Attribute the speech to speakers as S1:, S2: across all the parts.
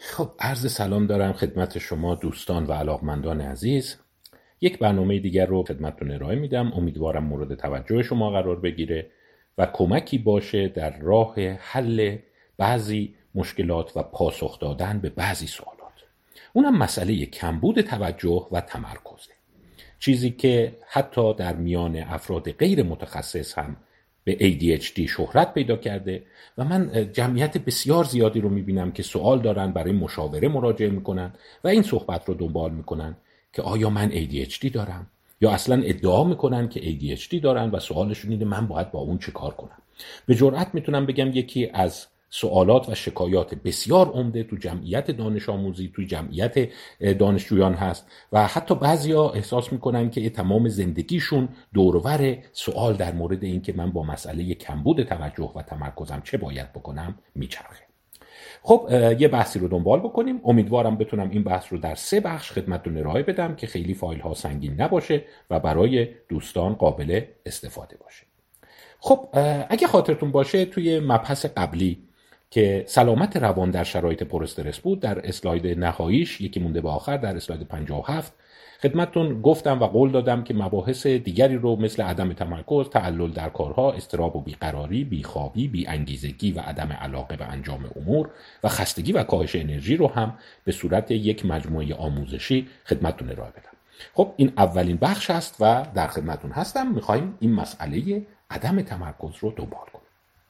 S1: خب عرض سلام دارم خدمت شما دوستان و علاقمندان عزیز. یک برنامه دیگر رو خدمتتون ارائه میدم. امیدوارم مورد توجه شما قرار بگیره و کمکی باشه در راه حل بعضی مشکلات و پاسخ دادن به بعضی سوالات. اونم مسئله کمبود توجه و تمرکزه. چیزی که حتی در میان افراد غیر متخصص هم به ADHD شهرت پیدا کرده و من جمعیت بسیار زیادی رو میبینم که سوال دارن، برای مشاوره مراجعه میکنن و این صحبت رو دنبال میکنن که آیا من ADHD دارم، یا اصلا ادعا میکنن که ADHD دارن و سوالشون اینه من باید با اون چه کار کنم. به جرئت میتونم بگم یکی از سوالات و شکایات بسیار عمده تو جمعیت دانش آموزی، تو جمعیت دانشجویان هست و حتی بعضیا احساس میکنن که تمام زندگیشون دورور سوال در مورد این که من با مسئله کمبود توجه و تمرکزم چه باید بکنم میچرخه. خب یه بحثی رو دنبال بکنیم. امیدوارم بتونم این بحث رو در 3 بخش خدمتتون ارائه بدم که خیلی فایل ها سنگین نباشه و برای دوستان قابل استفاده باشه. خب اگه خاطرتون باشه توی مبحث قبلی که سلامت روان در شرایط پر استرس بود، در اسلاید نهاییش یکی مونده به آخر، در اسلاید 57 خدمتتون گفتم و قول دادم که مباحث دیگری رو مثل عدم تمرکز، تعلل در کارها، اضطراب و بیقراری، بیخوابی، بیانگیزگی و عدم علاقه به انجام امور و خستگی و کاهش انرژی رو هم به صورت یک مجموعه آموزشی خدمتتون ارائه بدم. خب این اولین بخش است و در خدمتتون هستم. میخوایم این مسئله عدم تمرکز رو دنبال کنیم.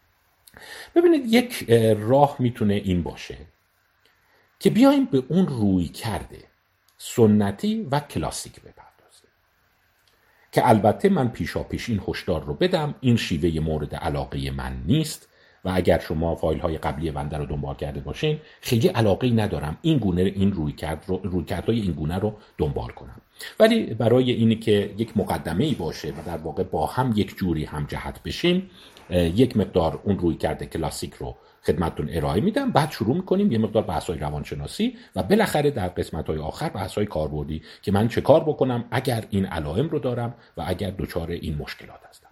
S1: ببینید یک راه میتونه این باشه که بیایم به اون روی کرده سنتی و کلاسیک بپردازیم که البته من پیشاپیش این هشدار رو بدم این شیوه مورد علاقه من نیست و اگر شما فایل های قبلی بنده رو دنبال کرده باشین خیلی علاقه ندارم این گونه این رویکردهای این گونه رو دنبال کنم، ولی برای اینی که یک مقدمه‌ای باشه و در واقع با هم یک جوری هم جهت بشیم یک مقدار اون رویکرد کلاسیک رو خدمتتون ارائه میدم، بعد شروع میکنیم یه مقدار بحث‌های روانشناسی و بالاخره در قسمت‌های آخر بحث‌های کاربردی که من چه کار بکنم اگر این علائم رو دارم و اگر دچار این مشکلات هستم.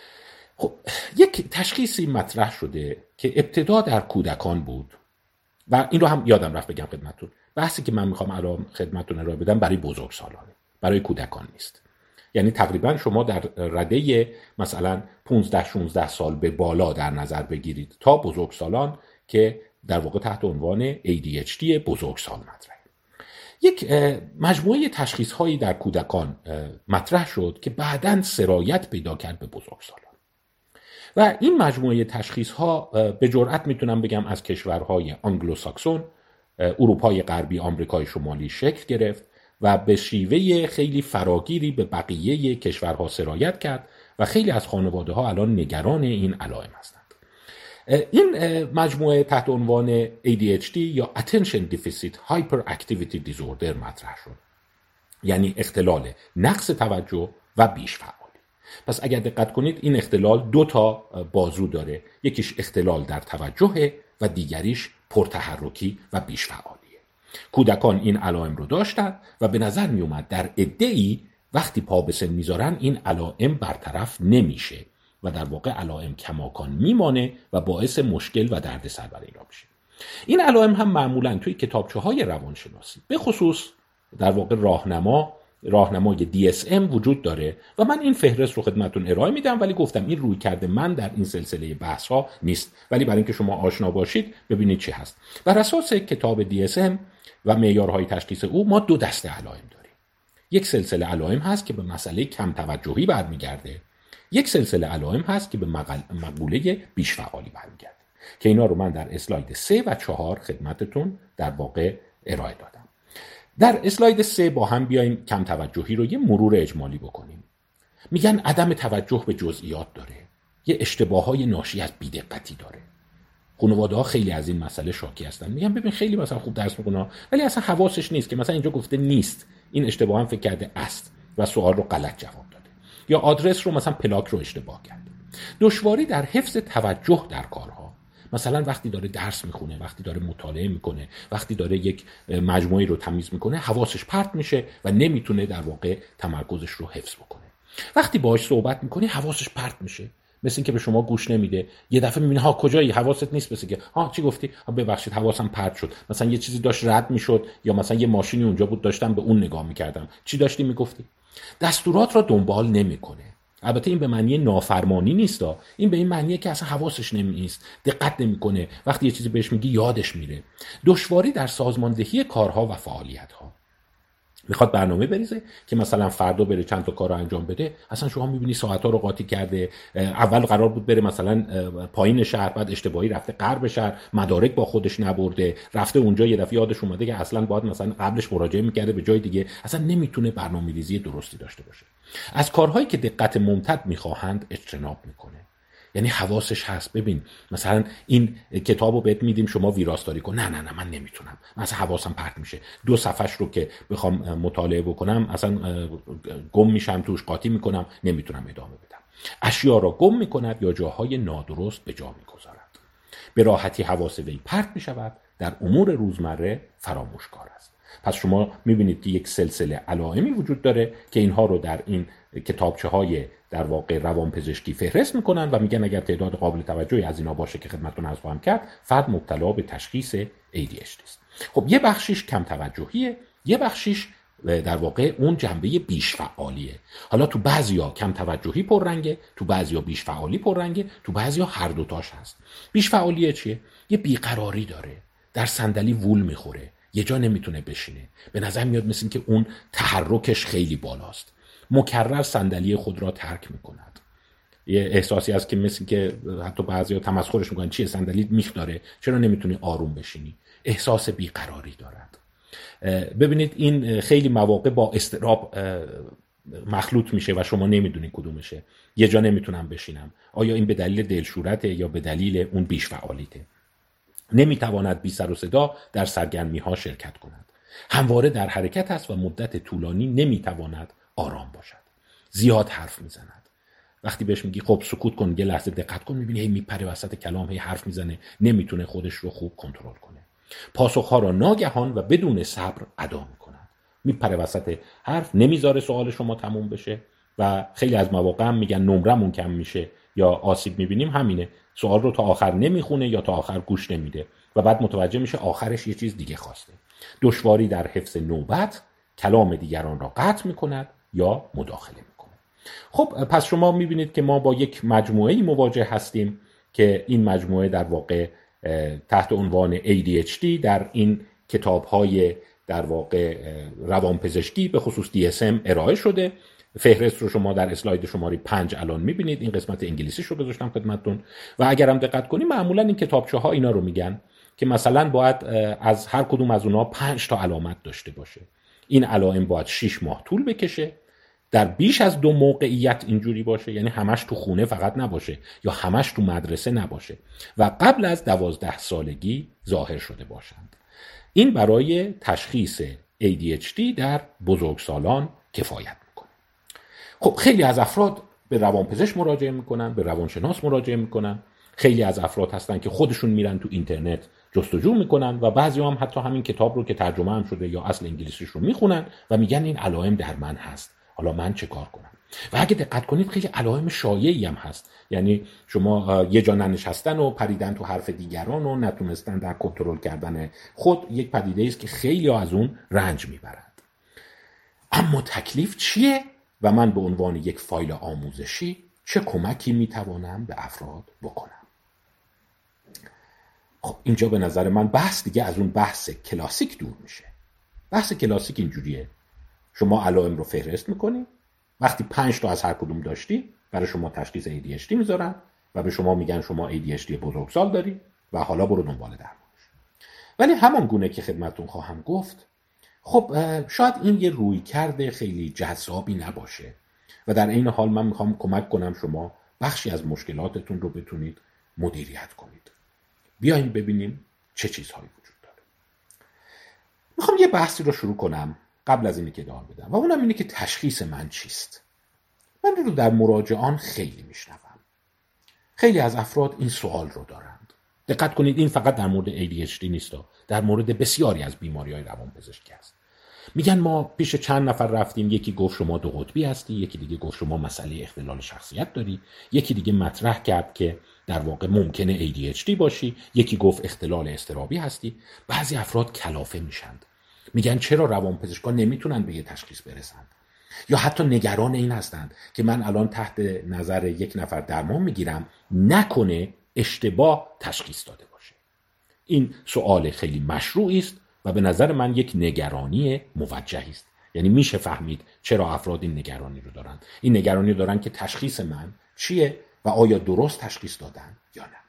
S1: خب یک تشخیصی مطرح شده که ابتدا در کودکان بود و این رو هم یادم رفت بگم خدمتتون. بحثی که من میخوام الان خدمتتون ارائه بدم برای بزرگسالانه، برای کودکان نیست. یعنی تقریبا شما در رده مثلا 15-16 سال به بالا در نظر بگیرید تا بزرگسالان که در واقع تحت عنوان ADHD بزرگسال مطرحه. یک مجموعه تشخیص هایی در کودکان مطرح شد که بعداً سرایت پیدا کرد به بزرگسالان و این مجموعه تشخیص ها به جرئت میتونم بگم از کشورهای آنگلوساکسون، اروپای غربی، آمریکای شمالی شکل گرفت و به شیوه خیلی فراگیری به بقیه کشورها سرایت کرد و خیلی از خانواده ها الان نگران این علائم هستند. این مجموعه تحت عنوان ADHD یا Attention Deficit Hyperactivity Disorder مطرح شد، یعنی اختلال نقص توجه و بیش فعالی. پس اگر دقت کنید این اختلال 2 تا بازو داره، یکیش اختلال در توجه و دیگریش پرتحرکی و بیش فعالی. کودکان این علائم رو داشتن و به نظر می اومد در عده‌ای وقتی پا به سن میذارن این علائم برطرف نمیشه و در واقع علائم کماکان میمانه و باعث مشکل و دردسر برای اینا میشه. این علائم هم معمولاً توی کتابچه‌های روانشناسی به خصوص در واقع راهنمای DSM وجود داره و من این فهرست رو خدمتتون ارائه میدم، ولی گفتم این روی کرده من در این سلسله بحث ها نیست، ولی برای اینکه شما آشنا باشید ببینید چی هست. بر اساس کتاب DSM و معیارهای تشخیص او ما 2 دسته علائم داریم. یک سلسله علائم هست که به مسئله کم توجهی برمیگرده، یک سلسله علائم هست که به مقوله بیش فعالی برمیگرده که اینا رو من در اسلاید 3 و 4 خدمتتون در واقع ارائه دادم. در اسلاید 3 با هم بیایم کم توجهی رو یه مرور اجمالی بکنیم. میگن عدم توجه به جزئیات داره، یه اشتباههای ناشی از بی‌دقتی داره. خانواده‌ها خیلی از این مسئله شاکی هستن، میگن ببین خیلی مثلا خوب درس می‌خونه ولی اصلا حواسش نیست که مثلا اینجا گفته نیست، این اشتباها فکر کرده است و سوال رو غلط جواب داده، یا آدرس رو مثلا پلاک رو اشتباه کرده. دشواری در حفظ توجه در کارها، مثلا وقتی داره درس میخونه، وقتی داره مطالعه میکنه، وقتی داره یک مجموعه رو تمیز میکنه حواسش پرت میشه و نمیتونه در واقع تمرکزش رو حفظ بکنه. وقتی باهاش صحبت میکنه حواسش پرت میشه مثل اینکه به شما گوش نمیده. یه دفعه میبینی ها کجایی، حواست نیست، مثل که ها چی گفتی، ببخشید حواسم پرت شد، مثلا یه چیزی داشت رد میشد یا مثلا یه ماشینی اونجا بود داشتم به اون نگاه میکردم، چی داشتی میگفتی. دستورات را دنبال نمیکنه. البته این به معنی نافرمانی نیست، این به این معنیه که اصلا حواسش نیست، دقت نمیکنه، وقتی یه چیزی بهش میگی یادش میره. دشواری در سازماندهی کارها و فعالیت‌ها. میخواد برنامه بریزه که مثلا فردا بره چند تا کار رو انجام بده، اصلا شما میبینی ساعت‌ها رو قاطی کرده. اول قرار بود بره مثلا پایین شهر، بعد اشتباهی رفته غرب شهر، مدارک با خودش نبرده، رفته اونجا یه دفعه یادش اومده که اصلا باید مثلا قبلش مراجعه میکرده به جای دیگه، اصلا نمیتونه برنامه‌ریزی درستی داشته باشه. از کارهایی که دقت ممتد میخواهند اجتناب میکنه. یعنی حواسش هست. ببین مثلا این کتابو بهت میدیم شما ویراستاری کن، نه من نمیتونم، من اصلا حواسم پرت میشه، 2 صفحش رو که بخوام مطالعه بکنم اصلا گم میشم توش، قاطی میکنم، نمیتونم ادامه بدم. اشیا را گم میکند یا جاهای نادرست به جا میگذارد. به راحتی حواس وی پرت میشود، در امور روزمره فراموشکار است. پس شما میبینید که یک سلسله علائمی وجود داره که اینها رو در این کتابچه‌های در واقع روانپزشکی فهرست میکنن و میگن اگر تعداد قابل توجهی از اینا باشه که خدمتتون عرض خواهم کرد، فرد مبتلا به تشخیص ADHD است. خب یه بخشیش کم توجهیه، یه بخشیش در واقع اون جنبه بیش فعالیه. حالا تو بعضیا کم توجهی پررنگه، تو بعضیا بیش فعالی پررنگه، تو بعضیا هر دوتاش هست. بیش فعالیه چیه؟ یه بیقراری داره، در صندلی وول میخوره، یه جا نمیتونه بشینه، به نظر میاد مثل این که اون تحرکش خیلی بالاست، مکرر صندلی خود را ترک میکند. یه احساسی هست که مثل که حتی بعضیا تمسخرش میکنن، چیه صندلیت میخ داره، چرا نمیتونی آروم بشینی؟ احساس بیقراری دارد. ببینید این خیلی مواقع با اضطراب مخلوط میشه و شما نمیدونید کدومشه. یه جا نمیتونم بشینم، آیا این به دلیل دلشورته یا به دلیل اون بیش فعالیته؟ نمیتواند بی سر و صدا در سرگرمی ها شرکت کند، همواره در حرکت است و مدت طولانی نمیتواند آرام باشد، زیاد حرف میزند. وقتی بهش میگی خب سکوت کن، یه لحظه دقت کن، میبینی هی میپره وسط کلام، هی حرف میزنه، نمیتونه خودش رو خوب کنترل کنه. پاسخها را ناگهان و بدون صبر ادا میکند، میپره وسط حرف، نمیذاره سوال شما تموم بشه و خیلی از مواقع هم میگن نمرمون کم میشه یا آسیب میبینیم، همینه، سوال رو تا آخر نمیخونه یا تا آخر گوش نمیده و بعد متوجه میشه آخرش یه چیز دیگه خواسته. دشواری در حفظ نوبت، کلام دیگران را قطع میکند یا مداخله میکنه. خب پس شما میبینید که ما با یک مجموعه‌ای مواجه هستیم که این مجموعه در واقع تحت عنوان ADHD در این کتاب‌های در واقع روانپزشکی به خصوص DSM ارائه شده. فهرست رو شما در اسلاید شماره 5 الان میبینید، این قسمت انگلیسیش رو گذاشتم خدمتتون و اگر هم دقت کنیم معمولا این کتابچه‌ها اینا رو میگن که مثلا باید از هر کدوم از اونها 5 تا علامت داشته باشه. این علائم باید 6 ماه طول بکشه، در بیش از 2 موقعیت اینجوری باشه، یعنی همش تو خونه فقط نباشه یا همش تو مدرسه نباشه و قبل از 12 سالگی ظاهر شده باشند. این برای تشخیص ADHD در بزرگسالان کفایت میکنه. خب خیلی از افراد به روانپزشک مراجعه میکنن، به روانشناس مراجعه میکنن، خیلی از افراد هستن که خودشون میرن تو اینترنت جستجو میکنن و بعضی هم حتی همین کتاب رو که ترجمه هم شده یا اصل انگلیسیش رو میخونن و میگن این علائم در من هست، حالا من چه کار کنم؟ و اگه دقت کنید خیلی علائم شایعی هم هست، یعنی شما یه جا ننشستن و پریدن تو حرف دیگران و نتونستن در کنترل کردن خود، یک پدیده است که خیلی از اون رنج میبرند. اما تکلیف چیه و من به عنوان یک فایل آموزشی چه کمکی میتوانم به افراد بکنم؟ خب اینجا به نظر من بحث دیگه از اون بحث کلاسیک دور میشه. بحث کلاسیک اینجوریه: شما علائم رو فهرست میکنی، وقتی 5 تا از هر کدوم داشتی برای شما تشخیص ADHD میذارن و به شما میگن شما ADHD بزرگسال داری و حالا برو دنبال درمانش. ولی همان گونه که خدمتتون خواهم گفت، خب شاید این یه رویکرد خیلی جذابی نباشه و در این حال من میخوام کمک کنم شما بخشی از مشکلاتتون رو بتونید مدیریت کنید. بیاین ببینیم چه چیزهایی وجود داره. میخوام یه بحثی رو شروع کنم قبل از اینی که ادامه بدم و اونم اینه که تشخیص من چیست. من رو در مراجعان خیلی میشنوم. خیلی از افراد این سوال رو دارند. دقت کنید این فقط در مورد ADHD نیست، در مورد بسیاری از بیماری‌های روانپزشکی است. میگن ما پیش چند نفر رفتیم، یکی گفت شما دو قطبی هستی، یکی دیگه گفت شما مسئله اختلال شخصیت داری، یکی دیگه مطرح کرد که در واقع ممکنه ADHD باشی، یکی گفت اختلال اضطرابی هستی. بعضی افراد کلافه میشند، میگن چرا روانپزشکان نمیتونن به یه تشخیص برسن، یا حتی نگران این هستند که من الان تحت نظر یک نفر درمان میگیرم، نکنه اشتباه تشخیص داده باشه. این سوال خیلی مشروعی است و به نظر من یک نگرانی موجهی است. یعنی میشه فهمید چرا افراد این نگرانی رو دارن. این نگرانی رو دارن که تشخیص من چیه و آیا درست تشخیص دادن یا نه.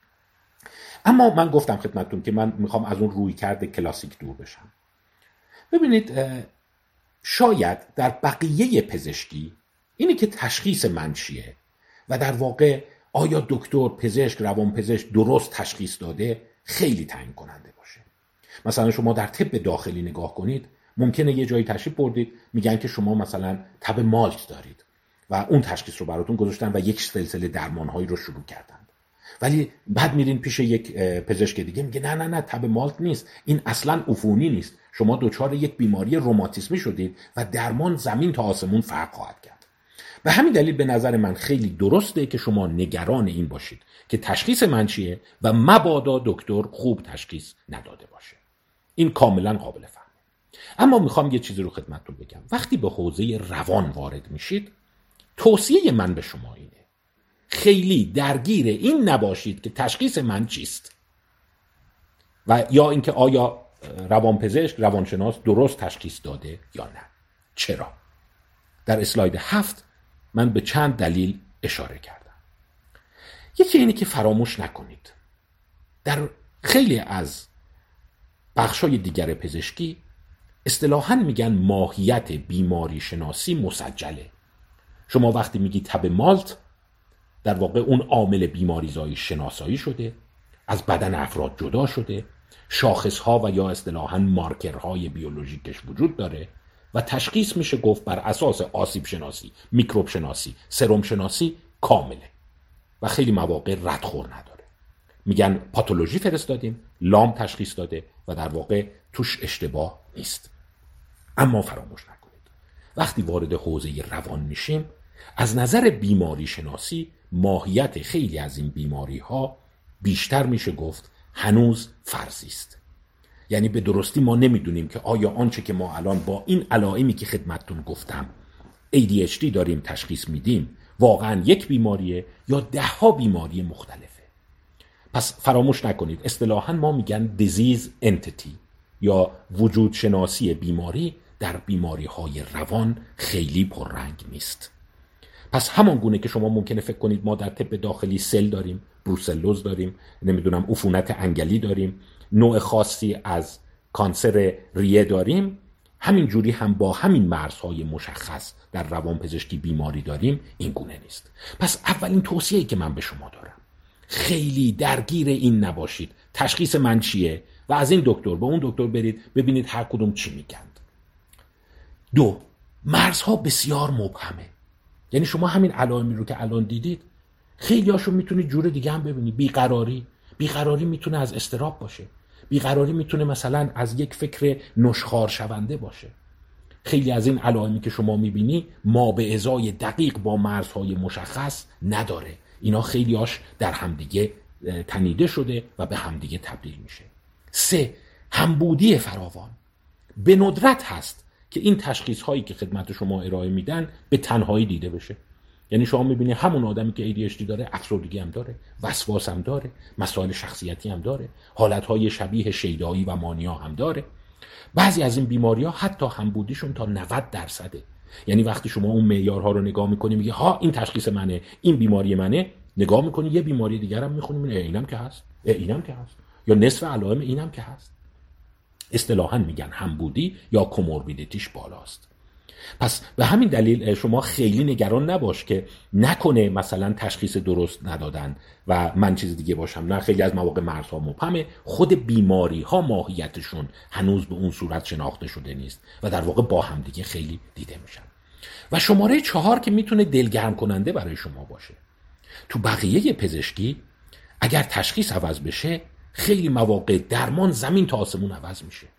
S1: اما من گفتم خدمتتون که من میخوام از اون رویکرد کلاسیک دور بشم. ببینید، شاید در بقیه پزشکی اینی که تشخیص من چیه و در واقع آیا دکتر، پزشک، روانپزشک درست تشخیص داده خیلی تعیین کننده باشه. مثلا شما در طب داخلی نگاه کنید، ممکنه یه جایی تشریف بردید میگن که شما مثلا تب مالت دارید و اون تشخیص رو براتون گذاشتن و یک سلسله درمانهایی رو شروع کردن. ولی بعد میرین پیش یک پزشک دیگه میگه نه نه نه، تب مالت نیست، این اصلا عفونی نیست، شما دچار یک بیماری روماتیسمی شدید و درمان زمین تا آسمون فرق خواهد کرد. به همین دلیل به نظر من خیلی درسته که شما نگران این باشید که تشخیص من چیه و مبادا دکتر خوب تشخیص نداده باشه. این کاملا قابل فهمه. اما میخوام یه چیزی رو خدمتتون بگم. وقتی به حوزه روان وارد میشید، توصیه من به شما اینه خیلی درگیر این نباشید که تشخیص من چیست و یا اینکه آیا روانپزشک، روانشناس درست تشخیص داده یا نه. چرا؟ در اسلاید 7 من به چند دلیل اشاره کردم. یکی اینه که فراموش نکنید در خیلی از بخشای دیگر پزشکی اصطلاحاً میگن ماهیت بیماری شناسی مسجله. شما وقتی میگی تب مالت، در واقع اون عامل بیماریزایی شناسایی شده، از بدن افراد جدا شده، شاخصها و یا اصطلاحاً مارکرهای بیولوژیکش وجود داره و تشخیص میشه گفت بر اساس آسیب شناسی، میکروب شناسی، سرم شناسی کامله و خیلی مواقع ردخور نداره. میگن پاتولوژی فرستادیم، لام تشخیص داده و در واقع توش اشتباه نیست. اما فراموش نکنید وقتی وارد حوزه روان میشیم، از نظر بیماری شناسی ماهیت خیلی از این بیماری ها بیشتر میشه گفت هنوز فرضی است. یعنی به درستی ما نمیدونیم که آیا آنچه که ما الان با این علائمی که خدمتتون گفتم ADHD داریم تشخیص میدیم واقعا یک بیماریه یا 10 بیماری مختلفه. پس فراموش نکنید اصطلاحاً ما میگن disease entity یا وجود شناسی بیماری در بیماری های روان خیلی پررنگ نیست. پس همان گونه که شما ممکنه فکر کنید ما در طب داخلی سل داریم، بروسلوز داریم، نمیدونم عفونت انگلی داریم، نوع خاصی از کانسر ریه داریم، همین جوری هم با همین مرزهای مشخص در روانپزشکی بیماری داریم، این گونه نیست. پس اولین توصیه‌ای که من به شما دارم، خیلی درگیر این نباشید تشخیص من چیه و از این دکتر به اون دکتر برید ببینید هر کدوم چی میگند. 2، مرزها بسیار مبهمه. یعنی شما همین علائمی رو که الان دیدید خیلی هاشو میتونید جور دیگه هم ببینید. بیقراری میتونه از اضطراب باشه، بیقراری میتونه مثلا از یک فکر نشخوار شونده باشه. خیلی از این علائمی که شما میبینی ما به ازای دقیق با مرزهای مشخص نداره. اینا خیلی هاش در همدیگه تنیده شده و به همدیگه تبدیل میشه. 3، همبودی فراوان. به ندرت هست که این تشخیص هایی که خدمت شما ارائه میدن به تنهایی دیده بشه. یعنی شما میبینی همون آدمی که ADHD داره افسردگی هم داره، وسواس هم داره، مسائل شخصیتی هم داره، حالتهای شبیه شیدایی و مانیا هم داره. بعضی از این بیماری ها حتی همبودیشون تا 90%. یعنی وقتی شما اون معیارها رو نگاه میکنی میگی ها این تشخیص منه، این بیماری منه، نگاه میکنی یه بیماری دیگر هم میخونی میگی اینم که هست، اینم که هست، یا نصف علائم اینم که هست. اصطلاحاً میگن همبودی یا کوموربیدیتیش بالاست. پس به همین دلیل شما خیلی نگران نباش که نکنه مثلا تشخیص درست ندادن و من چیز دیگه باشم. نه، خیلی از مواقع مرزها مبهمه، خود بیماری ها ماهیتشون هنوز به اون صورت شناخته شده نیست و در واقع با هم دیگه خیلی دیده میشن. و شماره 4 که میتونه دلگرم کننده برای شما باشه، تو بقیه پزشکی اگر تشخیص عوض بشه خیلی مواقع درمان زمین تا آسمون عوض میشه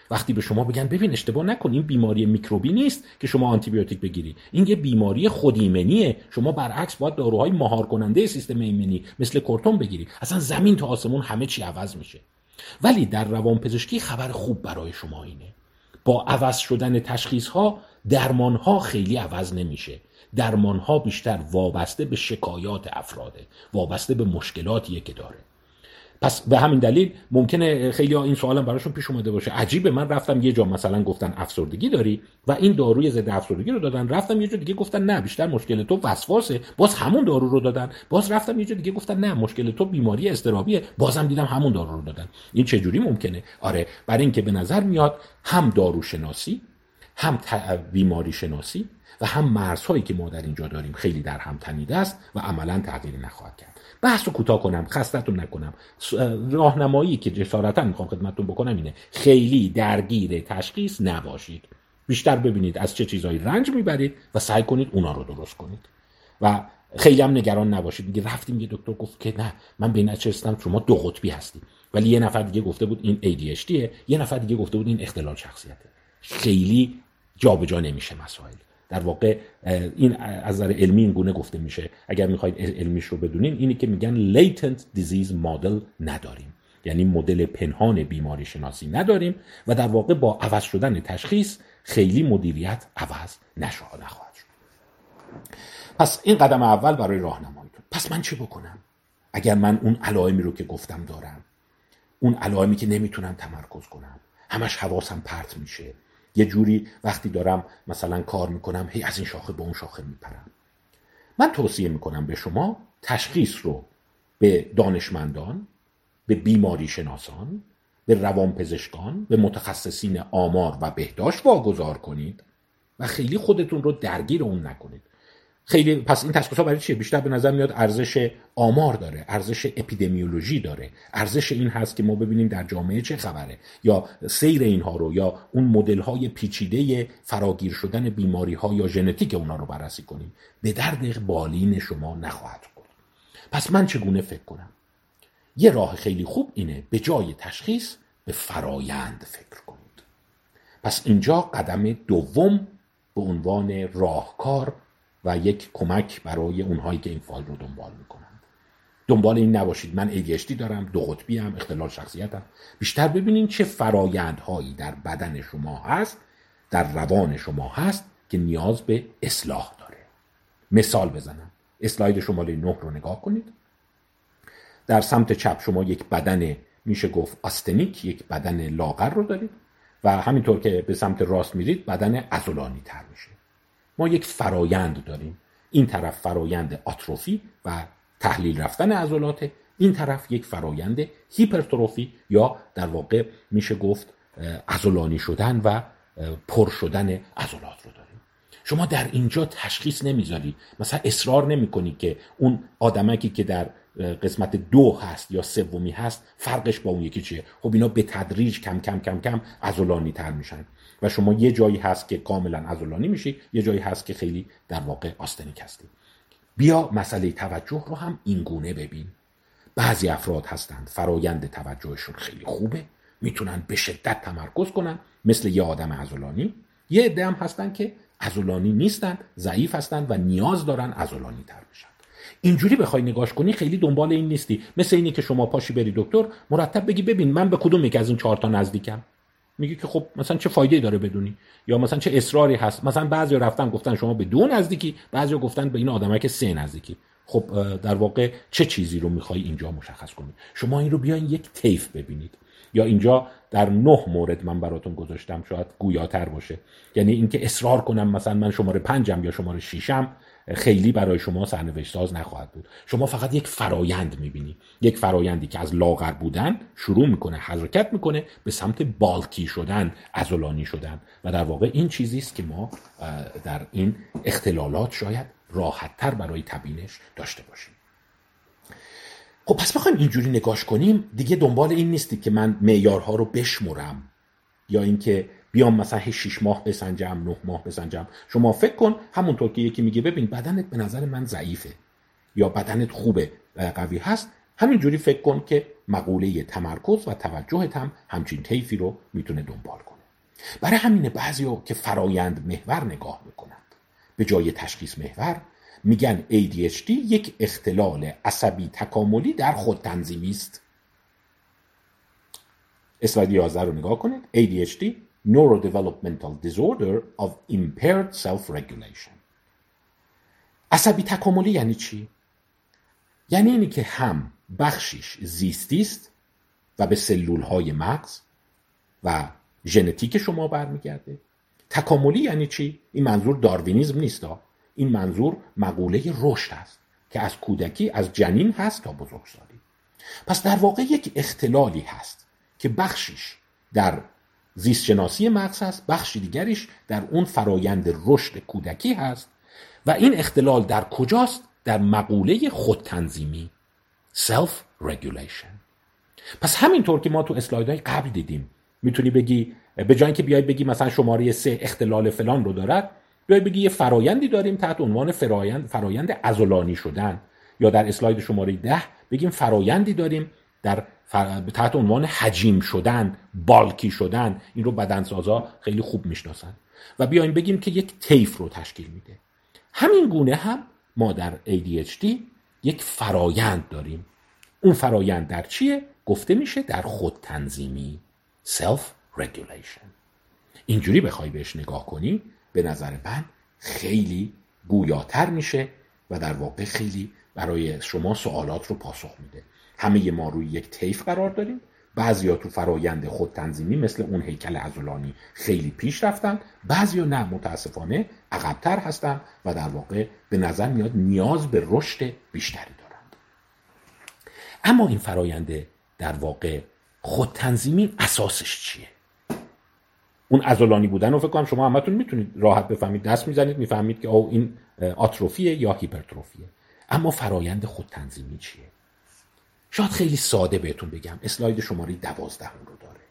S1: وقتی به شما بگن ببین اشتباه نکن، این بیماری میکروبی نیست که شما آنتی بیوتیک بگیری، این یه بیماری خود ایمنیه، شما برعکس باید داروهای مهار کننده سیستم ایمنی مثل کورتون بگیری. اصلا زمین تا آسمون همه چی عوض میشه. ولی در روانپزشکی خبر خوب برای شما اینه، با عوض شدن تشخیص ها درمان ها خیلی عوض نمیشه. درمان ها بیشتر وابسته به شکایات افراده، وابسته به مشکلاتیه که داره. پس به همین دلیل ممکنه خیلی ها این سوالم براشون پیش اومده باشه، عجیبه من رفتم یه جا مثلا گفتن افسردگی داری و این داروی ضد افسردگی رو دادن، رفتم یه جا دیگه گفتن نه بیشتر مشکل تو وسواسه، باز همون دارو رو دادن، باز رفتم یه جا دیگه گفتن نه مشکل تو بیماری اضطرابیه، بازم دیدم همون دارو رو دادن. این چه جوری ممکنه؟ آره، برای اینکه به نظر میاد هم داروشناسی، هم بیماری شناسی و هم مرزهایی که ما در اینجا داریم خیلی در هم تنیده است و عملاً تغییری نخواهد کرد. بحث رو کوتاه کنم، خستتون نکنم. راهنمایی که جسارتا میخوام خدمتتون بکنم اینه، خیلی درگیر تشخیص نباشید، بیشتر ببینید از چه چیزایی رنج میبرید و سعی کنید اونا رو درست کنید و خیلی هم نگران نباشید. میگه رفتیم یه دکتر گفت که نه من به این نچستم شما دو قطبی هستی، ولی یه نفر دیگه گفته بود این ADHD، یه نفر دیگه گفته بود این اختلال شخصیته. خیلی جابجا نمیشه مسائل. در واقع این از نظر علمی این گونه گفته میشه، اگر میخواید علمیش رو بدونین اینی که میگن latent disease model نداریم، یعنی مدل پنهان بیماری شناسی نداریم و در واقع با عوض شدن تشخیص خیلی مدیریت عوض نخواهد شد. پس این قدم اول برای راهنماییتون. پس من چه بکنم اگر من اون علائمی رو که گفتم دارم، اون علائمی که نمیتونم تمرکز کنم، همش حواسم پرت میشه، یه جوری وقتی دارم مثلا کار میکنم هی از این شاخه به اون شاخه میپرم؟ من توصیه میکنم به شما تشخیص رو به دانشمندان، به بیماری شناسان، به روانپزشکان، به متخصصین آمار و بهداشت واگذار کنید و خیلی خودتون رو درگیر اون نکنید. خیلی پس این تشخیص ها برای چیه؟ بیشتر به نظر میاد ارزش آمار داره، ارزش اپیدمیولوژی داره، ارزش این هست که ما ببینیم در جامعه چه خبره، یا سیر اینها رو، یا اون مدل های پیچیده فراگیر شدن بیماری ها یا ژنتیک اونا رو بررسی کنیم. به درد بالین شما نخواهد خورد. پس من چگونه فکر کنم؟ یه راه خیلی خوب اینه به جای تشخیص به فرایند فکر کنید. پس اینجا قدم دوم به عنوان راهکار و یک کمک برای اونهایی که این فایل رو دنبال میکنند. دنبال این نباشید من ADHD دارم، دو قطبی هم، اختلال شخصیتم. بیشتر ببینین چه فرایندهایی در بدن شما هست، در روان شما هست که نیاز به اصلاح داره. مثال بزنم، اسلاید شماره 9 رو نگاه کنید. در سمت چپ شما یک بدن میشه گفت آستنیک، یک بدن لاغر رو دارید و همینطور که به سمت راست میرید بدن عضلانی تر میشه. ما یک فرایند داریم، این طرف فرایند آتروفی و تحلیل رفتن عضلات، این طرف یک فرایند هیپرتروفی یا در واقع میشه گفت عضلانی شدن و پر شدن عضلات رو داریم. شما در اینجا تشخیص نمیذاری، مثلا اصرار نمیکنی که اون آدمکی که در قسمت 2 هست یا سومی هست فرقش با اون یکی چیه. خب اینا به تدریج کم کم کم کم عضلانی تر میشن و شما یه جایی هست که کاملا عضلانی میشی، یه جایی هست که خیلی در واقع آستنیک هستی. بیا مسئله توجه رو هم این گونه ببین. بعضی افراد هستند فرایند توجهشون خیلی خوبه، میتونن به شدت تمرکز کنن مثل یه آدم عضلانی. یه عده هم هستن که عضلانی نیستن، ضعیف هستن و نیاز دارن عضلانی تر بشن. اینجوری بخوای نگاش کنی خیلی دنبال این نیستی. مثل اینی که شما پاشی بری دکتر مرتب بگی ببین من به کدوم یک از این 4 تا نزدیکم. میگه که خب مثلا چه فایده‌ای داره بدونی، یا مثلا چه اصراری هست. مثلا بعضیا رفتن گفتن شما به 2 نزدیکی، بعضیا گفتن به این آدمه که 3 نزدیکی. خب در واقع چه چیزی رو میخوای اینجا مشخص کنی؟ شما این رو بیاین یک طیف ببینید. یا اینجا در 9 مورد من براتون گذاشتم، شاید گویاتر باشه. یعنی اینکه اصرار کنم مثلا من شماره 5م یا شماره 6م خیلی برای شما سرنوشت ساز نخواهد بود. شما فقط یک فرایند میبینی، یک فرایندی که از لاغر بودن شروع میکنه، حرکت میکنه به سمت بالکی شدن، عضلانی شدن و در واقع این چیزی است که ما در این اختلالات شاید راحت‌تر برای تبیینش داشته باشیم. خب پس بخوایم اینجوری نگاش کنیم دیگه دنبال این نیستی که من معیارها رو بشمرم یا اینکه بیام مثلا 6 ماه بسنجم، 9 ماه بسنجم. شما فکر کن همونطور که یکی میگه ببین بدنت به نظر من ضعیفه یا بدنت خوبه و قوی هست، همینجوری فکر کن که مقوله تمرکز و توجهت هم همچین طیفی رو میتونه دنبال کنه. برای همین بعضیا که فرایند محور نگاه میکنند به جای تشخیص محور میگن ADHD یک اختلال عصبی تکاملی در خودتنظیمی است. اسلاید 11 رو نگاه کنید. ADHD Neurodevelopmental Disorder of Impaired Self-Regulation. عصبی تکاملی یعنی چی؟ یعنی اینی که هم بخشیش زیستی است و به سلولهای مغز و ژنتیک شما برمیگرده. تکاملی یعنی چی؟ این منظور داروینیسم نیست. این منظور مقوله رشد است که از کودکی از جنین هست تا بزرگسالی. پس در واقع یک اختلالی هست که بخشیش در زیست شناسی مغز هست، بخشی دیگریش در اون فرایند رشد کودکی هست. و این اختلال در کجاست؟ در مقوله خودتنظیمی self regulation. پس همینطور که ما تو اسلایدهای قبل دیدیم میتونی بگی به جای اینکه بیای بگی مثلا شماره 3 اختلال فلان رو دارد، بیای بگی یه فرایندی داریم تحت عنوان فرایند عضلانی شدن، یا در اسلاید شماره 10 بگیم فرایندی داریم در تحت عنوان حجیم شدن، بالکی شدن. این رو بدنسازا خیلی خوب میشناسن. و بیایم بگیم که یک طیف رو تشکیل میده. همین گونه هم ما در ADHD یک فرایند داریم. اون فرایند در چیه؟ گفته میشه در خودتنظیمی self regulation. اینجوری بخوای بهش نگاه کنی به نظر من خیلی گویاتر میشه و در واقع خیلی برای شما سوالات رو پاسخ میده. همه ما روی یک طیف قرار داریم. بعضیا تو فرایند خودتنظیمی مثل اون هیکل عضلانی خیلی پیش رفتن، بعضیا نه، متاسفانه عقب‌تر هستن و در واقع به نظر میاد نیاز به رشد بیشتری دارند. اما این فرایند در واقع خودتنظیمی اساسش چیه؟ اون عضلانی بودن رو فکر کنم شما همتون میتونید راحت بفهمید، دست میزنید میفهمید که این آتروفیه یا هیپرتروفیه. اما فرایند خودتنظیمی چیه؟ شاید خیلی ساده بهتون بگم. اسلاید شماره 12 رو داره.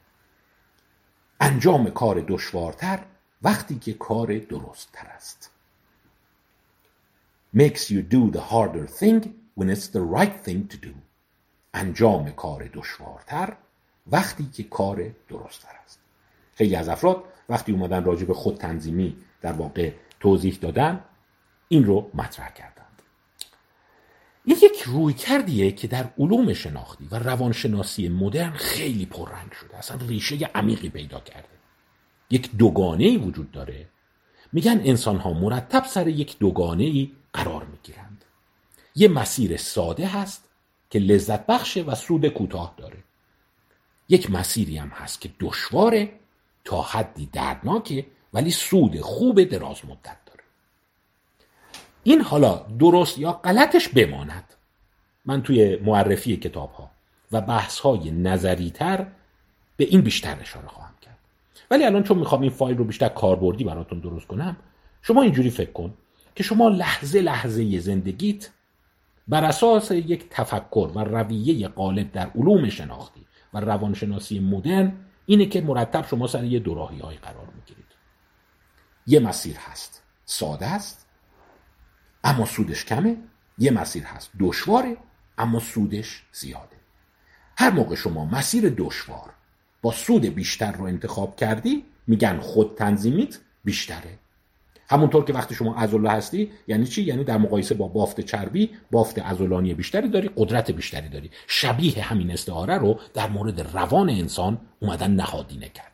S1: انجام کار دشوارتر وقتی که کار درست تر است. Makes you do the harder thing when it's the right thing to do. انجام کار دشوارتر وقتی که کار درست تر است. خیلی از افراد وقتی اومدن راجع به خودتنظیمی در واقع توضیح دادن این رو مطرح کردند. این یک رویکردیه که در علوم شناختی و روانشناسی مدرن خیلی پررنگ شده، اصلا ریشه عمیقی پیدا کرده. یک دوگانه‌ای وجود داره. میگن انسان‌ها مرتب سر یک دوگانه‌ای قرار میگیرند. یه مسیر ساده هست که لذت بخشه و سود کوتاه داره. یک مسیری هم هست که دشواره، تا حدی دردناکه، ولی سود خوب دراز مدت داره. این حالا درست یا غلطش بماند. من توی معرفی کتاب‌ها و بحث‌های نظری‌تر به این بیشتر اشاره خواهم کرد. ولی الان چون میخوام این فایل رو بیشتر کاربردی براتون درست کنم، شما اینجوری فکر کن که شما لحظه لحظه زندگیت بر اساس یک تفکر و رویه غالب در علوم شناختی و روانشناسی مدرن اینه که مرتب شما سر یه دوراهی‌های قرار میگیرید. یه مسیر هست ساده است اما سودش کمه، یه مسیر هست دشواره اما سودش زیاده. هر موقع شما مسیر دشوار با سود بیشتر رو انتخاب کردی میگن خود تنظیمیت بیشتره. همونطور که وقتی شما عضله هستی یعنی چی؟ یعنی در مقایسه با بافت چربی بافت عضلانی بیشتری داری، قدرت بیشتری داری. شبیه همین استعاره رو در مورد روان انسان اومدن نهادینه کردن.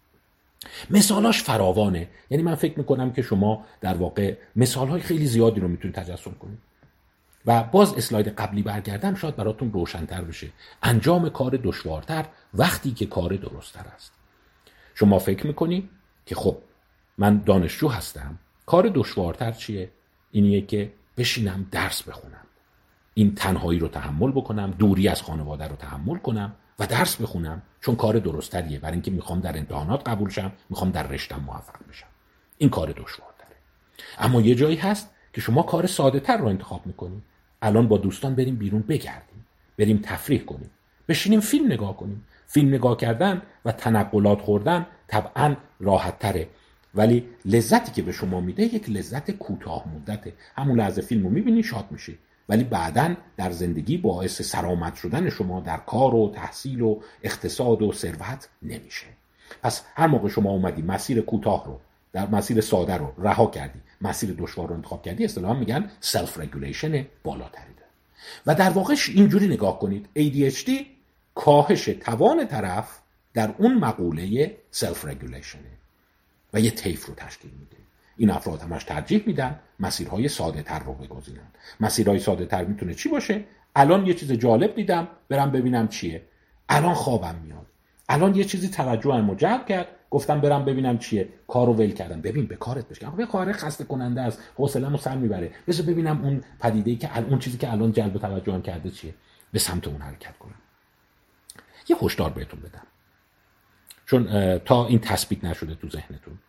S1: مثالاش فراوانه. یعنی من فکر میکنم که شما در واقع مثالهای خیلی زیادی رو میتونید تجسم کنید. و باز اسلاید قبلی برگردم شاید براتون روشن‌تر بشه. انجام کار دشوارتر وقتی که کار درست‌تر است. شما فکر میکنی که خب من دانشجو هستم، کار دشوارتر چیه؟ اینیه که بشینم درس بخونم، این تنهایی رو تحمل بکنم، دوری از خانواده رو تحمل کنم و درس بخونم، چون کار درست‌تریه. برای اینکه میخوام در امتحانات قبول شم، میخوام در رشته‌ام موفق بشم. این کار دشوارتره. اما یه جایی هست که شما کار ساده‌تر رو انتخاب میکنید. الان با دوستان بریم بیرون بگردیم، بریم تفریح کنیم، بشینیم فیلم نگاه کنیم. فیلم نگاه کردن و تنقلات خوردن طبعاً راحت‌تره، ولی لذتی که به شما میده یک لذت کوتاه مدته. همون لحظه فیلم رو میبینی شاد میشی، ولی بعداً در زندگی باعث سرآمد شدن شما در کار و تحصیل و اقتصاد و ثروت نمیشه. پس هر موقع شما اومدی مسیر کوتاه رو در مسیر ساده رو رها کردی، مسیر دشوار رو انتخاب کردی، اصطلاحاً میگن سلف رگولیشن بالاتری داره. و در واقع اینجوری نگاه کنید، ADHD کاهش توان طرف در اون مقوله سلف رگولیشنه و یه طیف رو تشکیل میده. این افراد همش ترجیح میدن مسیرهای ساده تر رو بگزینن. مسیرهای ساده تر میتونه چی باشه؟ الان یه چیز جالب دیدم، برم ببینم چیه. الان خوابم میاد. الان یه چیزی توجهمو جلب کرد، گفتم برم ببینم چیه. کارو ول کردم. ببین به کارت بشین. به کار خسته کننده است. حوصله‌مو سر میبره. بذار ببینم اون پدیده‌ای که اون چیزی که الان جلب توجهم کرده چیه. به سمت اون حرکت کنم. یه هشدار بهتون بدم. چون تا این تثبیت نشده تو ذهنتون،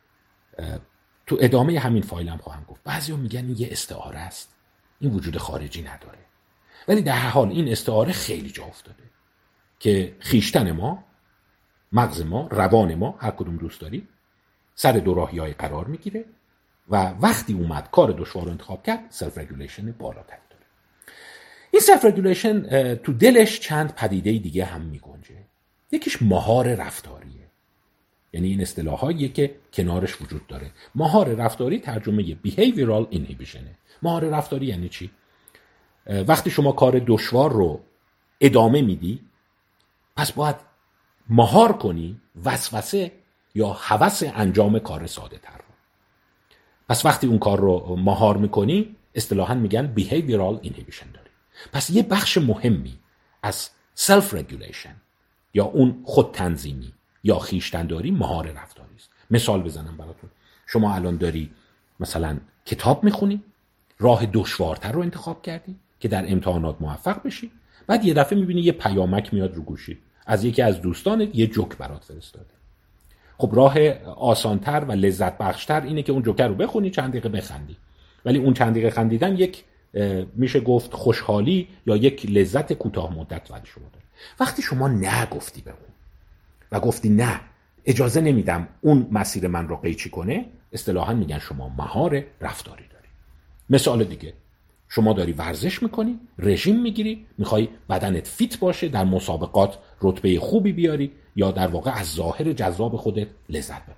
S1: تو ادامه همین فایلم خواهم گفت. بعضیا میگن این یه استعاره است، این وجود خارجی نداره. ولی در هر حال این استعاره خیلی جا افتاده که خیشتن ما، مغز ما، روان ما، هر کدوم دوست داری، سر دوراهی‌های قرار میگیره و وقتی اومد کار دشوار رو انتخاب کرد، سلف رگولیشن بالاتری داره. این سلف رگولیشن تو دلش چند پدیده دیگه هم میگنجه. یکیش مهار رفتاریه. یعنی این اصطلاحاییه که کنارش وجود داره. مهار رفتاری ترجمه behavioral inhibition. مهار رفتاری یعنی چی؟ وقتی شما کار دشوار رو ادامه میدی، پس باید مهار کنی وسوسه یا هوس انجام کار ساده تر رو. پس وقتی اون کار رو مهار میکنی، اصطلاحاً میگن behavioral inhibition داری. پس یه بخش مهمی از self regulation یا اون خودتنظیمی یا خیشتنداری مهار رفتاری است. مثال بزنم براتون. شما الان داری مثلا کتاب میخونی، راه دشوارتر رو انتخاب کردی که در امتحانات موفق بشی، بعد یه دفعه میبینی یه پیامک میاد رو گوشی از یکی از دوستانت، یه جوک برات فرستاده. خب راه آسانتر و لذت بخشتر اینه که اون جوکر رو بخونی، چند دقیقه بخندی. ولی اون چند دقیقه خندیدن یک میشه گفت خوشحالی یا یک لذت کوتاه مدت ولی شما داره. وقتی شما نه گفتی به اون و گفتی نه اجازه نمیدم اون مسیر من رو قیچی کنه، اصطلاحاً میگن شما مهار رفتاری داری. مثال دیگه، شما داری ورزش میکنی، رژیم میگیری، میخوای بدنت فیت باشه، در مسابقات رتبه خوبی بیاری یا در واقع از ظاهر جذاب خودت لذت ببری.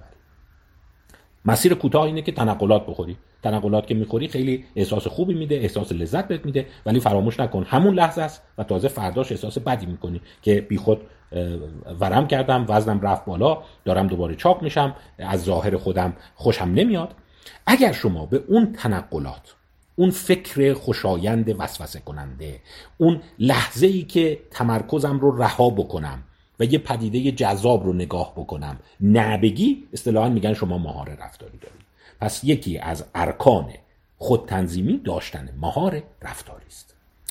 S1: مسیر کوتاه اینه که تنقلات بخوری. تنقلات که میخوری خیلی احساس خوبی میده، احساس لذت بهت میده، ولی فراموش نکن همون لحظه است و تازه فرداش احساس بدی میکنی که بیخود ورم کردم، وزنم رفت بالا، دارم دوباره چاق میشم، از ظاهر خودم خوشم نمیاد. اگر شما به اون تنقلات، اون فکر خوشایند وسوسه کننده، اون لحظه‌ای که تمرکزم رو رها بکنم و یه پدیده جذاب رو نگاه بکنم نبگی، اصطلاحاً میگن شما مهار رفتاری داری. پس یکی از ارکان خودتنظیمی داشتن مهار رفتاری است.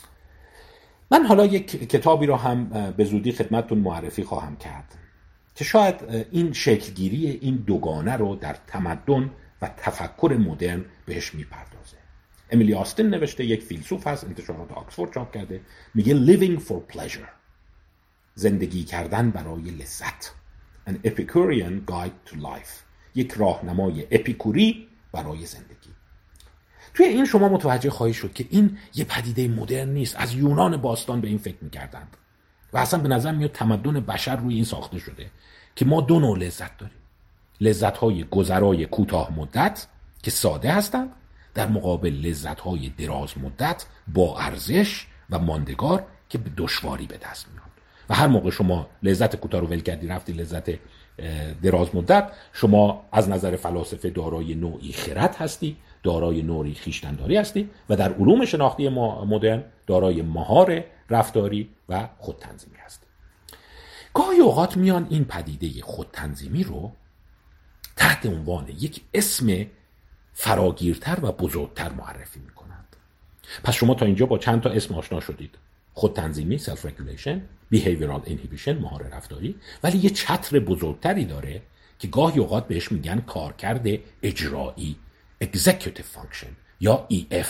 S1: من حالا یک کتابی رو هم به زودی خدمتتون معرفی خواهم کرد که شاید این شکلگیری این دوگانه رو در تمدن و تفکر مدرن بهش میپردازه. امیلی آستین نوشته، یک فیلسوف هست، انتشارات آکسفورد چاپ کرده، میگه living for pleasure، زندگی کردن برای لذت. An Epicurean guide to life، یک راهنمای اپیکوری برای زندگی. توی این شما متوجه خواهید شد که این یه پدیده مدرن نیست. از یونان باستان به این فکر می‌کردند و اصلا به نظر میاد تمدن بشر روی این ساخته شده که ما دو نوع لذت داریم. لذت‌های گذرای کوتاه مدت که ساده هستند در مقابل لذت‌های دراز مدت با ارزش و ماندگار که به دشواری به دست میاد. و هر موقع شما لذت کوتاه رو ول کردی رفتی لذت دراز مدت، شما از نظر فلاسفه دارای نوعی خرد هستی، دارای نوعی خویشتن‌داری هستی و در علوم شناختی مدرن دارای مهار رفتاری و خودتنظیمی هستی. گاهی اوقات میان این پدیده خودتنظیمی رو تحت عنوان یک اسم فراگیرتر و بزرگتر معرفی میکنند. پس شما تا اینجا با چند تا اسم آشنا شدید: خودتنظیمی، self regulation، behavioral inhibition، مهار رفتاری، ولی یه چتر بزرگتری داره که گاهی اوقات بهش میگن کارکرد اجرایی، executive function یا EF.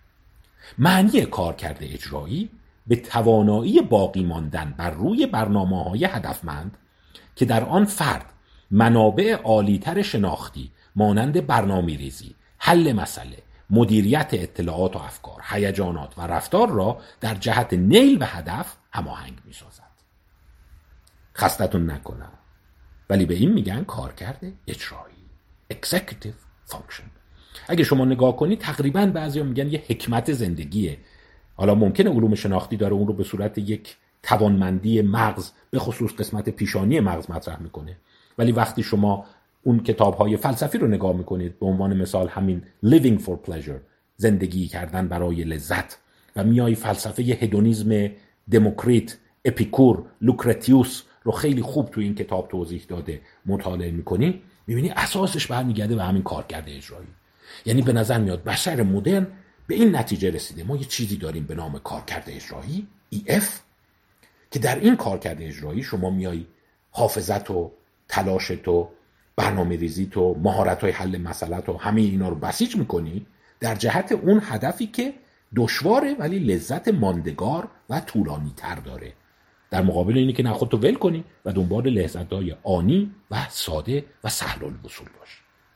S1: معنی کارکرد اجرایی به توانایی باقی ماندن بر روی برنامه‌های هدفمند که در آن فرد منابع عالی‌تر شناختی مانند برنامه‌ریزی، حل مسئله، مدیریت اطلاعات و افکار، هیجانات و رفتار را در جهت نیل و هدف هماهنگ می‌سازد. خستتون نکنم. ولی به این میگن کارکرد اجرایی، executive function. اگه شما نگاه کنید تقریباً بعضیا میگن یه حکمت زندگیه. حالا ممکنه علوم شناختی داره اون رو به صورت یک توانمندی مغز به خصوص قسمت پیشانی مغز مطرح میکنه، ولی وقتی شما اون کتاب‌های فلسفی رو نگاه میکنید، به عنوان مثال همین living for pleasure، زندگی کردن برای لذت، و میای فلسفه هدونیسم دموکریت، اپیکور، لوکرتیوس رو خیلی خوب تو این کتاب توضیح داده مطالعه میکنی، میبینی اساسش برمیگرده به همین کارکرد اجرایی. یعنی به نظر میاد بشر مدرن به این نتیجه رسیده ما یه چیزی داریم به نام کارکرد اجرایی، EF، که در این کارکرد اجرایی شما میای حافظت و تلاشت و برنامه ریزیت و مهارت‌های حل مسئله‌ت و همه اینا رو بسیج میکنی در جهت اون هدفی که دشواره ولی لذت ماندگار و طولانی تر داره، در مقابل اینی که نه خودتو ول کنی و دنبال لذت‌های آنی و ساده و سهل الوصول باشی.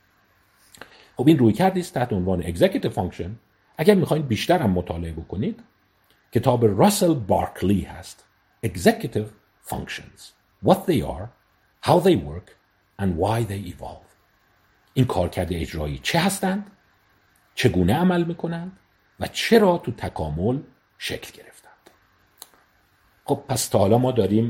S1: خب این روی کردیست تحت عنوان Executive Function. اگر میخواین بیشتر هم مطالعه بکنید، کتاب راسل بارکلی هست، Executive Functions: What They Are, How They Work and Why They Evolve. این کارکرد اجرایی چه هستند، چگونه عمل میکنند و چرا تو تکامل شکل گرفتند. خب پس تا حالا ما داریم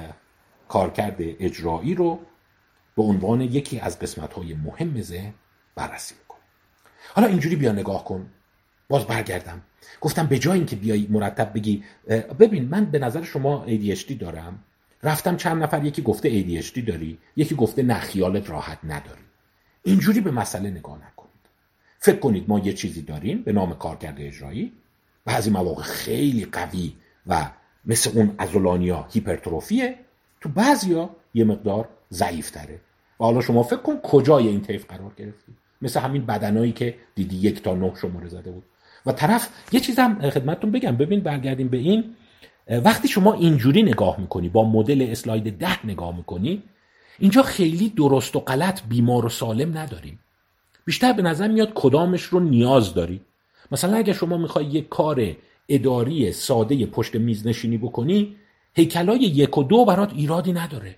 S1: کارکرد اجرایی رو به عنوان یکی از قسمت‌های مهم ذهن بررسی میکنیم. حالا اینجوری بیا نگاه کن، باز برگردم گفتم به جای اینکه بیای مرتب بگی ببین من به نظر شما ADHD دارم، رفتم چند نفر یکی گفته ADHD داری، یکی گفته نه خیالت راحت نداری، اینجوری به مسئله نگاه نکنید. فکر کنید ما یه چیزی داریم به نام کارکرد اجرایی، بعضی مواقع خیلی قوی و مثل اون عضلانیا هیپرتروفیه، تو بعضیا یه مقدار ضعیف تره. و حالا شما فکر کن کجای این طیف قرار گرفتی، مثل همین بدنایی که دیدی 1 تا 9 شماره زده بود. و طرف یه چیزم خدمتتون بگم، ببین برگردیم به این، وقتی شما اینجوری نگاه میکنی با مدل اسلاید 10 نگاه میکنی، اینجا خیلی درست و غلط، بیمار و سالم نداریم، بیشتر به نظر میاد کدامش رو نیاز داری. مثلا اگه شما میخوای یک کار اداری ساده پشت میز نشینی بکنی، هیکلای 1 و 2 برات ایرادی نداره،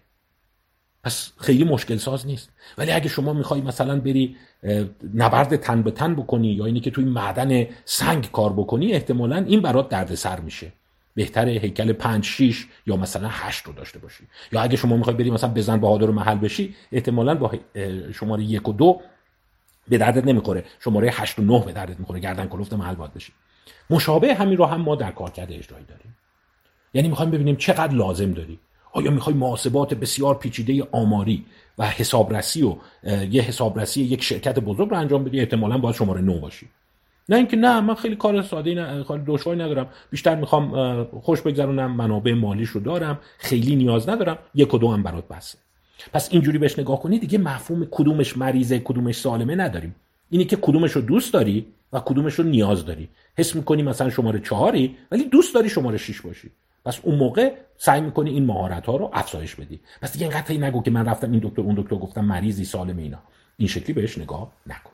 S1: پس خیلی مشکل ساز نیست. ولی اگه شما میخوای مثلا بری نبرد تن به تن بکنی یا اینی که توی معدن سنگ کار بکنی، احتمالاً این برات دردسر میشه. بهتره هیکل 5 6 یا مثلا 8 رو داشته باشی. یا اگه شما میخوای بری مثلا بزن بهادر محل بشی، احتمالاً با شماره 1 و 2 به دردت نمیخوره، شماره 8 و 9 به دردت میخوره، گردن کلفت محل باید بشی. مشابه همین رو هم ما در کارکرد اجرایی داریم. یعنی میخوایم ببینیم چقدر لازم داری. آیا میخوای محاسبات بسیار پیچیده آماری و حسابرسی و یه حسابرسی یک شرکت بزرگ رو انجام بدی، احتمالاً باید شماره 9 باشی. نه اینکه نه من خیلی کار ساده خیلی دشواری ندارم، بیشتر میخوام خوش بگذرونم، منابع مالیش رو دارم، خیلی نیاز ندارم، 1 و 2 هم برات بسه. پس اینجوری بهش نگاه کنی دیگه مفهوم کدومش مریضه کدومش سالمه نداریم. اینی که کدومش رو دوست داری و کدومش رو نیاز داری. حس میکنی مثلا شماره 4ی ولی دوست داری شماره 6 باشی، پس اون موقع سعی میکنی این مهارت‌ها رو افزایش بدی. پس دیگه اینقدر نگو که من رفتم این دکتر اون دکتر گفتم مریضی سالمه، اینا این شکلی بهش نگاه نکن.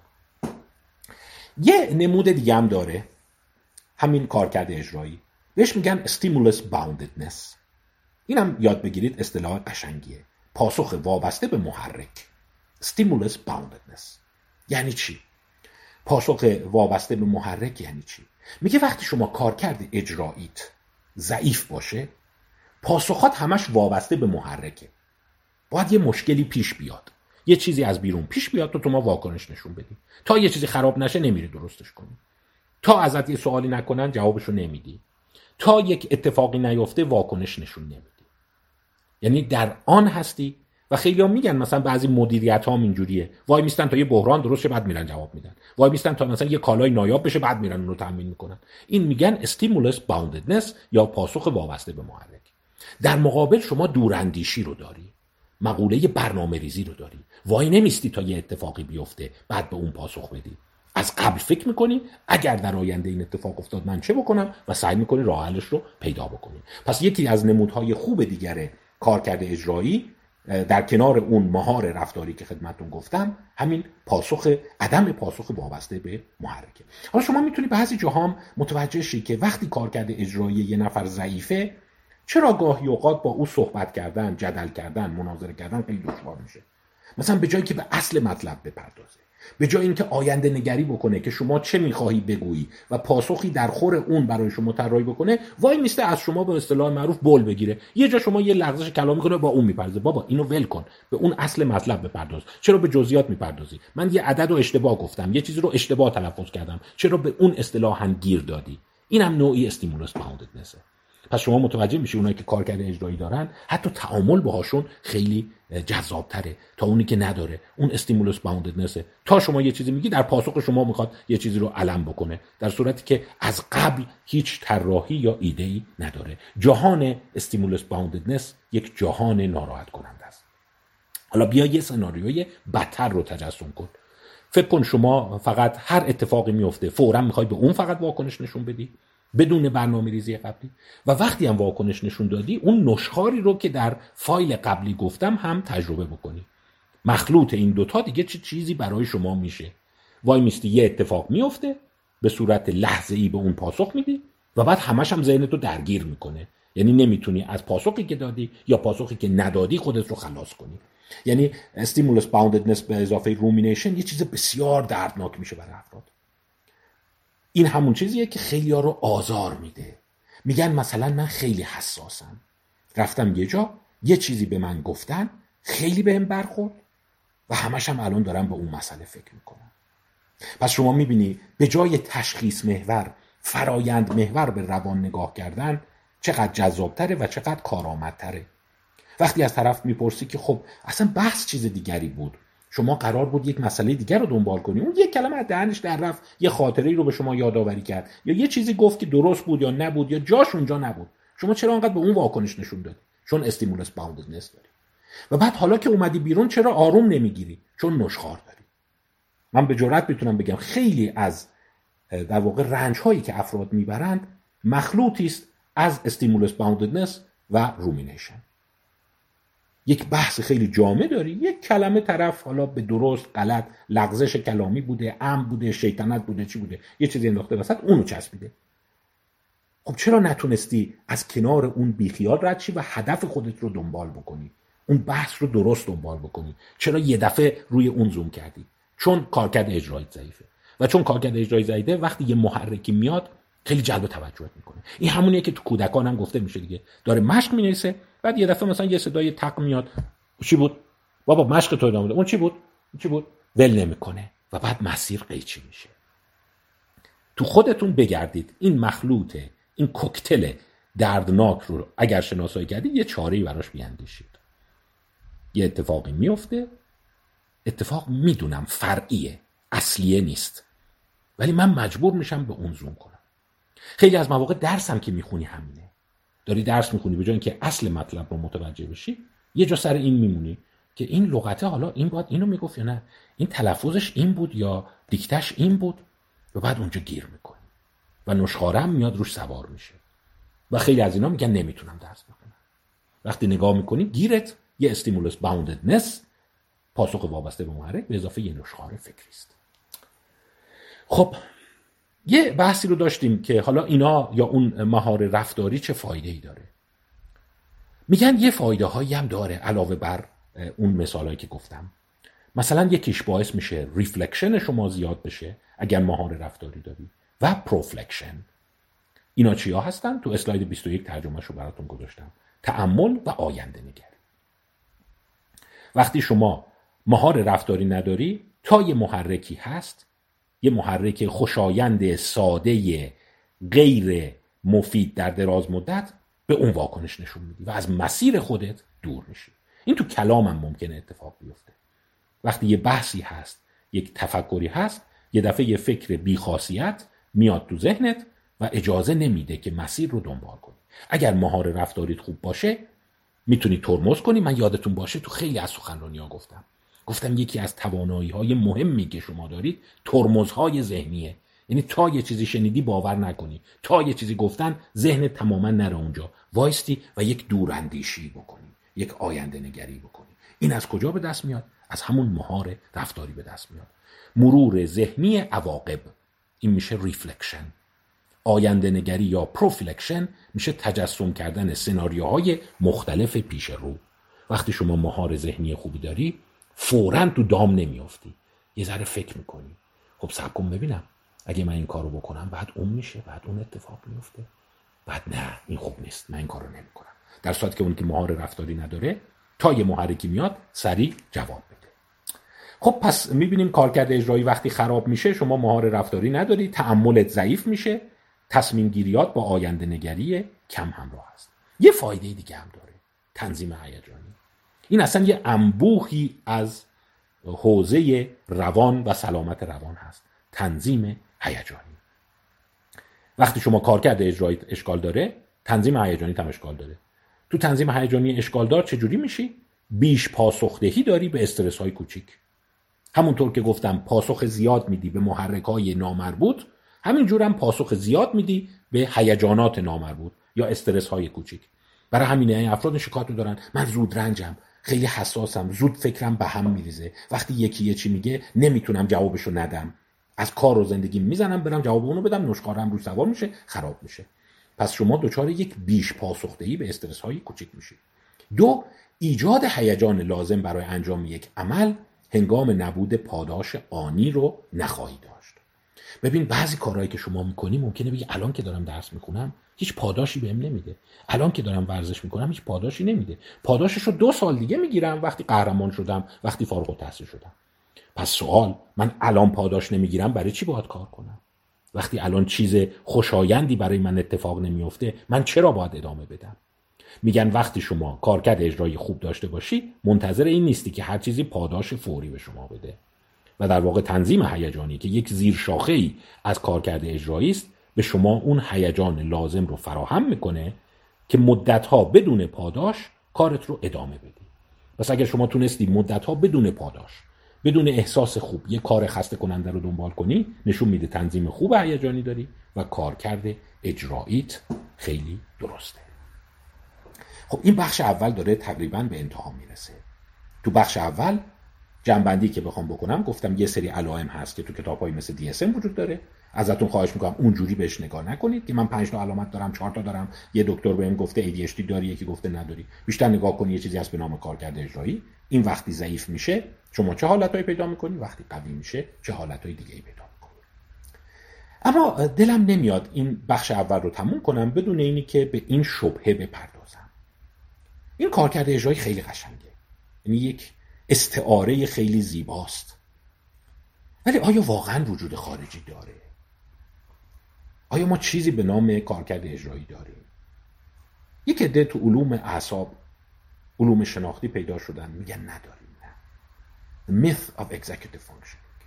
S1: یه نمود دیگه هم داره همین کارکرد اجرایی، بهش میگن stimulus boundedness. اینم یاد بگیرید، اصطلاح قشنگیه، پاسخ وابسته به محرک. stimulus boundedness یعنی چی؟ پاسخ وابسته به محرک یعنی چی؟ میگه وقتی شما کارکرد اجراییت ضعیف باشه، پاسخات همش وابسته به محرکه. باید یه مشکلی پیش بیاد، یه چیزی از بیرون پیش بیاد تو ما واکنش نشون بدی. تا یه چیزی خراب نشه نمیری درستش کنی، تا ازت یه سوالی نکنن جوابشو نمیدی، تا یک اتفاقی نیفته واکنش نشون نمیدی. یعنی در آن هستی. و خیلی‌ها میگن مثلا بعضی مدیریت‌ها هم اینجوریه، وای میستن تا یه بحران درست شه بعد میرن جواب میدن، وای میستن تا مثلا یه کالای نایاب بشه بعد میرن اون رو تامین میکنن. این میگن stimulus boundedness یا پاسخ وابسته به محرک. در مقابل شما دوراندیشی رو داری، مقوله برنامه‌ریزی رو داری، وای نمیستی تا یه اتفاقی بیفته بعد به اون پاسخ بدی. از قبل فکر میکنی اگر در آینده این اتفاق افتاد من چه بکنم و سعی میکنی راه حلش رو پیدا بکنی. پس یکی از نمودهای خوب دیگه کارکرد اجرایی در کنار اون مهار رفتاری که خدمتتون گفتم، همین عدم پاسخ وابسته به محرکه. حالا شما میتونی بعضی جاها متوجه شی که وقتی کارکرد اجرایی یه نفر ضعیفه، چرا گاهی اوقات با او صحبت کردن، جدل کردن، مناظره کردن خیلی دشوار میشه؟ مثلا به جایی که به اصل مطلب بپردازه، به جای اینکه آینده نگری بکنه که شما چه میخواهی بگویی و پاسخی در خور اون برای شما طراحی بکنه، وای میسته از شما به اصطلاح معروف بول بگیره. یه جا شما یه لغزش کلامی کنه با اون میپردازه. بابا اینو ول کن، به اون اصل مطلب بپرداز. چرا به جزئیات میپردازی؟ من یه عدد رو اشتباه گفتم، یه چیزی رو اشتباه تلفظ کردم، چرا به اون اصطلاحاً گیر دادی؟ اینم نوعی استیمولس باونددنسه. پس شما متوجه میشی اونایی که کارکرد اجرایی دارن حتی تعامل باهاشون خیلی جذابتره تا اونی که نداره. اون استیمولس باونددنسه. تا شما یه چیزی میگی، در پاسخ شما میخواد یه چیزی رو علم بکنه، در صورتی که از قبل هیچ طراحی یا ایده‌ای نداره. جهان استیمولس باونددنس یک جهان ناراحت کننده است. حالا بیا یه سناریوی بدتر رو تجسم کن. فکر کن شما فقط هر اتفاقی میفته فوراً میخوای به اون فقط واکنش نشون بدی بدون برنامه‌ریزی قبلی، و وقتی هم واکنش نشون دادی اون نشخواری رو که در فایل قبلی گفتم هم تجربه بکنی. مخلوط این دوتا دیگه چه چیزی برای شما میشه؟ وای میستی یه اتفاق میفته، به صورت لحظه‌ای به اون پاسخ میدی و بعد همش هم ذهنتو درگیر میکنه. یعنی نمیتونی از پاسخی که دادی یا پاسخی که ندادی خودت رو خلاص کنی. یعنی استیمولس باونددنس به اضافه رومینیشن یه چیز بسیار دردناک میشه برای افراد. این همون چیزیه که خیلی‌ها رو آزار میده. میگن مثلا من خیلی حساسم، رفتم یه جا یه چیزی به من گفتن، خیلی بهم برخورد و همش هم الان دارم به اون مسئله فکر میکنم. پس شما میبینی به جای تشخیص محور، فرایند محور به روان نگاه کردن چقدر جذابتره و چقدر کارآمدتره. وقتی از طرف میپرسی که خب اصلا بحث چیز دیگری بود، شما قرار بود یک مسئله دیگر رو دنبال کنی، اون یک کلمه از دهنش در رفت، یه خاطره رو به شما یادآوری کرد یا یه چیزی گفت که درست بود یا نبود یا جاش اونجا نبود، شما چرا انقدر به اون واکنش نشون دادی؟ چون استیمولس باونددنس داری. و بعد حالا که اومدی بیرون چرا آروم نمیگیری؟ چون نشخوار داری. من به جرئت میتونم بگم خیلی از در واقع رنج هایی که افراد میبرند مخلوطی است از استیمولس باونددنس و رومینیشن. یک بحث خیلی جامع داری، یک کلمه طرف حالا به درست غلط لغزش کلامی بوده، بوده، شیطنت بوده، چی بوده، یه چیزی انداخته وسط، اونو چسبیده. خب چرا نتونستی از کنار اون بیخیال رد شی و هدف خودت رو دنبال بکنی، اون بحث رو درست دنبال بکنی؟ چرا یه دفعه روی اون زوم کردی؟ چون کارکرد اجرایی ضعیفه. و چون کارکرد اجرایی ضعیفه، وقتی یه محرکی میاد خیلی جلب توجهت میکنه. این همونیه که تو کودکان هم گفته میشه دیگه، داره مشق مینویسه، بعد یه دفعه مثلا یه صدای تق میاد، چی بود؟ بابا مشق تو ادامه بده. اون چی بود؟ ول نمیکنه و بعد مسیر قیچی میشه. تو خودتون بگردید این مخلوط، این کوکتل دردناک رو اگر شناسایی کردید، یه چاره‌ای براش بیاندیشید. یه اتفاقی میفته، اتفاق میدونم فرعیه، اصلیه نیست، ولی من مجبور میشم به اون زوم کنم. خیلی از مواقع درسم که میخونی همینه. داری درس میخونی، به جای اینکه اصل مطلب رو متوجه بشی، یه جا سر این میمونی که این لغته حالا این باید اینو میگفت یا نه، این تلفظش این بود یا دیکتش این بود، و بعد اونجا گیر میکنی و نشخواره هم میاد روش سوار میشه. و خیلی از اینا میگن نمیتونم درس بخونم. وقتی نگاه میکنی گیرت یه استیمولس باونددنس، پاسخ وابسته به محرک به اضافه یه نشخواره فکری است. خب یه بحثی رو داشتیم که حالا اینا یا اون مهار رفتاری چه فایده ای داره. میگن یه فایده هایی هم داره علاوه بر اون مثالایی که گفتم. مثلا یکیش باعث میشه ریفلکشن شما زیاد بشه اگر مهار رفتاری داری، و پروفلکشن. اینا چیا هستن؟ تو اسلاید 21 ترجمهش رو براتون گذاشتم. تأمل و آینده نگری. وقتی شما مهار رفتاری نداری، تا یه محرکی هست، یه محرک خوشایند ساده غیر مفید در دراز مدت، به اون واکنش نشون میدی و از مسیر خودت دور میشی. این تو کلام هم ممکنه اتفاق بیفته. وقتی یه بحثی هست، یک تفکری هست، یه دفعه یه فکر بی‌خاصیت میاد تو ذهنت و اجازه نمیده که مسیر رو دنبال کنی. اگر مهار رفتاریت خوب باشه میتونی ترمز کنی. من یادتون باشه تو خیلی از سخنرانی‌ها گفتم یکی از توانایی‌های مهمی که شما دارید ترمزهای ذهنیه. یعنی تا یه چیزی شنیدی باور نکنی، تا یه چیزی گفتن ذهنت تماما نره اونجا، وایستی و یک دوراندیشی بکنی، یک آینده نگری بکنی. این از کجا به دست میاد؟ از همون مهار رفتاری به دست میاد. مرور ذهنی عواقب، این میشه ریفلکشن. آینده نگری یا پروفلکشن میشه تجسم کردن سناریوهای مختلف پیش رو. وقتی شما مهار ذهنی خوبی داری فوراً تو دام نمیافتی، یه ذره فکر میکنی. خب صبر کن ببینم اگه من این کارو بکنم بعد اون میشه، بعد اون اتفاق میفته، بعد نه این خوب نیست، من این کارو نمیکنم. در صورتی که اون که مهار رفتاری نداره تا یه محرکی میاد سریع جواب بده. خب پس میبینیم کارکرد اجرایی وقتی خراب میشه شما مهار رفتاری نداری، تأملت ضعیف میشه، تصمیم گیریات با آینده نگری کم همراه است. یه فایده دیگه هم داره، تنظیم هیجانی. این اصلا یه انبوهی از حوزه روان و سلامت روان هست، تنظیم هیجانی. وقتی شما کارکرد اجرایی اشکال داره تنظیم هیجانی هم اشکال داره. تو تنظیم هیجانی اشکال دار چجوری میشی؟ بیش پاسخدهی داری به استرس های کوچیک. همونطور که گفتم پاسخ زیاد میدی به محرک های نامربوط، همینجور هم پاسخ زیاد میدی به هیجانات نامربوط یا استرس های کوچیک. برای همینه این افراد شکایت دارن من زود رنجم، خیلی حساسم، زود فکرم به هم میریزه، وقتی یکی یه چی میگه نمیتونم جوابشو ندم، از کار و زندگی میزنم برم جواب اونو بدم، نشخوارم رو سوار میشه، خراب میشه. پس شما دچار یک بیش پاسخدهی به استرس های کوچیک میشید. 2. ایجاد هیجان لازم برای انجام یک عمل هنگام نبود پاداش آنی رو نخواهی داشت. ببین بعضی کارهایی که شما میکنی ممکنه بگی الان که دارم درس میکنم هیچ پاداشی بهم نمیده، الان که دارم ورزش میکنم هیچ پاداشی نمیده، پاداششو 2 سال دیگه میگیرم وقتی قهرمان شدم، وقتی فارغ التحصیل شدم. پس سوال، من الان پاداش نمیگیرم برای چی باید کار کنم؟ وقتی الان چیز خوشایندی برای من اتفاق نمیفته من چرا باید ادامه بدم؟ میگن وقتی شما کارکرد اجرایی خوب داشته باشی منتظر این نیستی که هر چیزی پاداش فوری به شما بده. و در واقع تنظیم هیجانی که یک زیر شاخه‌ای از کارکرد اجرایی است به شما اون هیجان لازم رو فراهم میکنه که مدت‌ها بدون پاداش کارت رو ادامه بدی. پس اگر شما تونستی مدت‌ها بدون پاداش، بدون احساس خوب یک کار خسته کننده رو دنبال کنی، نشون میده تنظیم خوب هیجانی داری و کارکرد اجراییت خیلی درسته. خب این بخش اول داره تقریباً به انتها میرسه. تو بخش اول جنبندی که بخوام بکنم گفتم یه سری علائم هست که تو کتاب‌های مثل DSM وجود داره. ازتون خواهش میکنم اونجوری بهش نگاه نکنید که من 5 تا علامت دارم، 4 تا دارم، یه دکتر بهم گفته ADHD داری، یکی گفته نداری. بیشتر نگاه کنید یه چیزی هست به نام کارکرد اجرایی. این وقتی ضعیف میشه شما چه حالتایی پیدا میکنی، وقتی قوی میشه چه حالتای دیگه‌ای پیدا میکنی. اما دلم نمیاد این بخش اول رو تموم کنم بدون اینی که به این شبهه بپردازم. این کارکرد اجرایی خیلی قشنگه، یعنی یک استعاره خیلی زیباست، ولی آیا واقعا وجود خارجی داره؟ آیا ما چیزی به نام کارکرد اجرایی داریم؟ یک عده تو علوم اعصاب، علوم شناختی پیدا شدن میگن نداریم. نه. The myth of executive functioning.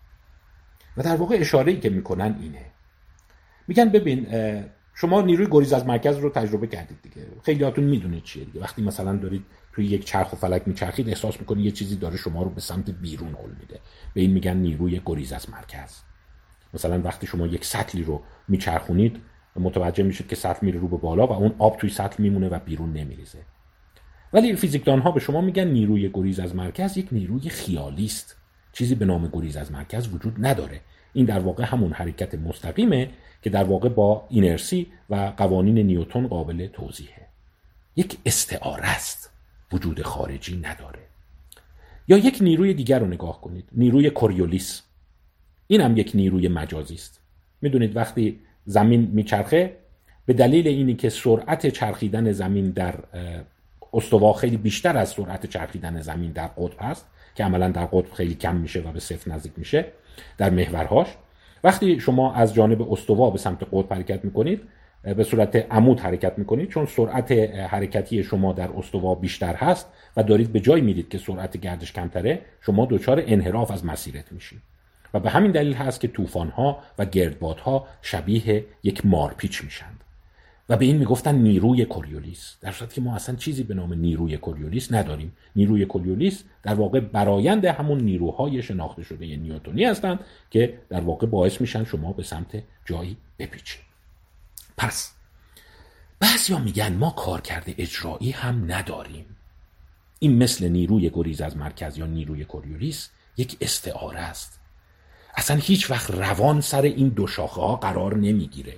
S1: و در واقع اشاره‌ای که میکنن اینه، میگن ببین شما نیروی گریز از مرکز رو تجربه کردید دیگه، خیلی هاتون میدونید چیه دیگه. وقتی مثلا دارید توی یک چرخ و فلک میچرخید احساس میکنید یه چیزی داره شما رو به سمت بیرون هل میده، به این میگن نیروی گریز از مرکز. مثلا وقتی شما یک سطلی رو میچرخونید متوجه میشید که سطل میره رو به بالا و اون آب توی سطل میمونه و بیرون نمیریزه. ولی فیزیکدان ها به شما میگن نیروی گریز از مرکز یک نیروی خیالی است، چیزی به نام گریز از مرکز وجود نداره. این در واقع همون حرکت مستقیمه که در واقع با اینرسی و قوانین نیوتن قابل توضیحه. یک استعاره است، وجود خارجی نداره. یا یک نیروی دیگر رو نگاه کنید، نیروی کوریولیس. این هم یک نیروی مجازی است. میدونید وقتی زمین میچرخه به دلیل اینی که سرعت چرخیدن زمین در استوا خیلی بیشتر از سرعت چرخیدن زمین در قطب هست که عملا در قطب خیلی کم میشه و به صفر نزدیک میشه در محورهاش. وقتی شما از جانب استوا به سمت قطب حرکت میکنید به صورت عمود حرکت میکنید، چون سرعت حرکتی شما در استوا بیشتر هست و دارید به جای میرید که سرعت گردش کمتره، شما دچار انحراف از مسیرت میشید و به همین دلیل هست که طوفان‌ها و گردبادها شبیه یک مارپیچ میشند و به این میگفتن نیروی کوریولیس، در صورتی که ما اصلا چیزی به نام نیروی کوریولیس نداریم. نیروی کوریولیس در واقع برآیند همون نیروهای شناخته شده نیوتنی هستند که در واقع باعث میشن شما به سمت جایی بپیچید. پس بعضیا میگن ما کارکرد اجرایی هم نداریم. این مثل نیروی گریز از مرکز یا نیروی کوریولیس یک استعاره است. اصلا هیچ وقت روان سر این دو شاخه ها قرار نمیگیره.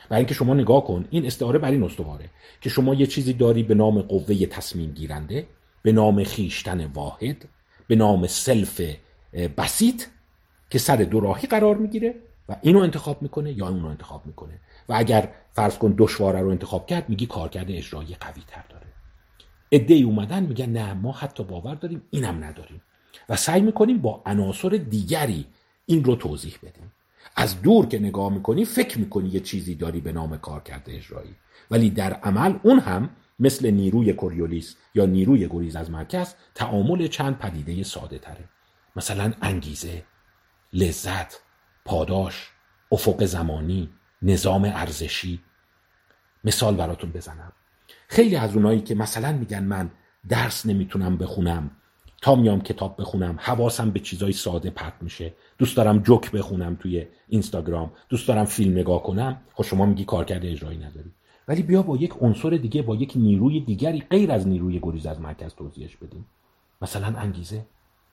S1: برای اینکه شما نگاه کن، این استعاره بر این استواره که شما یه چیزی داری به نام قوه تصمیم گیرنده، به نام خیشتن واحد، به نام سلف بسیط که سر دو راهی قرار میگیره و اینو انتخاب میکنه یا اونو انتخاب میکنه و اگر فرض کن دشواره رو انتخاب کرد میگی کارکرد اجرایی قوی تر داره. عده‌ای اومدن میگن نه ما حتی باور داریم اینم نداریم و سعی میکنیم با عناصر دیگری این رو توضیح بدیم. از دور که نگاه میکنی فکر میکنی یه چیزی داری به نام کارکرد اجرایی، ولی در عمل اون هم مثل نیروی کوریولیس یا نیروی گریز از مرکز تعامل چند پدیده ساده تره. مثلا انگیزه، لذت، پاداش، افق زمانی، نظام ارزشی. مثال براتون بزنم، خیلی از اونایی که مثلا میگن من درس نمیتونم بخونم، تا میام کتاب بخونم حواسم به چیزای ساده پرت میشه، دوست دارم جوک بخونم توی اینستاگرام، دوست دارم فیلم نگاه کنم. خب شما میگی کارکرد اجرایی نداری، ولی بیا با یک عنصر دیگه، با یک نیروی دیگری غیر از نیروی گریز از مرکز توضیحش بدیم. مثلا انگیزه.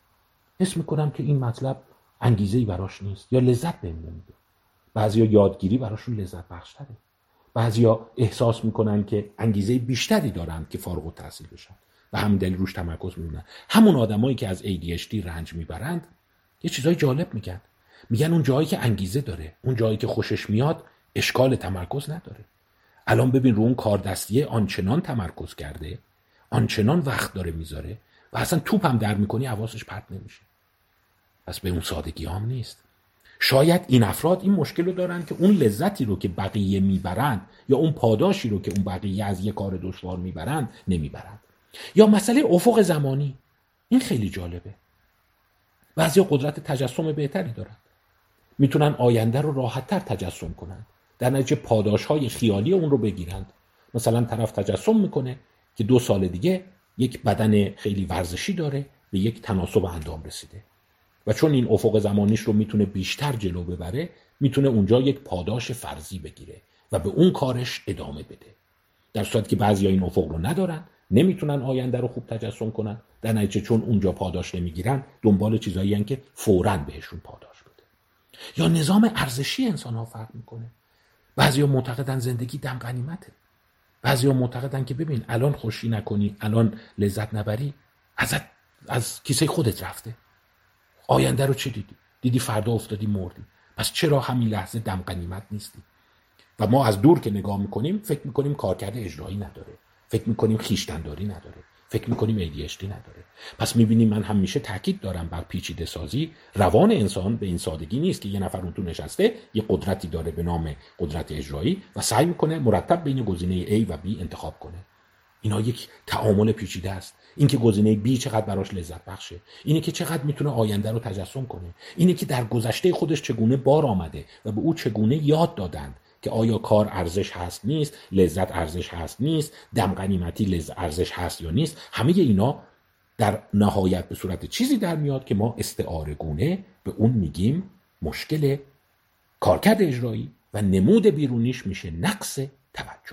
S1: حس میکنم که این مطلب انگیزه‌ای براش نیست یا لذت بهم نمیده. بعضیا یادگیری براشون لذت بخش‌تره، بعضیا احساس میکنن که انگیزه بیشتری دارن که فارغ التحصیل بشن و همین دلیل روش تمرکز میکنن. همون آدمایی که از ADHD رنج میبرند یه چیزای جالب میگن اون جایی که انگیزه داره، اون جایی که خوشش میاد، اشکال تمرکز نداره. الان ببین رو اون کار دستیه آنچنان تمرکز کرده، آنچنان وقت داره میذاره و اصلا توپ هم در میکنی حواسش پرت نمیشه. پس به اون سادگی هم نیست. شاید این افراد این مشکل رو دارن که اون لذتی رو که بقیه میبرند یا اون پاداشی رو که اون بقیه از یه کار دشوار میبرند نمیبرند. یا مسئله افق زمانی، این خیلی جالبه. بعضیا قدرت تجسم بهتری دارن، میتونن آینده رو راحت‌تر تجسم کنن، در نتیجه پاداش‌های خیالی اون رو بگیرند. مثلا طرف تجسم میکنه که 2 سال دیگه یک بدن خیلی ورزشی داره، به یک تناسب اندام رسیده و چون این افق زمانیش رو میتونه بیشتر جلو ببره، میتونه اونجا یک پاداش فرضی بگیره و به اون کارش ادامه بده. در صورتی که بعضیا این افق رو ندارن، نمیتونن آینده رو خوب تجسم کنن، در نتیجه چون اونجا پاداش نمیگیرن دنبال چیزایی هستن که فوراً بهشون پاداش بده. یا نظام ارزشی انسان‌ها فرق میکنه. بعضیا معتقدن زندگی دم غنیمته، بعضیا معتقدن که ببین الان خوشی نکنی، الان لذت نبری، از کیسه خودت رفته. آینده رو چه دیدی فردا افتادی مردی، پس چرا همین لحظه دم غنیمت نیستی؟ و ما از دور که نگاه میکنیم فکر میکنیم کارکرد اجرایی نداره، فکر میکنیم خیشتنداری نداره، فکر میکنیم ADHD نداره. پس میبینیم من همیشه تاکید دارم بر پیچیده سازی. روان انسان به این سادگی نیست که یه نفر اون تو نشسته یه قدرتی داره به نام قدرت اجرایی و سعی میکنه مرتب بین گزینه A و B انتخاب کنه. اینا یک تعامل پیچیده است. این که گزینه B چقدر براش لذت بخشه، اینه که چقدر میتونه آینده رو تجسم کنه، اینه که در گذشته خودش چگونه بار آمده و به او چگونه یاد دادند که آیا کار ارزش هست نیست، لذت ارزش هست نیست، دم غنیمتی ارزش هست یا نیست. همه اینا در نهایت به صورت چیزی در میاد که ما استعاره گونه به اون میگیم مشکل کارکرد اجرایی و نمود بیرونیش میشه نقص توجه.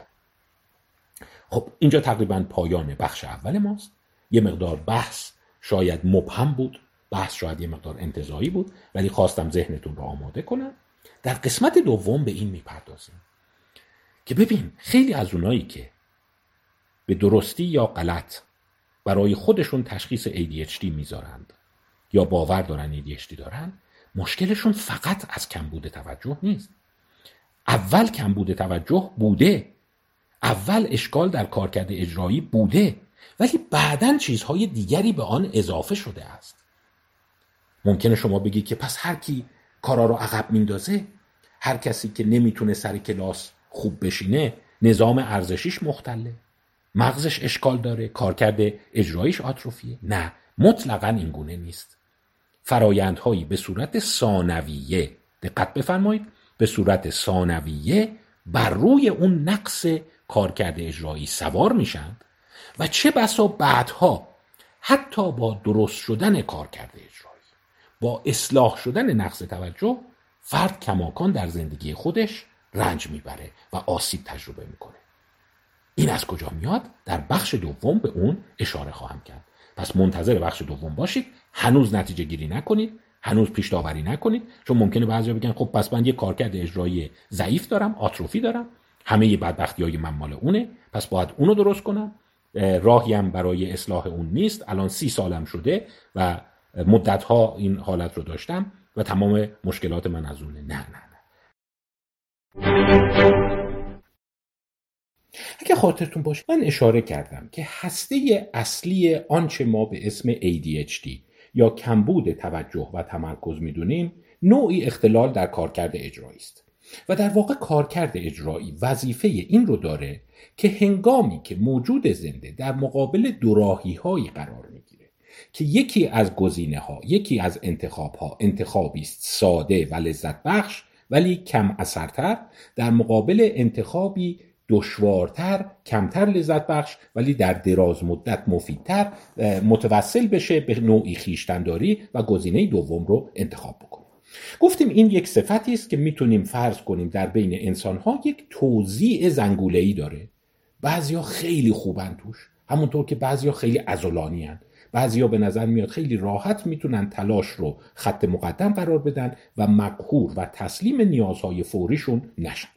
S1: خب اینجا تقریبا پایان بخش اول ماست. یه مقدار بحث شاید مبهم بود، بحث شاید یه مقدار انتزاعی بود، ولی خواستم ذهنتون رو آماده کنم. در قسمت دوم به این میپردازیم که ببین خیلی از اونایی که به درستی یا غلط برای خودشون تشخیص ADHD میذارند یا باور دارن ADHD دارن، مشکلشون فقط از کمبود توجه نیست. اول کمبود توجه بوده، اول اشکال در کارکرد اجرایی بوده، ولی بعداً چیزهای دیگری به آن اضافه شده است. ممکنه شما بگید که پس هر کی کارا رو عقب میندازه، هر کسی که نمیتونه سر کلاس خوب بشینه، نظام ارزشیش مختله، مغزش اشکال داره، کارکرد اجراییش آتروفیه. نه، مطلقاً این گونه نیست. فرایندهایی به صورت ثانویه، دقت بفرمایید، به صورت ثانویه بر روی اون نقص کارکرد اجرایی سوار میشند و چه بسا بعدها حتی با درست شدن کارکرد اجرایی، با اصلاح شدن نقص توجه، فرد کماکان در زندگی خودش رنج میبره و آسیب تجربه میکنه. این از کجا میاد؟ در بخش دوم به اون اشاره خواهم کرد. پس منتظر بخش دوم باشید. هنوز نتیجه گیری نکنید، هنوز پیش داوری نکنید، چون ممکنه بعضیا بگن خب پس من یه کارکرد اجرایی ضعیف دارم، آتروفی دارم، همه بدبختی‌های من مال اونه، پس باید اونو درست کنم، راهی هم برای اصلاح اون نیست، الان 30 سالم شده و مدت‌ها این حالت رو داشتم و تمام مشکلات من از اونه. نه. اگه خاطرتون باشه من اشاره کردم که هسته اصلی آنچه ما به اسم ADHD یا کمبود توجه و تمرکز میدونیم نوعی اختلال در کارکرد اجرایی است و در واقع کارکرد اجرایی وظیفه این رو داره که هنگامی که موجود زنده در مقابل دوراهی‌هایی قرار میگیره که یکی از گزینه‌ها، یکی از انتخاب‌ها انتخابی است ساده و لذت بخش ولی کم اثرتر در مقابل انتخابی دشوارتر، کمتر لذت بخش ولی در دراز مدت مفیدتر، متوسل بشه به نوعی خویشتن‌داری و گزینه دوم رو انتخاب بکنه. گفتیم این یک صفتی است که میتونیم فرض کنیم در بین انسان‌ها یک توزیع زنگوله‌ای داره. بعضیا خیلی خوبن توش، همونطور که بعضیا خیلی عضلانی‌ان. بعضیا به نظر میاد خیلی راحت میتونن تلاش رو خط مقدم قرار بدن و مقهور و تسلیم نیازهای فوریشون نشن.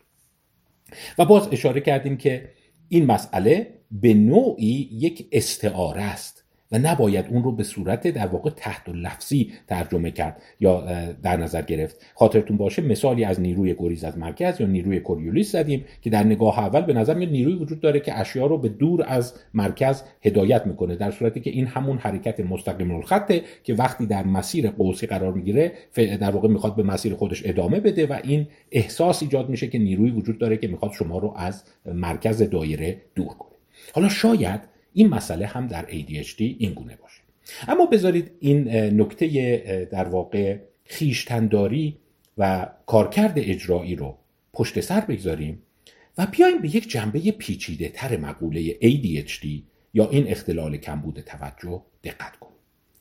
S1: و باز اشاره کردیم که این مسئله به نوعی یک استعاره است و نباید اون رو به صورت در واقع تحت لفظی ترجمه کرد یا در نظر گرفت. خاطرتون باشه مثالی از نیروی گریز از مرکز یا نیروی کوریولیس زدیم که در نگاه اول به نظر میاد نیروی وجود داره که اشیا رو به دور از مرکز هدایت میکنه، در صورتی که این همون حرکت مستقیم الخطه که وقتی در مسیر قوسی قرار میگیره در واقع میخواد به مسیر خودش ادامه بده و این احساس ایجاد میشه که نیروی وجود داره که میخواد شما رو از مرکز دایره دور کنه. حالا شاید این مسئله هم در ADHD این گونه باشه. اما بذارید این نکته در واقع خویشتن‌داری و کارکرد اجرایی رو پشت سر بگذاریم و بیایم به یک جنبه پیچیده تر مقوله ADHD یا این اختلال کمبود توجه دقت کنیم.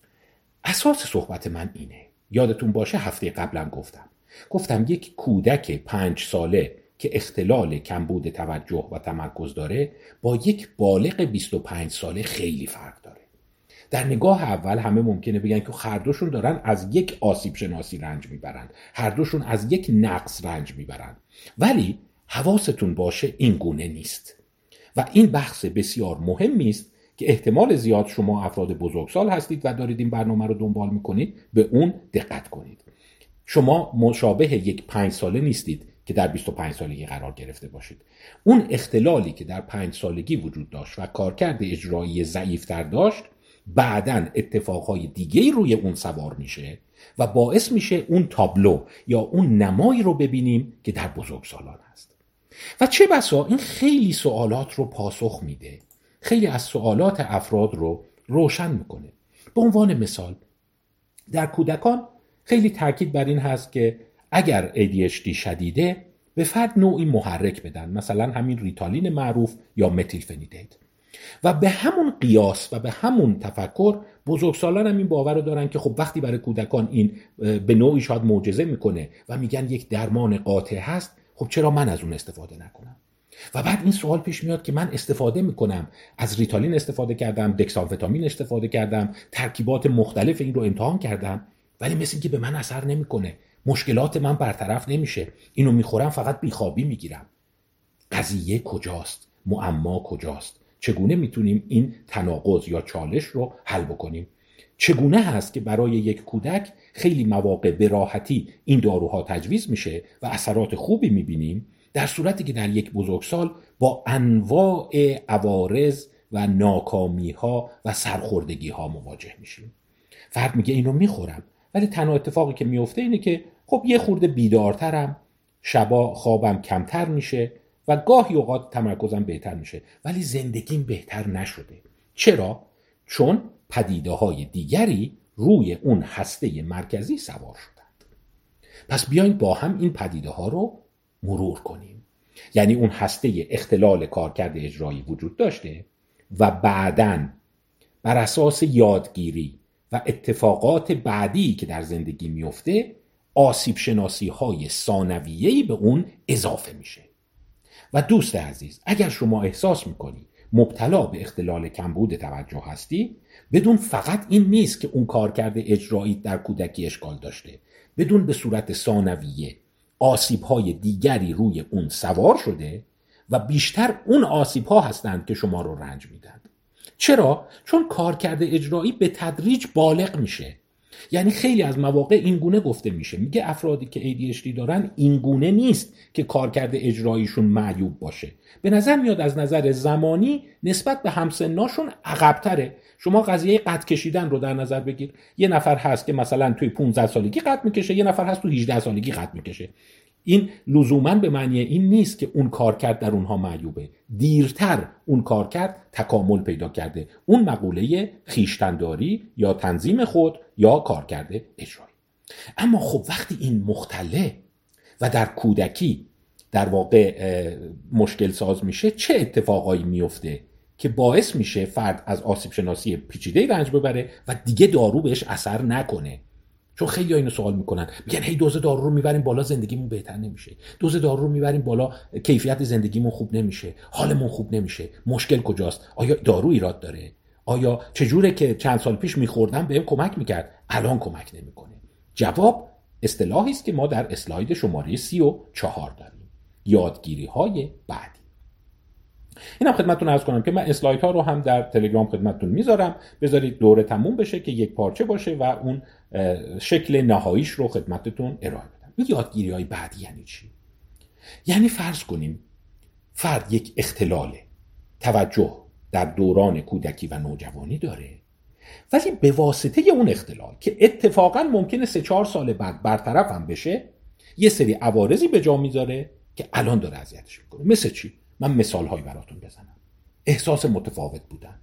S1: اساس صحبت من اینه. یادتون باشه هفته قبلا گفتم یک کودک 5 ساله که اختلال کمبود توجه و تمرکز داره با یک بالغ 25 ساله خیلی فرق داره. در نگاه اول همه ممکنه بگن که هر دوشون دارن از یک آسیب شناسی رنج میبرن، هر دوشون از یک نقص رنج میبرن، ولی حواستون باشه این گونه نیست و این بحث بسیار مهمی است که احتمال زیاد شما افراد بزرگسال هستید و دارید این برنامه رو دنبال میکنید، به اون دقت کنید. شما مشابه یک 5 ساله نیستید که در 25 سالگی قرار گرفته باشید. اون اختلالی که در 5 سالگی وجود داشت و کارکرد اجرایی ضعیف‌تر داشت، بعداً اتفاقهای دیگه‌ای روی اون سوار میشه و باعث میشه اون تابلو یا اون نمایی رو ببینیم که در بزرگسالان هست. و چه بسا این خیلی سوالات رو پاسخ میده، خیلی از سوالات افراد رو روشن میکنه. به عنوان مثال در کودکان خیلی تاکید بر این هست که اگر ADHD شدیده به فرد نوعی محرک بدن، مثلا همین ریتالین معروف یا متیلفنیدیت، و به همون قیاس و به همون تفکر بزرگسالان هم این باور رو دارن که خب وقتی برای کودکان این به نوعی شاید معجزه میکنه و میگن یک درمان قاطع هست، خب چرا من از اون استفاده نکنم؟ و بعد این سوال پیش میاد که من استفاده میکنم، از ریتالین استفاده کردم، دکسامفتامین استفاده کردم، ترکیبات مختلف این رو امتحان کردم، ولی مثل این که به من اثر نمیکنه، مشکلات من برطرف نمیشه، اینو میخورم فقط بیخوابی میگیرم. قضیه کجاست؟ معما کجاست؟ چگونه میتونیم این تناقض یا چالش رو حل بکنیم؟ چگونه هست که برای یک کودک خیلی مواقع به راحتی این داروها تجویز میشه و اثرات خوبی میبینیم، در صورتی که در یک بزرگسال با انواع عوارض و ناکامی‌ها و سرخوردگی‌ها مواجه میشیم؟ فرد میگه اینو میخورم، ولی تنها اتفاقی که میفته اینه که خب یه خورده بیدارترم، شبا خوابم کمتر میشه و گاهی اوقات تمرکزم بهتر میشه، ولی زندگیم بهتر نشده. چرا؟ چون پدیده‌های دیگری روی اون هسته مرکزی سوار شدند. پس بیاین با هم این پدیده‌ها رو مرور کنیم. یعنی اون هسته اختلال کارکرد اجرایی وجود داشته و بعداً بر اساس یادگیری و اتفاقات بعدی که در زندگی میفته آسیب شناسی های ثانویه‌ای به اون اضافه میشه. و دوست عزیز، اگر شما احساس میکنی مبتلا به اختلال کمبود توجه هستی، بدون فقط این نیست که اون کارکرد اجرایی در کودکی اشکال داشته، بدون به صورت ثانویه آسیب‌های دیگری روی اون سوار شده و بیشتر اون آسیب‌ها هستند که شما رو رنج میدن. چرا؟ چون کارکرد اجرایی به تدریج بالغ میشه. یعنی خیلی از مواقع این گونه گفته میشه، میگه افرادی که ADHD دارن این گونه نیست که کارکرد اجراییشون معیوب باشه. به نظر میاد از نظر زمانی نسبت به همسناشون عقب‌تره. شما قضیه قد کشیدن رو در نظر بگیر. یه نفر هست که مثلا توی 15 سالگی قد میکشه، یه نفر هست توی 18 سالگی قد میکشه. این لزوماً به معنی این نیست که اون کارکرد در اونها معیوبه. دیرتر اون کارکرد تکامل پیدا کرده. اون مقوله خویشتن‌داری یا تنظیم خود یا کارکرد اجرایی. اما خب وقتی این مختله و در کودکی در واقع مشکل ساز میشه، چه اتفاقایی میفته که باعث میشه فرد از آسیب شناسی پیچیده رنج ببره و دیگه دارو بهش اثر نکنه؟ چون خیلی اینو سوال میکنن، میگن هی دوز دارو رو میبریم بالا زندگیمون بهتر نمیشه، دوز دارو رو میبریم بالا کیفیت زندگیمون خوب نمیشه، حالمون خوب نمیشه. مشکل کجاست؟ آیا دارو ایراد داره؟ آیا چجوره که چند سال پیش میخوردم بهم کمک میکرد الان کمک نمیکنه؟ جواب اصطلاحی است که ما در اسلاید شماره 34 داریم، یادگیری های بعدی. اینم خدمتتون عرض کنم که من اسلاید ها رو هم در تلگرام خدمتتون میذارم، بذارید دوره تموم بشه که یک پارچه باشه و اون شکل نهاییش رو خدمتتون ارائه بدم. این یادگیری های بعدی یعنی چی؟ یعنی فرض کنیم فرد یک اختلال توجه در دوران کودکی و نوجوانی داره، ولی به واسطه اون اختلال که اتفاقا ممکنه 3-4 سال بعد برطرف هم بشه، یه سری عوارضی به جا میذاره که الان داره اذیتش میکنه. مثل چی؟ من مثال‌هایی براتون بزنم. احساس متفاوت بودن.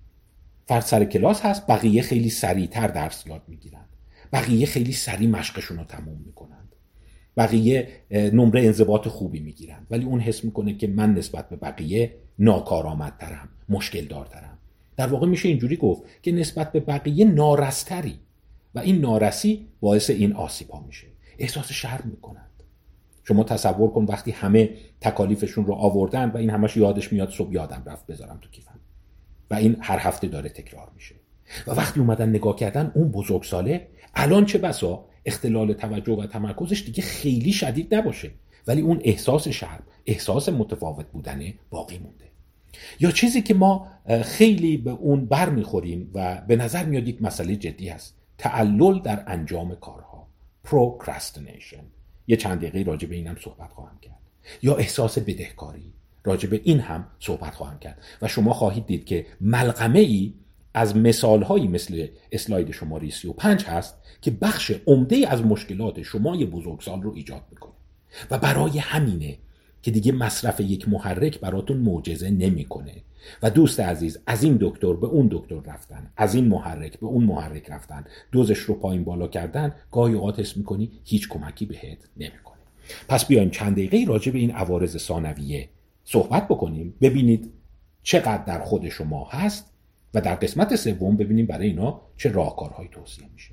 S1: فرد سر کلاس هست، بقیه خیلی سریعتر درس یاد میگیرن، بقیه خیلی سریع مشقشون رو تموم میکنن، بقیه نمره انضباط خوبی میگیرن، ولی اون حس میکنه که من نسبت به بقیه ناکارآمدترم، مشکل دارترم. در واقع میشه اینجوری گفت که نسبت به بقیه نارستری و این نارسی باعث این آسیب‌ها میشه. احساس شرم میکنند. شما تصور کن وقتی همه تکالیفشون رو آوردن و این همش یادش میاد صبح یادم رفت بذارم تو کیفم و این هر هفته داره تکرار میشه. و وقتی اومدن نگاه کردن اون بزرگساله الان چه بسا اختلال توجه و تمرکزش دیگه خیلی شدید نباشه، ولی اون احساس شرم، احساس متفاوت بودنه باقی مونده. یا چیزی که ما خیلی به اون بر میخوریم و به نظر میاد یک مسئله جدی است، تعلل در انجام کارها، procrastination. یه چند دقیقه راجع به اینم صحبت خواهم کرد. یا احساس بدهکاری، راجع به این هم صحبت خواهم کرد و شما خواهید دید که ملغمه ای از مثالهایی مثل اسلاید شماره 35 هست که بخش عمده از مشکلات شمای بزرگسال رو ایجاد میکنه و برای همینه که دیگه مصرف یک محرک براتون معجزه نمیکنه و دوست عزیز از این دکتر به اون دکتر رفتن، از این محرک به اون محرک رفتن، دوزش رو پایین بالا کردن، گاهی اوقات حس میکنی هیچ کمکی بهت نمیکنه. پس بیایم چند دقیقه راجع به این عوارض ثانویه صحبت بکنیم، ببینید چقدر در خود شما هست و در قسمت سوم ببینیم برای اینا چه راهکارهایی توصیه میشه.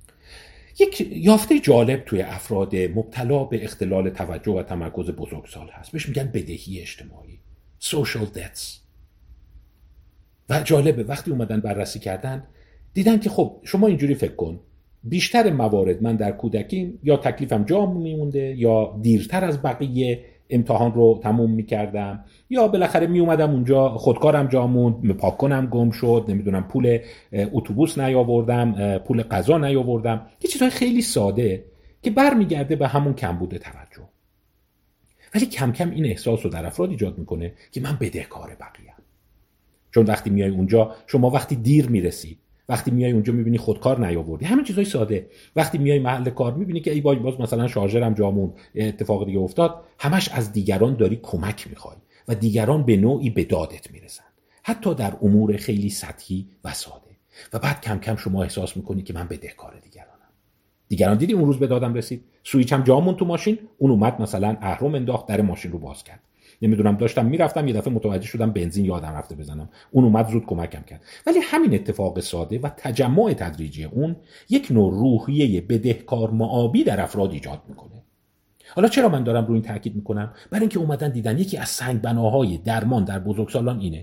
S1: یک یافته جالب توی افراد مبتلا به اختلال توجه و تمرکز بزرگسال هست، بهش میگن بدهی اجتماعی، social debts. و جالبه وقتی اومدن بررسی کردن دیدن که خب شما اینجوری فکر کن، بیشتر موارد من در کودکی یا تکلیفم جا میمونده یا دیرتر از بقیه امتحان رو تموم میکردم یا بالاخره میومدم اونجا خودکارم جا موند، پاک کنم گم شد، نمیدونم پول اتوبوس نیاوردم، پول غذا نیاوردم، یه چیزای خیلی ساده که برمیگرده به همون کمبود توجه. ولی کم کم این احساس رو در افراد ایجاد میکنه که من بدهکار بقیه‌ام. چون وقتی میای اونجا، شما وقتی دیر میرسی، وقتی میای اونجا میبینی خودکار نیاوردی، همین چیزای ساده. وقتی میای محل کار میبینی که ای باز مثلا شارژرم جا موند، اتفاق دیگه افتاد، همش از دیگران داری کمک میخوای و دیگران به نوعی به دادت میرسن، حتی در امور خیلی سطحی و ساده. و بعد کم کم شما احساس میکنی که من بدهکار دیگران دیدی اون روز به دادم رسید، سوئیچم جا موند تو ماشین، اون اومد مثلا اهرم انداخت، در ماشین رو باز کرد. نمیدونم داشتم میرفتم یه دفعه متوجه شدم بنزین یادم رفته بزنم، اون اومد زود کمکم کرد. ولی همین اتفاق ساده و تجمع تدریجی اون یک نوع روحیه بدهکار معابی در افراد ایجاد میکنه. حالا چرا من دارم روی این تاکید میکنم؟ برای اینکه اومدن دیدن یکی از سنگ بناهای درمان در بزرگسالان اینه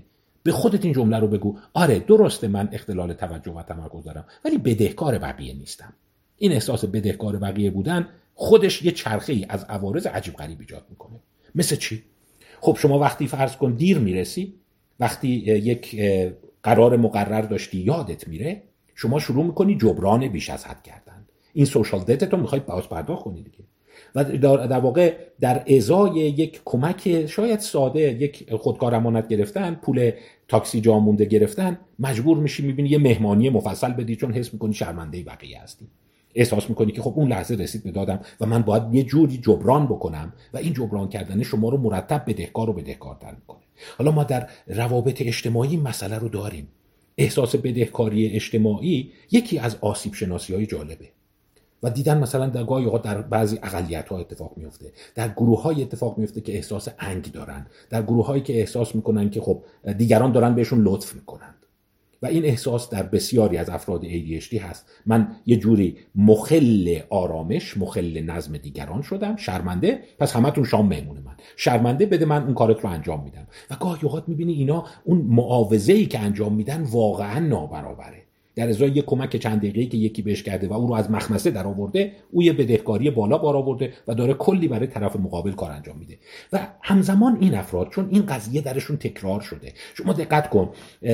S1: به خودت این جمله رو بگو: آره درسته من اختلال توجه و تمرکز دارم، ولی بدهکار بقیه نیستم. این احساس بدهکار بقیه بودن خودش یه چرخه‌ای از عوارض عجیب غریب ایجاد میکنه. مثل چی؟ خب شما وقتی فرض کن دیر میرسی، وقتی یک قرار مقرر داشتی یادت میره، شما شروع میکنی جبران بیش از حد کردن. این سوشال دت رو میخوای باز پرداخت کنی دیگه. و در واقع در ازای یک کمک شاید ساده، یک خودکار امانت گرفتن، پول تاکسی جا مونده گرفتن، مجبور میشی میبینی یه مهمانی مفصل بدی، چون حس میکنی شرمنده بقیه هستی. احساس میکنی که خب اون لحظه رسید به دادم و من باید یه جوری جبران بکنم و این جبران کردن شما رو مرتب بدهکار و بدهکارتر میکنه. حالا ما در روابط اجتماعی مسئله رو داریم. احساس بدهکاری اجتماعی یکی از آسیب شناسی‌های جالبه و دیدن مثلا در گاهی اوقات در بعضی اقلیت‌ها اتفاق میفته، در گروه‌های اتفاق میفته که احساس انگ دارن، در گروه‌هایی که احساس میکنن که خب دیگران دارن بهشون لطف میکنن و این احساس در بسیاری از افراد ADHD هست. من یه جوری مخل آرامش، مخل نظم دیگران شدم، شرمنده، پس همتون شام مهمون من، شرمنده بده من اون کارت رو انجام میدم. و گاهی اوقات میبینی اینا اون معاوضه‌ای که انجام میدن واقعا نابرابره. در ازای یک کمک چند دقیقه‌ای که یکی بهش کرده و او رو از مخمسه در آورده، او یه بدهکاری بالا بار آورده و داره کلی برای طرف مقابل کار انجام میده. و همزمان این افراد، چون این قضیه درشون تکرار شده، شما دقت کن،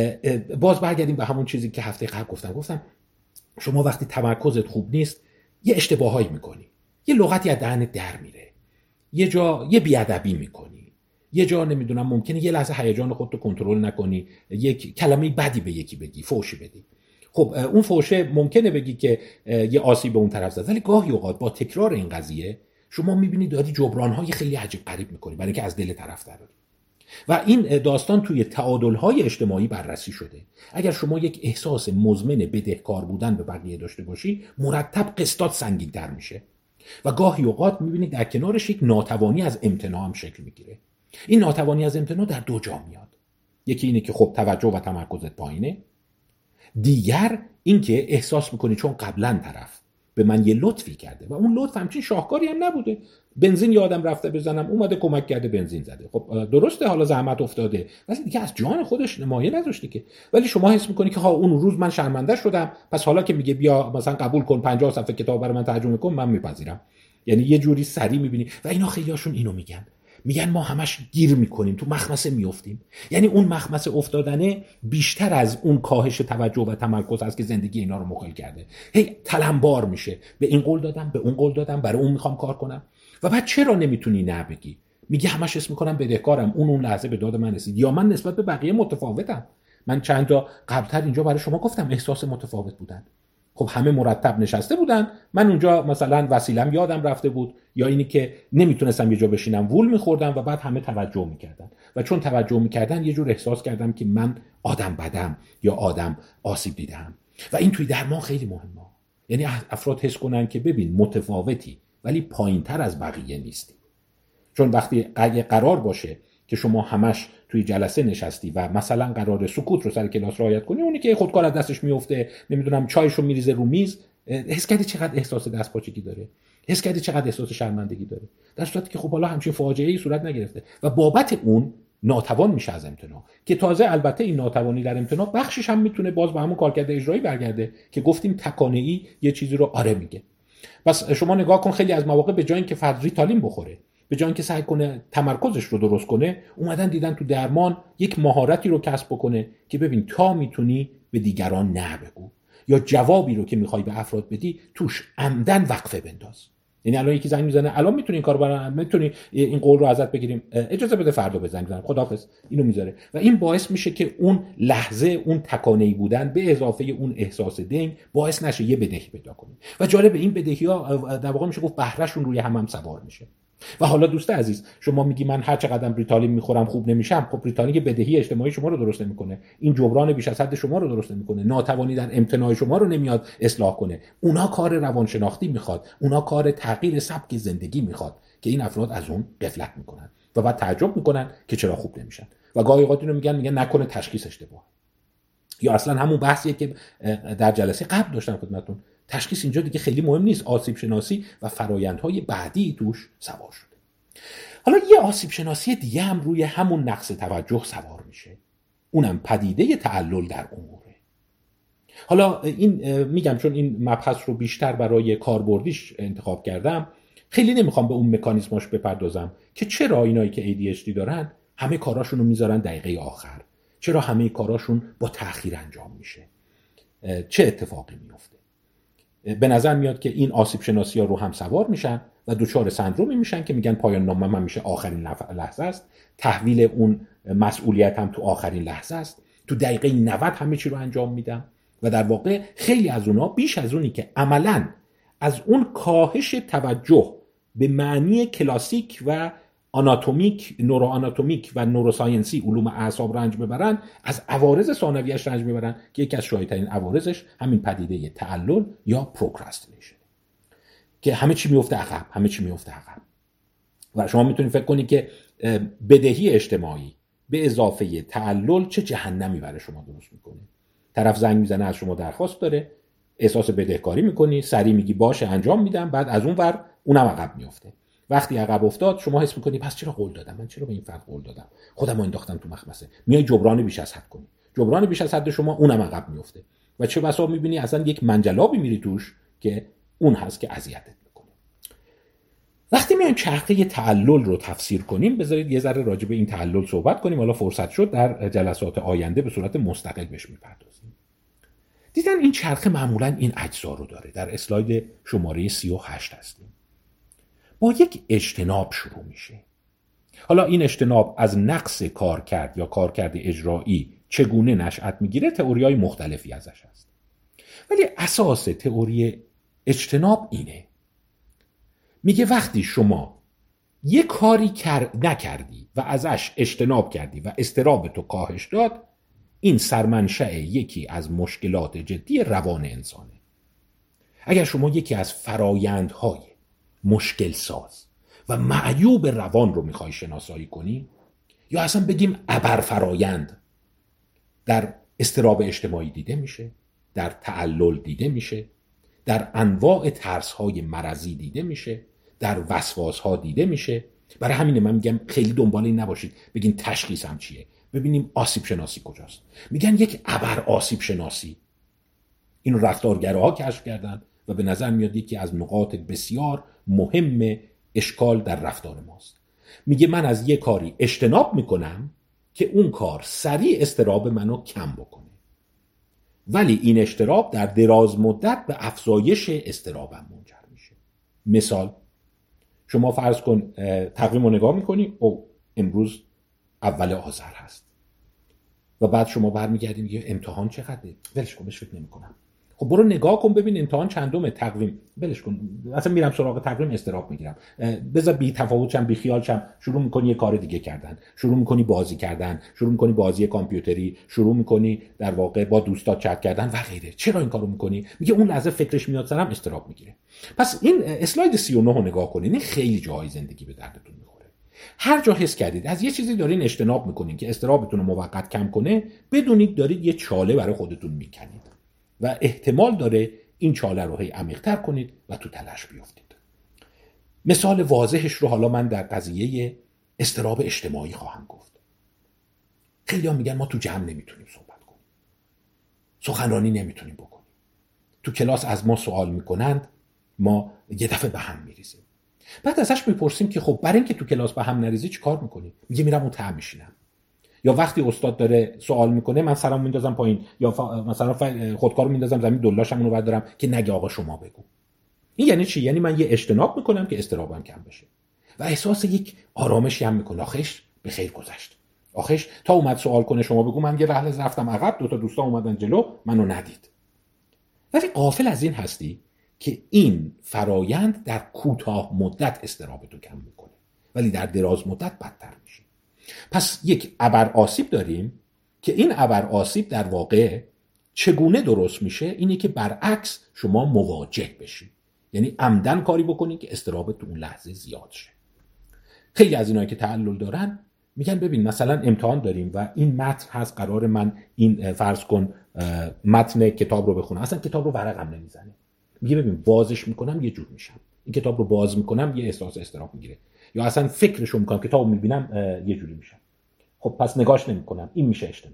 S1: باز برگردیم به همون چیزی که هفته قبل گفتم شما وقتی تمرکزت خوب نیست یه اشتباهایی میکنی، یه لغتی از دهنت در میره، یه جا یه بیادبی میکنی، یه جا نمیدونم ممکنه یه لحظه هیجان خودت رو کنترل نکنی، یک کلمه بدی به یکی بگی، فحشی بدی. خب اون فحشه ممکنه بگی که یه آسیب به اون طرف زد، ولی گاهی اوقات با تکرار این قضیه شما میبینی داری جبران‌های خیلی عجیب غریب میکنی برای اینکه از دل طرف دراری. و این داستان توی تعادل‌های اجتماعی بررسی شده. اگر شما یک احساس مزمن بدهکار بودن به بقیه داشته باشی، مرتب قسطات سنگین‌تر میشه و گاهی اوقات میبینید در کنارش یک ناتوانی از امتناع هم شکل میگیره. این ناتوانی از امتناع در دو جا میاد. یکی اینه که خب توجه و تمرکزت پایینه، دیگر اینکه احساس میکنی چون قبلا طرف به من یه لطفی کرده و اون لطف همچین شاهکاری هم نبوده، بنزین یادم رفته بزنم، اومده کمک کرده بنزین زده، خب درسته حالا زحمت افتاده ولی دیگه از جان خودش نمایه نذاشته که، ولی شما حس میکنی که ها اون روز من شرمنده شدم، پس حالا که میگه بیا مثلا قبول کن 50 صفحه کتاب برای من ترجمه کن، من میپذیرم. یعنی یه جوری سری میبینی و اینا خیلیاشون اینو میگن ما همش گیر میکنیم، تو مخمسه میافتیم. یعنی اون مخمسه افتادنه بیشتر از اون کاهش توجه و تمرکز است که زندگی اینا رو مخل کرده. هی تلمبار میشه، به این قول دادم، به اون قول دادم، برای اون میخوام کار کنم و بعد چرا نمیتونی نه بگی؟ میگی همش اسم میکنم بدهکارم، اون لحظه به داد من رسید، یا من نسبت به بقیه متفاوتم. من چند تا قبلتر اینجا برای شما گفتم احساس متفاوت بودن. خب همه مرتب نشسته بودن، من اونجا مثلا وسیلم یادم رفته بود، یا اینی که نمیتونستم یه جا بشینم وول میخوردم و بعد همه توجه میکردن و چون توجه میکردن یه جور احساس کردم که من آدم بدم یا آدم آسیب دیدم. و این توی درمان خیلی مهمه. یعنی افراد حس کنن که ببین متفاوتی ولی پایینتر از بقیه نیستی. چون وقتی اگه قرار باشه که شما همش توی جلسه نشستی و مثلا قرار سکوت رو سر کلاس رعایت کنی، اونی که خودکار از دستش میفته، نمیدونم چایشو میریزه رو میز، حس کردی چقدر احساس دستپاچگی داره، حس کردی چقدر احساس شرمندگی داره، در صورتی که خب حالا همچین فاجعه‌ای صورت نگرفته و بابت اون ناتوان میشه از امتناع. که تازه البته این ناتوانی در امتناع بخشش هم میتونه باز به همون کارکرد اجرایی برگرده که گفتیم تکانه‌ای یه چیزی رو آره میگه. پس شما نگاه کن خیلی از مواقع به جای اینکه فرد ریتالین بخوره، به جای اینکه سعی کنه تمرکزش رو درست کنه، اومدن دیدن تو درمان یک مهارتی رو کسب بکنه که ببین تا میتونی به دیگران نه بگو، یا جوابی رو که میخوای به افراد بدی توش عمدن وقفه بنداز. یعنی الان یکی زنگ میزنه، الان میتونی این کارو برام، میتونی این قول رو ازت بگیریم، اجازه بده فردا بزنم، خداحافظ، اینو میذاره و این باعث میشه که اون لحظه، اون تکانه‌ای بودن به اضافه اون احساس دین باعث نشه یه بدهی پیدا کنی. و جالب این بدهی‌ها در واقع میشه گفت بهرهشون روی هم سوار میشه. و حالا دوست عزیز، شما میگی من هر چقدر ریتالین میخورم خوب نمیشم. خب ریتالین که بدهی اجتماعی شما رو درست نمیکنه، این جبران بیش از حد شما رو درست نمیکنه، ناتوانی در امتناع شما رو نمیاد اصلاح کنه. اونا کار روانشناختی میخواد، اونا کار تغییر سبک زندگی میخواد که این افراد از اون غفلت میکنن و بعد تعجب میکنن که چرا خوب نمیشن. و گاهی اوقات اینو میگن نکنه تشخیص اشتباه، یا اصلا همون بحثیه که در جلسه قبل داشتم خدمتتون. تشخیص اینجا دیگه خیلی مهم نیست، آسیب شناسی و فرایندهای بعدی توش سوار شده. حالا یه آسیب شناسی دیگه هم روی همون نقص توجه سوار میشه اونم پدیده تعلل در اموره. حالا این میگم چون این مبحث رو بیشتر برای کاربردیش انتخاب کردم، خیلی نمیخوام به اون مکانیزماش بپردازم که چرا اینایی که ADHD دارن همه کاراشون رو میذارن دقیقه آخر، چرا همه کاراشون با تأخیر انجام میشه، چه اتفاقی میفته. به نظر میاد که این آسیب شناسی ها رو هم سوار میشن و دچار سندرومی میشن که میگن پایان نامه من میشه آخرین لحظه است، تحویل اون مسئولیت هم تو آخرین لحظه است، تو دقیقه 90 همه چی رو انجام میدم و در واقع خیلی از اونها بیش از اونی که عملاً از اون کاهش توجه به معنی کلاسیک و آناتومیک، نوروآناتومیک و نوروساینسی علوم اعصاب رنج ببرن، از عوارض ثانویه‌اش رنج میبرن که یکی از شایع‌ترین عوارضش همین پدیده تعلل یا پروکراستینیشن که همه چی میفته عقب. و شما میتونید فکر کنید که بدهی اجتماعی به اضافه تعلل چه جهنمی برای شما درست میکنه. طرف زنگ میزنه از شما درخواست داره، احساس بدهکاری میکنی، سریع میگی باشه انجام میدم، بعد از اون ور اونم عقب میفته. وقتی عقب افتاد شما حس میکنی پس چرا قول دادم، من چرا به این فرد قول دادم، خودم رو انداختم تو مخمسه، میای جبران بیش از حد کنی، جبران بیش از حد شما اونم عقب میفته و چه بسا میبینی اصلا یک منجلابی میری توش که اون هست که اذیتت میکنه. وقتی میایم چرخه تعلل رو تفسیر کنیم، بذارید یه ذره راجع به این تعلل صحبت کنیم. حالا فرصت شد در جلسات آینده به صورت مستقل بهش میپردازیم. دیدن این چرخه معمولا این اجزا رو داره. در اسلاید شماره 38 هستیم. با یک اجتناب شروع میشه. حالا این اجتناب از نقص کارکرد یا کارکرد اجرایی چگونه نشأت میگیره، تئوری‌های مختلفی ازش هست. ولی اساس تئوری اجتناب اینه. میگه وقتی شما یک کاری نکردی و ازش اجتناب کردی و اضطراب تو کاهش داد، این سرمنشأ یکی از مشکلات جدی روان انسانه. اگر شما یکی از فرایندهای مشکل ساز و معیوب روان رو میخوای شناسایی کنی، یا اصلا بگیم ابرفرایند، در اضطراب اجتماعی دیده میشه، در تعلل دیده میشه، در انواع ترس‌های مرضی دیده میشه، در وسواس‌ها دیده میشه. برای همینه من میگم خیلی دنبال این نباشید بگین تشخیصم چیه، ببینیم آسیب شناسی کجاست. میگن یک ابر آسیب شناسی. اینو رفتارگراها کشف کردن و به نظر میاد یکی از نقاط بسیار مهم اشکال در رفتار ماست. میگه من از یک کاری اجتناب میکنم که اون کار سریع اضطراب منو کم بکنه، ولی این اضطراب در دراز مدت به افزایش اضطرابم منجر میشه. مثال، شما فرض کن تقویم رو نگاه میکنی، او امروز اول آذر هست و بعد شما برمیگردی میگه امتحان چقدره، ولش کن بهش فکر نمیکنم. خب برو نگاه کن ببین امتحان چندمه، تقویم ولش کن، اصلا میرم سراغ تقویم، اضطراب میگیرم. بذار بی تفاوتم، بی خیالشم، شروع میکنی یه کار دیگه کردن، شروع میکنی بازی کردن، شروع میکنی بازی کامپیوتری، شروع میکنی در واقع با دوستات چت کردن و غیره. چرا این کارو میکنی؟ میگه اون لحظه فکرش میاد سرم، اضطراب میگیره. پس این اسلاید 39 رو نگاه کنین، این خیلی جاهای زندگی به دردتون میخوره. هر جا حس کردید از یه چیزی دارین اجتناب میکنین که اضطرابتون رو موقت کم کنه، بدونید دارید یه چاله برای خودتون میکنید و احتمال داره این چاله رو هی عمیق‌تر کنید و تو تلاش بیافتید. مثال واضحش رو حالا من در قضیه اضطراب اجتماعی خواهم گفت. خیلی ها میگن ما تو جمع نمیتونیم صحبت کنیم، سخنرانی نمیتونیم بکنیم، تو کلاس از ما سوال میکنند، ما یه دفعه به هم میریزیم. بعد ازش میپرسیم که خب برای اینکه تو کلاس به هم نریزی چی کار میکنی؟ میگه میرم اون ته میشینم. یا وقتی استاد داره سوال میکنه من سرمو میندازم پایین، یا مثلا خودکارو میندازم زمین، دلاشم اونو بردارم که نگه آقا شما بگو. این یعنی چی؟ یعنی من یه اجتناب میکنم که اضطرابم کم بشه و احساس یک آرامشی هم میکنه. آخش به خیر گذشت، آخش تا اومد سوال کنه شما بگو من یه رحله رفتم عقب، دو تا دوستا اومدن جلو منو ندید. ولی غافل از این هستی که این فرایند در کوتاه مدت اضطرابتو کم میکنه ولی در دراز مدت بدتر میشه. پس یک ابر آسیب داریم که این ابر آسیب در واقع چگونه درست میشه؟ اینه که برعکس شما مواجه بشید، یعنی عمدن کاری بکنید که اضطراب تو اون لحظه زیاد شه. خیلی از اینایی که تعلل دارن میگن ببین مثلا امتحان داریم و این متن هست، قرار من این فرض کن متن کتاب رو بخونم، اصلا کتاب رو ورقم نمیزنه، میگه ببین بازش میکنم یه جور میشم، این کتاب رو باز میکنم یه احساس اضطراب میگیره، یا اصلا فکرشو میکنم کتابو میبینم یه جوری میشم. خب پس نگاش نمیکنم، این میشه اجتناب.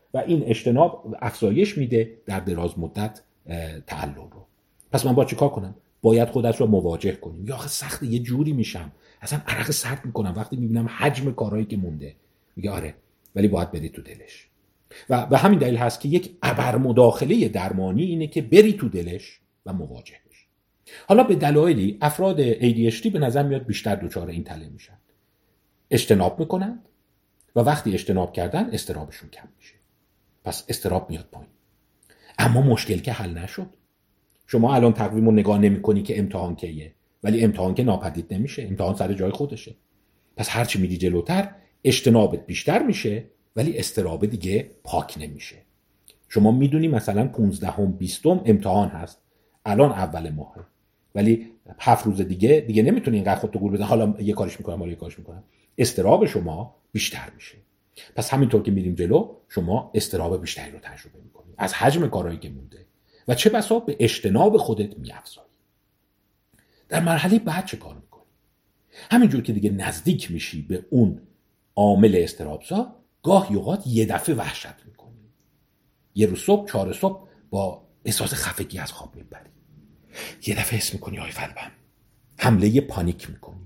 S1: و این اجتناب افزایش میده در دراز مدت تعلل رو. پس من با چیکار کنم؟ باید خودت رو مواجه کنیم. یا آخه سخته، یه جوری میشم اصلا عرق سرد میکنم وقتی میبینم حجم کارهایی که مونده. میگه آره، ولی باید بری تو دلش. و به همین دلیل هست که یک ابر مداخله درمانی اینه که بری تو دلش و مواجه بشی. حالا به دلایلی افراد ADHD به نظر میاد بیشتر دچار این تله میشن. اجتناب میکنند و وقتی اجتناب کردن اضطرابشون کم میشه. پس اضطراب میاد پایین. اما مشکل که حل نشد. شما الان تقویم رو نگاه نمی‌کنی که امتحان کیه، ولی امتحان که ناپدید نمیشه، امتحان سر جای خودشه. پس هرچی میری جلوتر اجتنابت بیشتر میشه، ولی اضطراب دیگه پاک نمیشه. شما میدونی مثلا 15ام 20م امتحان هست، الان اول ماهه، ولی 7 روز دیگه نمیتونی اینقدر خودتو گول بزنی حالا یه کارش میکنم. اضطراب شما بیشتر میشه. پس همینطور که میریم جلو شما اضطراب بیشتری رو تجربه میکنی از حجم کارهایی که مونده و چه بسا به اجتناب خودت میافزایی. در مرحله بعد چه کار میکنی؟ همینجور که دیگه نزدیک میشی به اون عامل اضطرابزا، گاهی اوقات یه دفعه وحشت میکنی. یه روز صبح 4 صبح با احساس خفگی از خواب میپری. یه دفعه حس میکنی آی قلبم، حمله پانیک میکنی.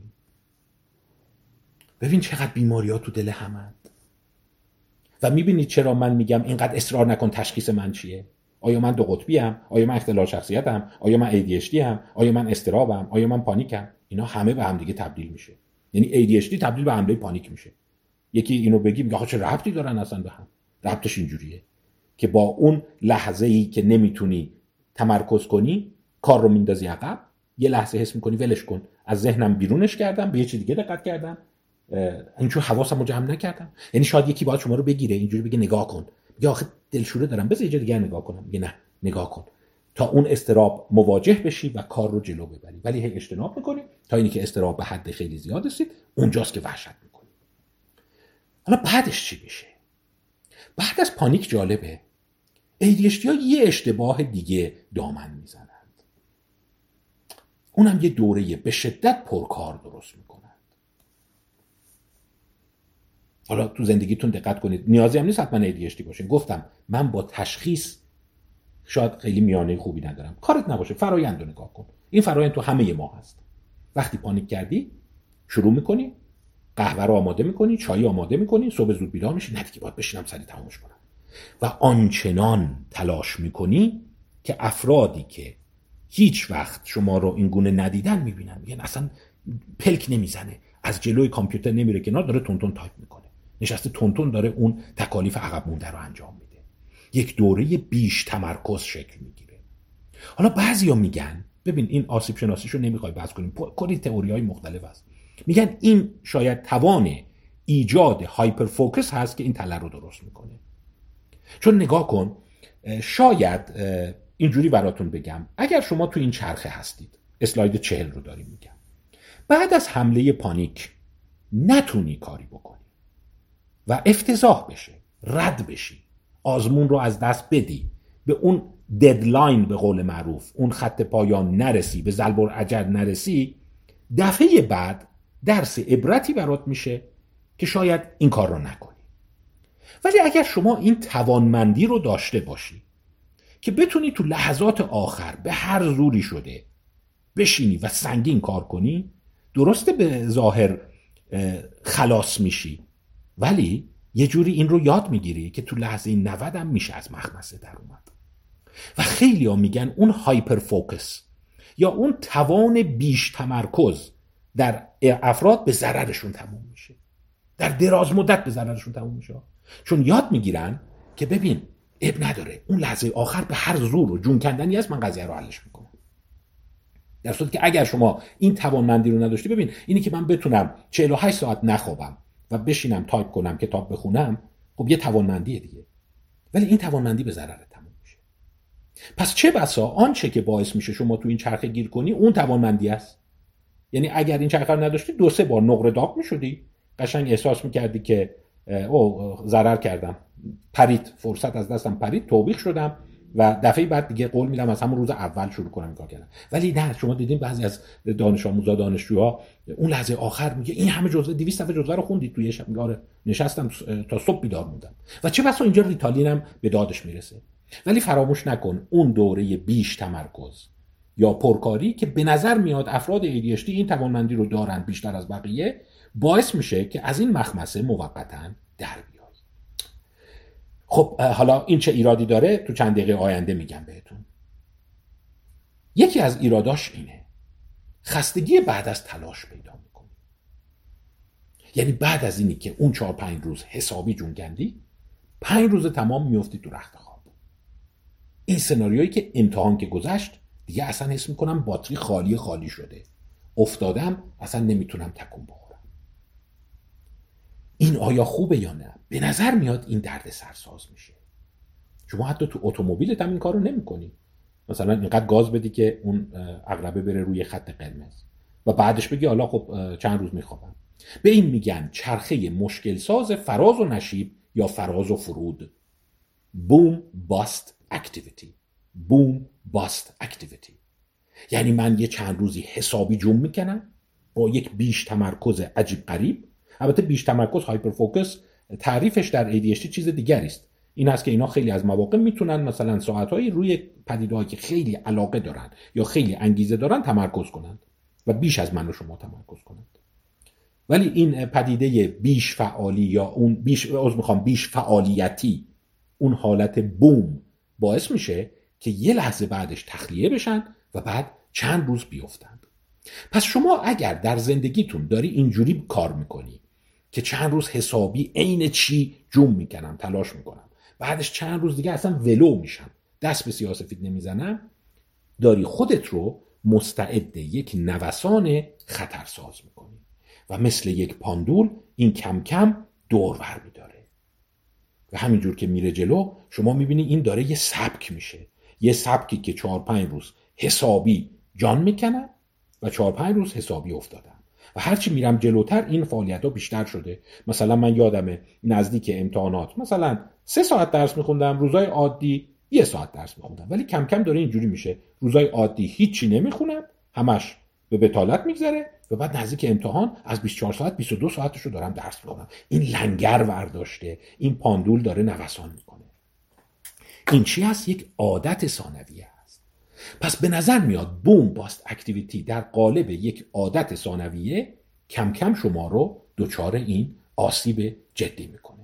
S1: ببین چقدر بیماری ها تو دل همند. و میبینید چرا من میگم اینقدر اصرار نکن تشخیص من چیه؟ آیا من 2 قطبی ام؟ آیا من اختلال شخصیت ام؟ آیا من ADHD ام؟ آیا من اضطرابم؟ آیا من پانیکم؟ اینا همه به هم دیگه تبدیل میشه. یعنی ADHD تبدیل به حمله پانیک میشه. یکی اینو بگی میگه آخه چه ربطی دارن اصلا به هم؟ ربطش اینجوریه که با اون لحظه‌ای که نمیتونی تمرکز کنی کار رو میندازی عقب، یه لحظه حس میکنی ولش کن، از ذهنم بیرونش کردم، به یه چیز دیگه دقت کردم، اینجور حواسمو جمع نکردم. یعنی شاید یکی باید شما رو بگیره اینجوری بگه نگاه کن، یا آخه دلشوره دارم بذار یه جا دیگه نگاه کنم، میگه نه نگاه کن، تا اون اضطراب مواجه بشی و کار رو جلو ببری. ولی هی اجتناب میکنی تا اینی که اضطراب به حد خیلی زیاد رسید، اونجاست که وحشت میکنی. حالا بعدش چی میشه؟ بعد از پانیک جالبه ADHD ها یه اشتباه دیگه دامن میزنند. اونم یه دوره به شدت پرکار درست میکنند. حالا تو زندگیتون دقت کنید، نیازی هم نیست حتما ADHD باشین. گفتم من با تشخیص شاید خیلی میانه خوبی ندارم. کارت نباشه، فرآیند رو نگاه کن. این فرآیند تو همه ما هست. وقتی پانیک کردی شروع میکنی، قهوه رو آماده میکنی، چای آماده میکنی، صبح زود بیدار میشی، نه دیگه باید بشینم سریع تمومش کنم. و آنچنان تلاش میکنی که افرادی که هیچ وقت شما رو این گونه ندیدن میبینن، میگن اصلا پلک نمیزنه، از جلوی کامپیوتر نمیره کنار، داره تون تایپ میکنه، نشسته تون داره اون تکالیف عقب مونده رو انجام میده. یک دوره بیش تمرکز شکل میگیره. حالا بعضیا میگن، ببین این آسیب شناسیشو نمیخوای بحث کنیم، کلی تئوری‌های مختلف هست، میگن این شاید توان ایجاد هایپر فوکس هست که این تله رو درست میکنه. چون نگاه کن، شاید اینجوری براتون بگم، اگر شما تو این چرخه هستید، اسلاید 40 رو داریم میگم، بعد از حمله پانیک نتونی کاری بکنی و افتضاح بشه، رد بشی، آزمون رو از دست بدی، به اون ددلاین به قول معروف، اون خط پایان نرسی، به ضرب الاجل نرسی، دفعه بعد درس عبرتی برات میشه که شاید این کار رو نکنی. ولی اگر شما این توانمندی رو داشته باشی که بتونی تو لحظات آخر به هر زوری شده بشینی و سنگین کار کنی، درسته به ظاهر خلاص میشی، ولی یه جوری این رو یاد میگیری که تو لحظه 90 هم میشه از مخمسه در اومد. و خیلی ها میگن اون هایپر فوکس یا اون توان بیش تمرکز در افراد به ضررشون تموم میشه، در دراز مدت به ضررشون تموم میشه، چون یاد میگیرن که ببین اب نداره، اون لحظه آخر به هر زور و جون کندنی است من قضیه رو حلش میکنم. در صورتی که اگر شما این توانمندی رو نداشتی، ببین اینی که من بتونم 48 ساعت نخوابم و بشینم تایپ کنم، کتاب بخونم، خب یه توانمندیه دیگه، ولی این توانمندی به ضرر تموم میشه. پس چه بسا آنچه که باعث میشه شما تو این چرخه گیر کنی اون توانمندی است. یعنی اگر این چرخه رو نداشتی 2-3 بار نقره داغ میشدی، قشنگ احساس میکردی که ضرر کردم، پرید، فرصت از دستم پرید، توبیخ شدم، و دفعه بعد دیگه قول میدم از همون روز اول شروع کنم کار کردن. ولی نه، شما دیدین بعضی از دانش آموزا دانشجوها اون لحظه آخر میگه این همه جزوه 200 صفحه جزوه رو خوندید توی شب؟ میگه آره نشستم تا صبح بیدار موندم. و چه بسا اینجا ریتالینم به دادش میرسه. ولی فراموش نکن اون دوره بیش تمرکز یا پرکاری که به نظر میاد افراد ADHD این توانمندی رو دارن بیشتر از بقیه، باعث میشه که از این مخمسه موقتاً در بیای. خب حالا این چه ایرادی داره تو چند دقیقه آینده میگم بهتون. یکی از ایراداش اینه، خستگی بعد از تلاش پیدا میکنی. یعنی بعد از اینی که اون 4-5 روز حسابی جونگندی، 5 روز تمام میفتی تو رخت خواب. این سناریویی که امتحان که گذشت دیگه اصلا حس میکنم باتری خالی شده، افتادم اصلا نمیتونم تکون بخورم. این آیا خوبه یا نه؟ به نظر میاد این درد سرساز میشه. شما حتی تو اتومبیلت هم این کارو نمیکنی. مثلا اینقدر گاز بدی که اون عقربه بره روی خط قرمز و بعدش بگی حالا خب چند روز میخوابم. به این میگن چرخه مشکل ساز فراز و نشیب یا فراز و فرود. بوم باست اکتیویتی. بوم باست اکتیویتی. یعنی من یه چند روزی حسابی جون میکنم با یک بیش تمرکز عجیب غریب. البته بیش تمرکز هایپر فوکس تعریفش در ADHD چیز دیگری است. این است که اینا خیلی از مواقع میتونن مثلا ساعتایی روی پدیده‌هایی که خیلی علاقه دارن یا خیلی انگیزه دارن تمرکز کنند و بیش از من و شما تمرکز کنند. ولی این پدیده بیش فعالی یا اون بیش فعالیتی، اون حالت بوم باعث میشه که یه لحظه بعدش تخلیه بشن و بعد چند روز بیفتند. پس شما اگر در زندگیتون داری اینجوری کار میکنی که چند روز حسابی عین چی جون میکنم، تلاش میکنم، بعدش چند روز دیگه اصلا ولو میشم، دست به سیاه‌سفید نمیزنم، داری خودت رو مستعد یک نوسان خطرساز میکنی و مثل یک پاندول این کم کم دور ور میداره و همینجور که میره جلو شما میبینی این داره یه سبک میشه، یه سبکی که 4-5 روز حسابی جان میکنم و 4-5 روز حسابی افتادم و هرچی میرم جلوتر این فعالیت ها بیشتر شده. مثلا من یادمه نزدیک امتحانات مثلا 3 ساعت درس میخوندم، روزای عادی 1 ساعت درس میخوندم، ولی کم کم داره اینجوری میشه روزای عادی هیچی نمیخونم، همش به بتالت میگذره و بعد نزدیک امتحان از 24 ساعت 22 ساعتش رو دارم درس میخونم. این لنگر ورداشته، این پاندول داره نوسان میکنه. این چی هست؟ یک عادت ثانویه است. پس به نظر میاد بوم باست اکتیویتی در قالب یک عادت ثانویه کم کم شما رو دچار این آسیب جدی میکنه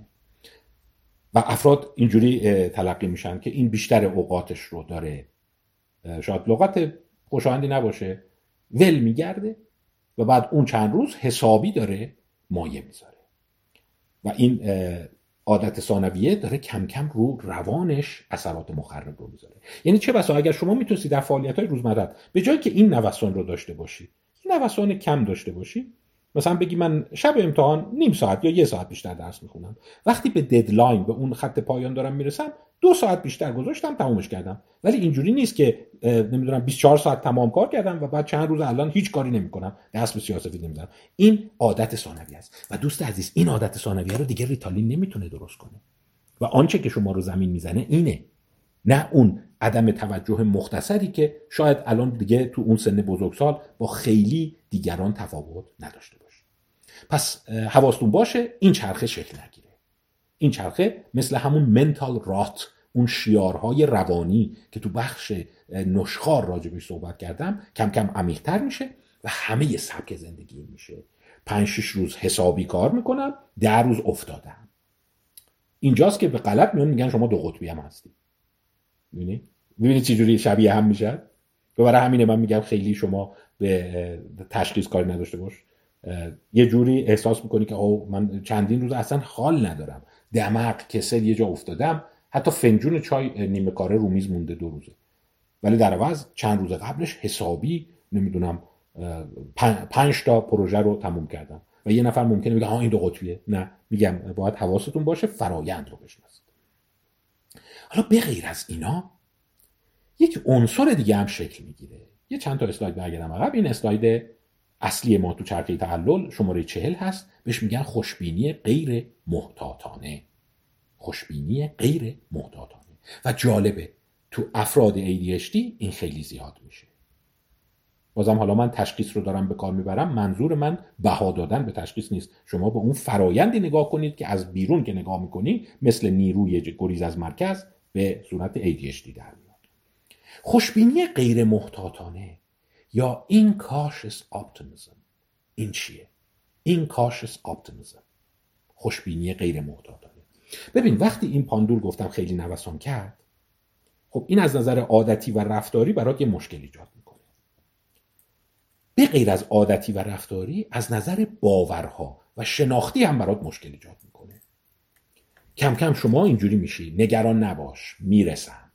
S1: و افراد اینجوری تلقی میشن که این بیشتر اوقاتش رو داره، شاید لغت خوشایندی نباشه، ول میگرده و بعد اون چند روز حسابی داره مایه میذاره و این عادت ثانویه داره کم کم رو روانش اثرات مخرب رو میذاره. یعنی چه بسا اگر شما میتونید در فعالیت‌های روزمره به جای که این نوسان رو داشته باشی، این نوسان کم داشته باشی، مثلا بگی من شب امتحان نیم ساعت یا 1 ساعت بیشتر درس میخونم، وقتی به ددلاین به اون خط پایان دارم میرسم 2 ساعت بیشتر گذاشتم تمومش کردم. ولی اینجوری نیست که نمیدونم 24 ساعت تمام کار کردم و بعد چند روز الان هیچ کاری نمیکنم، دست به سیاه‌سفید نمیزنم. این عادت ثانویه است و دوست عزیز این عادت ثانویه رو دیگه ریتالین نمیتونه درست کنه و آنچه که شما رو زمین میزنه اینه، نه اون عدم توجه مختصری که شاید الان دیگه تو اون سن بزرگسال با خیلی دیگران تفاوت نداشته باشه. پس حواستون باشه این چرخه شکل نگیره. این چرخه مثل همون منتال رات، اون شیارهای روانی که تو بخش نشخوار راجبش صحبت کردم، کم کم عمیق‌تر میشه و همه سبک زندگی میشه. 5-6 روز حسابی کار میکنم، 10 روز افتادم. اینجاست که به غلط میگن شما 2 قطبی هم هستی. میبینید چه جوری شبیه هم میشن؟ و برای همینه من میگم خیلی شما به تشخیص کاری نداشته باش. یه جوری احساس میکنی که من چندین روز اصلا حال ندارم، دماغ کسل یه جا افتادم، حتی فنجون چای نیمه کاره رو میز مونده 2 روزه، ولی در عوض چند روز قبلش حسابی نمیدونم 5 تا پروژه رو تموم کردم. و یه نفر ممکنه بگه این 2 قطبیه. نه، میگم باید حواستون باشه فرایند رو بشناسید. حالا به غیر از اینا یک عنصر دیگه هم شکل میگیره. یه چند تا اسلاید برگردم عقب. این اسلاید اصلی ما تو چرخه تحلل شماره 40 هست، بهش میگن خوشبینی غیر محتاطانه. خوشبینی غیر محتاطانه. و جالبه تو افراد ADHD این خیلی زیاد میشه. بازم حالا من تشخیص رو دارم به کار میبرم، منظور من بها دادن به تشخیص نیست. شما به اون فرایندی نگاه کنید که از بیرون که نگاه میکنی مثل نیروی گریز از مرکز به صورت ADHD در میاد. خوشبینی غیر محتاطانه یا incautious optimism این چیه؟ incautious optimism، خوشبینی غیر محتاطانه. ببین وقتی این پاندول گفتم خیلی نوسان کرد، خب این از نظر عادتی و رفتاری برات یه مشکل ایجاد میکنه. به غیر از عادتی و رفتاری، از نظر باورها و شناختی هم برات مشکل ایجاد میکنه. کم کم شما اینجوری میشی نگران نباش، میرسم،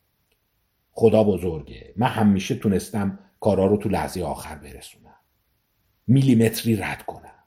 S1: خدا بزرگه، من همیشه تونستم کارا رو تو لحظه آخر برسونم، میلیمتری رد کنم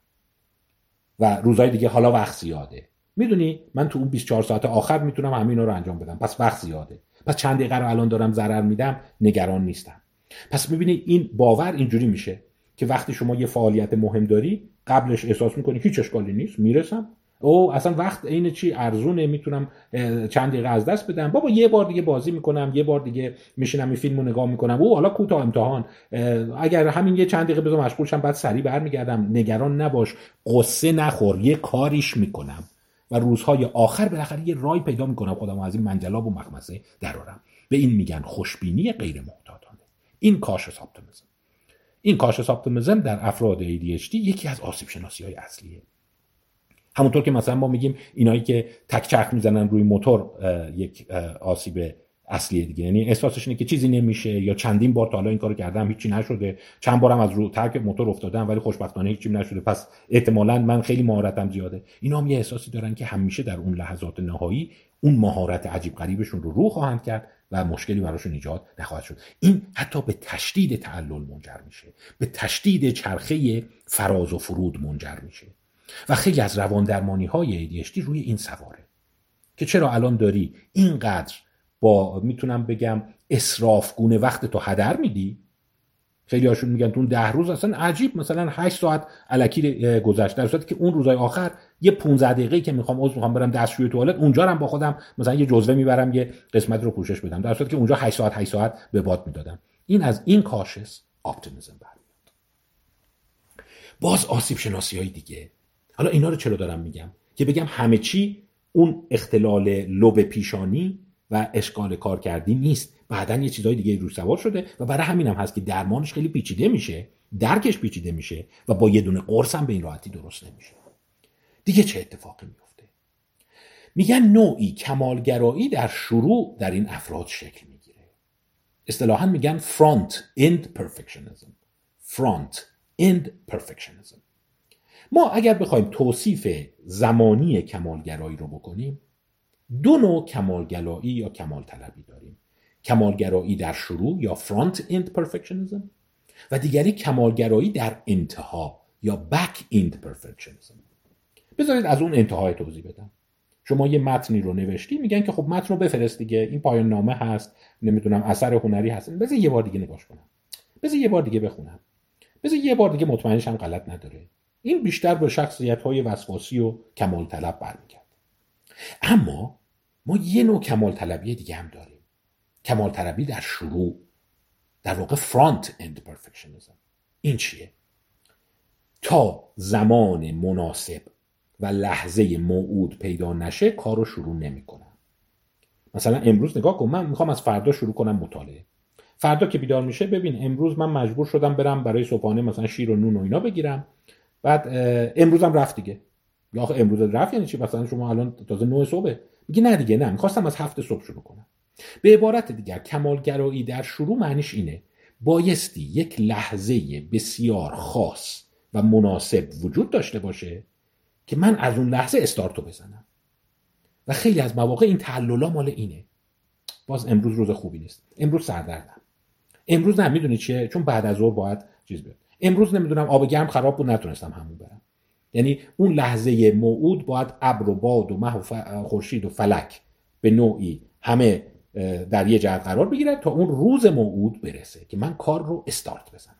S1: و روزهای دیگه حالا وقت زیاده، میدونی من تو اون 24 ساعت آخر میتونم همینا رو انجام بدم، پس وقت زیاده، پس چند دقیقه رو الان دارم ضرر میدم، نگران نیستم. پس میبینی این باور اینجوری میشه که وقتی شما یه فعالیت مهم داری قبلش احساس میکنی هیچ اشکالی نیست، میرسم، او اصلا وقت عین چی ارزونه، میتونم چند دقیقه از دست بدم، بابا یه بار دیگه بازی میکنم، یه بار دیگه میشینم این فیلمو نگاه میکنم، او حالا کوتاه امتحان، اگر همین یه چند دقیقه بذار مشغول شم بعد سریع برمیگردم، نگران نباش، قصه نخور، یه کاریش میکنم و روزهای آخر بالاخره یه رای پیدا میکنم خودمو از این منجلاب و مخمسه درارم. به این میگن خوشبینی غیر محتاطانه. این کاشس اپتیمیسم. این کاشس اپتیمیسم در افراد ADHD یکی از آسیب شناسی‌های اصلیه. همونطور که مثلا ما میگیم اینایی که تک چرخ میزنن روی موتور یک آسیب اصلیه دیگه، یعنی احساسش اینه که چیزی نمیشه، یا چندین بار تا حالا این کارو کردم هیچی نشده، چند بارم از رو ترک موتور افتادم ولی خوشبختانه هیچی نشده، پس احتمالاً من خیلی مهارتم زیاده. اینا هم یه احساسی دارن که همیشه در اون لحظات نهایی اون مهارت عجیب غریبشون رو خواهند کرد و مشکلی براشون ایجاد نخواهد شد. این حتی به تشدید تعلل منجر میشه، به تشدید چرخه فراز و فرود منجر میشه. و خیلی از رواندرمانی‌های ADHD روی این سواره که چرا الان داری اینقدر با میتونم بگم اسرافگونه وقت تو هدر میدی. خیلی هاشون میگن تو اون 10 روز اصلا عجیب مثلا 8 ساعت الکی گذشت، در صورتی که اون روزهای آخر یه 15 دقیقه‌ای که میخوام برم دستشویی توالت، اونجا هم با خودم مثلا یه جزوه میبرم یه قسمت رو پوشش بدم، در صورتی که اونجا 8 ساعت به باد میدادم. این از این کاشس اپتیمیسم برمیاد. باز آسیب شناسی‌های دیگه، حالا اینا رو چرا دارم میگم؟ که بگم همه چی اون اختلال لوب پیشانی و اشکال کارکردی نیست، بعداً یه چیزای دیگه روش سوار شده و برای همینم هست که درمانش خیلی پیچیده میشه، درکش پیچیده میشه و با یه دونه قرص هم به این راحتی درست نمیشه. دیگه چه اتفاقی میفته؟ میگن نوعی کمالگرایی در شروع در این افراد شکل میگیره. اصطلاحاً میگن front end perfectionism. front end perfectionism. ما اگر بخوایم توصیف زمانی کمالگرایی رو بکنیم، دو نوع کمالگرایی یا کمال طلبی داریم. کمالگرایی در شروع یا front end perfectionism و دیگری کمالگرایی در انتها یا back end perfectionism. بذارید از اون انتهای توضیح بدم. شما یه متنی رو نوشتی، میگن که خب متن رو بفرست دیگه، این پایان نامه هست، نمیدونم اثر هنری هست، بذار یه بار دیگه نگاش کنم، بذار یه بار دیگه بخونم، بذار یه بار دیگه مطمئنشم غلط نداره. این بیشتر به شخصیت‌های وسواسی و کمال طلب برمیگرده. اما ما یه نوع کمال طلبی دیگه هم داریم، کمال طلبی در شروع، در واقع front end perfectionism. این چیه؟ تا زمان مناسب و لحظه موعود پیدا نشه کارو شروع نمی‌کنم. مثلا امروز نگاه کن، من میخوام از فردا شروع کنم مطالعه. فردا که بیدار میشه ببین امروز من مجبور شدم برم برای صبحانه مثلا شیر و نون و اینا بگیرم، بعد امروزم رفت دیگه. یا آخه امروز رفت یعنی چی؟ مثلا شما الان تازه 9 صبح میگی نه دیگه، نه میخواستم از 7 صبح شروع کنم. به عبارت دیگر کمالگرایی در شروع معنیش اینه بایستی یک لحظه بسیار خاص و مناسب وجود داشته باشه که من از اون لحظه استارتو بزنم. و خیلی از مواقع این تعللا مال اینه. باز امروز روز خوبی نیست، امروز سردردم، امروز نه میدونی چیه، چون بعد از ظهر باید چیز بیاد، امروز نمیدونم آب گرم خراب بود نتونستم همون برم. یعنی اون لحظه موعود باید ابر و باد و مه و خورشید و فلک به نوعی همه در یه جهت قرار بگیرد تا اون روز موعود برسه که من کار رو استارت بزنم.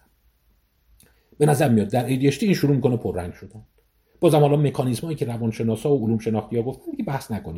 S1: به نظر میاد در ADHD این شروع میکنه پررنگ شدن. بازم حالا مکانیزمایی که روانشناسا و علوم شناختی ها گفتن دیگه بحث نکنیم،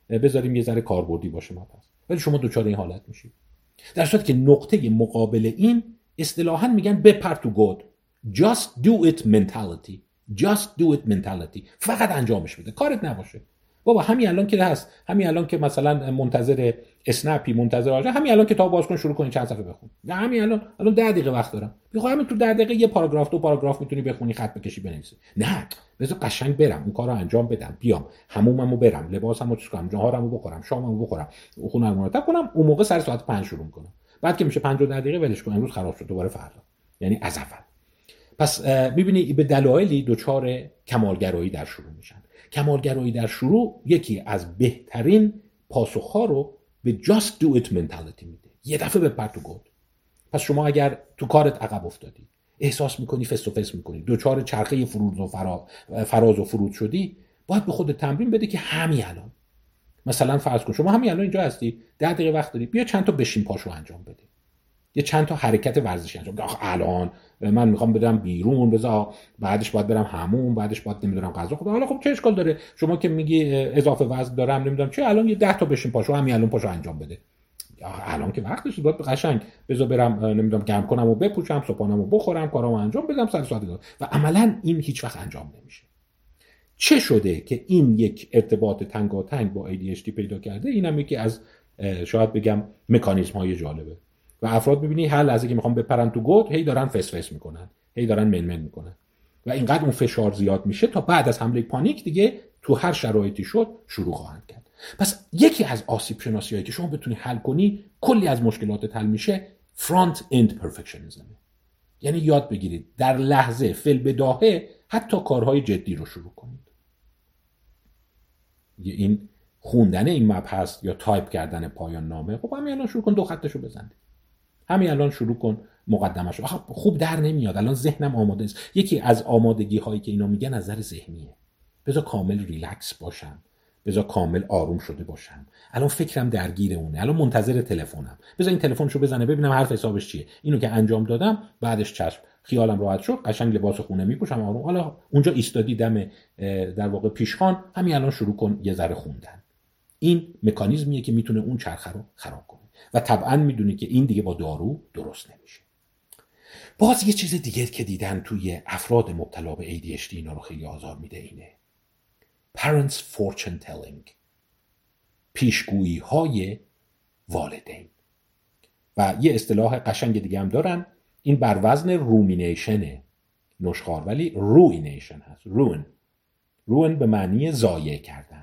S1: بذاریم یه ذره کاربردی باشه مبحث، ولی شما دوچار این حالت میشید. در صورتی که نقطه مقابل این اصطلاحاً میگن بپر تو گود. Just do it mentality. Just do it mentality. فقط انجامش بده، کارت نباشه. بابا همین الان که هست، همین الان که مثلا منتظر اسنپی، منتظر آجا، همین الان کتاب باز کن شروع کن چند صفحه بخون. یا همین الان 10 دقیقه وقت دارم. میخوام همین تو 10 دقیقه یه پاراگراف، 2 پاراگراف میتونی بخونی، خط بکشی بنویسی. نه، بذار قشنگ برم اون کارو انجام بدم، بیام حموممو برم، لباسمو چیز کنم، جاهارمو بخورم، شاممو بخورم، خونه‌مو مرتب کنم، اون موقع سر ساعت 5 شروع کنم. بعد که میشه 5 و 10 دقیقه ولش کن، امروز خراب شد، دوباره فردا. یعنی از اول. پس می‌بینی به دلایلی دچار کمالگرایی در شروع میشن. کمالگرایی در شروع یکی از بهترین پاسخ‌ها رو به just do it mentality میده. یه دفعه بپر تو گود. پس شما اگر تو کارت عقب افتادی، احساس میکنی فس تو فس میکنی، دچار چرخه فراز و فرود شدی، باید به خودت تمرین بده که همین الان، مثلا فرض کن شما همین الان اینجا هستی، 10 دقیقه وقت داری، بیا چند تا بشین پاشو انجام بده، یه چند تا حرکت ورزشی انجام بده. الان من میخوام برم بیرون، بذار بعدش باید برم حموم، بعدش باید نمیدونم غذا خورم. حالا خب چه اشکال داره شما که میگی اضافه وزن دارم نمیدونم چه، الان یه 10 تا بشین پاشو همین الان پاشو انجام بده. الان که وقتش باید قشنگ بذار برم نمیدونم گرم کنم و بپوشم، صبحانه‌مو بخورم، کارامو انجام بدم، سر ساعت داد. و عملاً این هیچ وقت انجام نمیشه. چه شده که این یک ارتباط تنگاتنگ با ADHD پیدا کرده؟ اینم یکی از شاید بگم مکانیزم‌های جالبه. و افراد می‌بینی هر لحظه که میخوام بپرن تو گود، هی دارن فس فس میکنن، هی دارن منمن میکنن و اینقدر اون فشار زیاد میشه تا بعد از حمله پانیک دیگه تو هر شرایطی شد شروع خواهند کرد. پس یکی از آسیب شناسی‌هایی که شما بتونی حل کنی، کلی از مشکلات حل میشه، فرانت اند پرفکشنیسم. یعنی یاد بگیرید در لحظه فل بداهه حتی کارهای جدی رو شروع کنید. این خوندن این مبحث یا تایپ کردن پایان نامه، خب همین الان شروع کن 2 خطشو بزن. همین الان شروع کن مقدمه‌شو. خوب در نمیاد، الان ذهنم آماده است. یکی از آمادگی هایی که اینا میگن از نظر ذهنیه. بذار کامل ریلکس باشم، بذار کامل آروم شده باشم. الان فکرم درگیر اونه، الان منتظر تلفنم، بذار این تلفنشو بزنه ببینم حرف حسابش چیه. اینو که انجام دادم بعدش چشم خیالم راحت شد، قشنگ لباس خونه میپوشم آروم. حالا اونجا ایستادی دم در واقع پیشخوان، همین الان شروع کن یه ذره خوندن. این مکانیزمیه که میتونه اون چرخه رو خراب کنه و طبعا میدونی که این دیگه با دارو درست نمیشه. باز یه چیز دیگه که دیدن توی افراد مبتلا به ADHD اینا رو خیلی آزار میده اینه Parents Fortune Telling، پیشگویی های والدین. و یه اصطلاح قشنگ دیگه هم دارن، این بر وزن رومینیشنه، نشخوار، ولی روینیشن هست. روین به معنی ضایع کردن.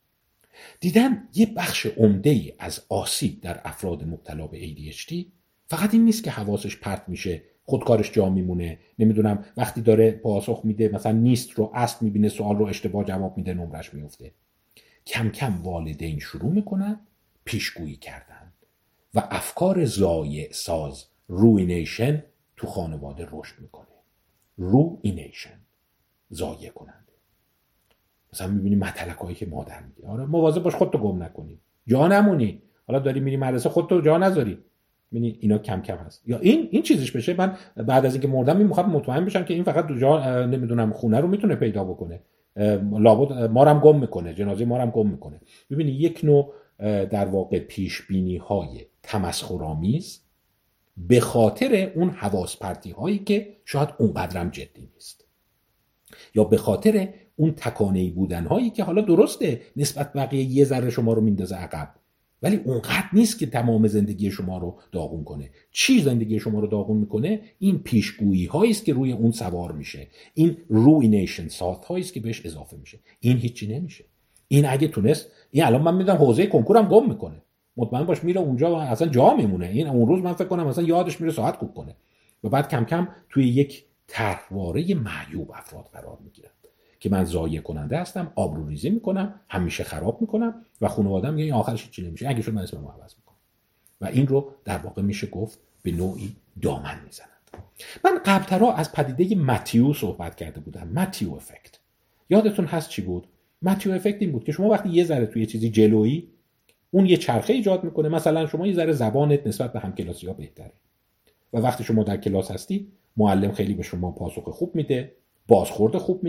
S1: دیدن یه بخش عمده‌ای از آسیب در افراد مبتلا به ADHD فقط این نیست که حواسش پرت میشه، خودکارش جا میمونه، نمیدونم وقتی داره پاسخ میده مثلا نیست رو است میبینه، سوال رو اشتباه جواب میده، نمرش میفته. کم کم والدین شروع میکنن پیشگویی کردن و افکار ضایع ساز، روینیشن، تو خانواده رشد میکنه. روینیشن، ضایع کننده. مثلا میبینی متلکایی که مادر میگه آره مواظب باش خودتو گم نکنی، جا نمونی، حالا داری میری مدرسه خودتو جا نذاری. ببینی اینا کم کم هست. یا این چیزش بشه، من بعد از اینکه مردم میخوام مطمئن بشم که این فقط دو جا نمیدونم خونه رو میتونه پیدا بکنه، لابد مارم گم میکنه، جنازه مارم گم میکنه. ببینی یک نوع در واقع پیش بینی های تمسخرآمیز به خاطر اون حواس پرتی هایی که شاید اونقدرم جدی نیست، یا به خاطر اون تکانه‌ای بودن هایی که حالا درسته نسبت بقیه یه ذره شما رو میندازه عقب، ولی اونقدر نیست که تمام زندگی شما رو داغون کنه. چی زندگی شما رو داغون میکنه؟ این پیشگویی هایی است که روی اون سوار میشه، این روینیشن سات هایی است که بهش اضافه میشه. این هیچی نمیشه. این اگه تونست، این الان من میدونم حوزه کنکورم گم میکنه، مطمئن باش میره اونجا و اصلا جا میمونه. این اون روز من فکر کنم مثلا یادش میره ساعت کوب کنه و بعد کم کم توی یک طرحواره معیوب افراد قرار میگیرن که من ضایع کننده هستم، آبروریزی میکنم، همیشه خراب میکنم و خانواده‌ام میگه این آخرش چی نمیشه، اگه شد من اسمم عوض میکنم. و این رو در واقع میشه گفت به نوعی دامن میزنند. من قبلترها از پدیده متیو صحبت کرده بودم، متیو افکت. یادتون هست چی بود؟ متیو افکت این بود که شما وقتی یه ذره توی چیزی جلویی، اون یه چرخه ایجاد میکنه. مثلا شما یه ذره زبانت نسبت به همکلاسی‌ها بهتره و وقتی شما در کلاس هستی معلم خیلی به شما پاسخ خوب میده، بازخورد خوب میده،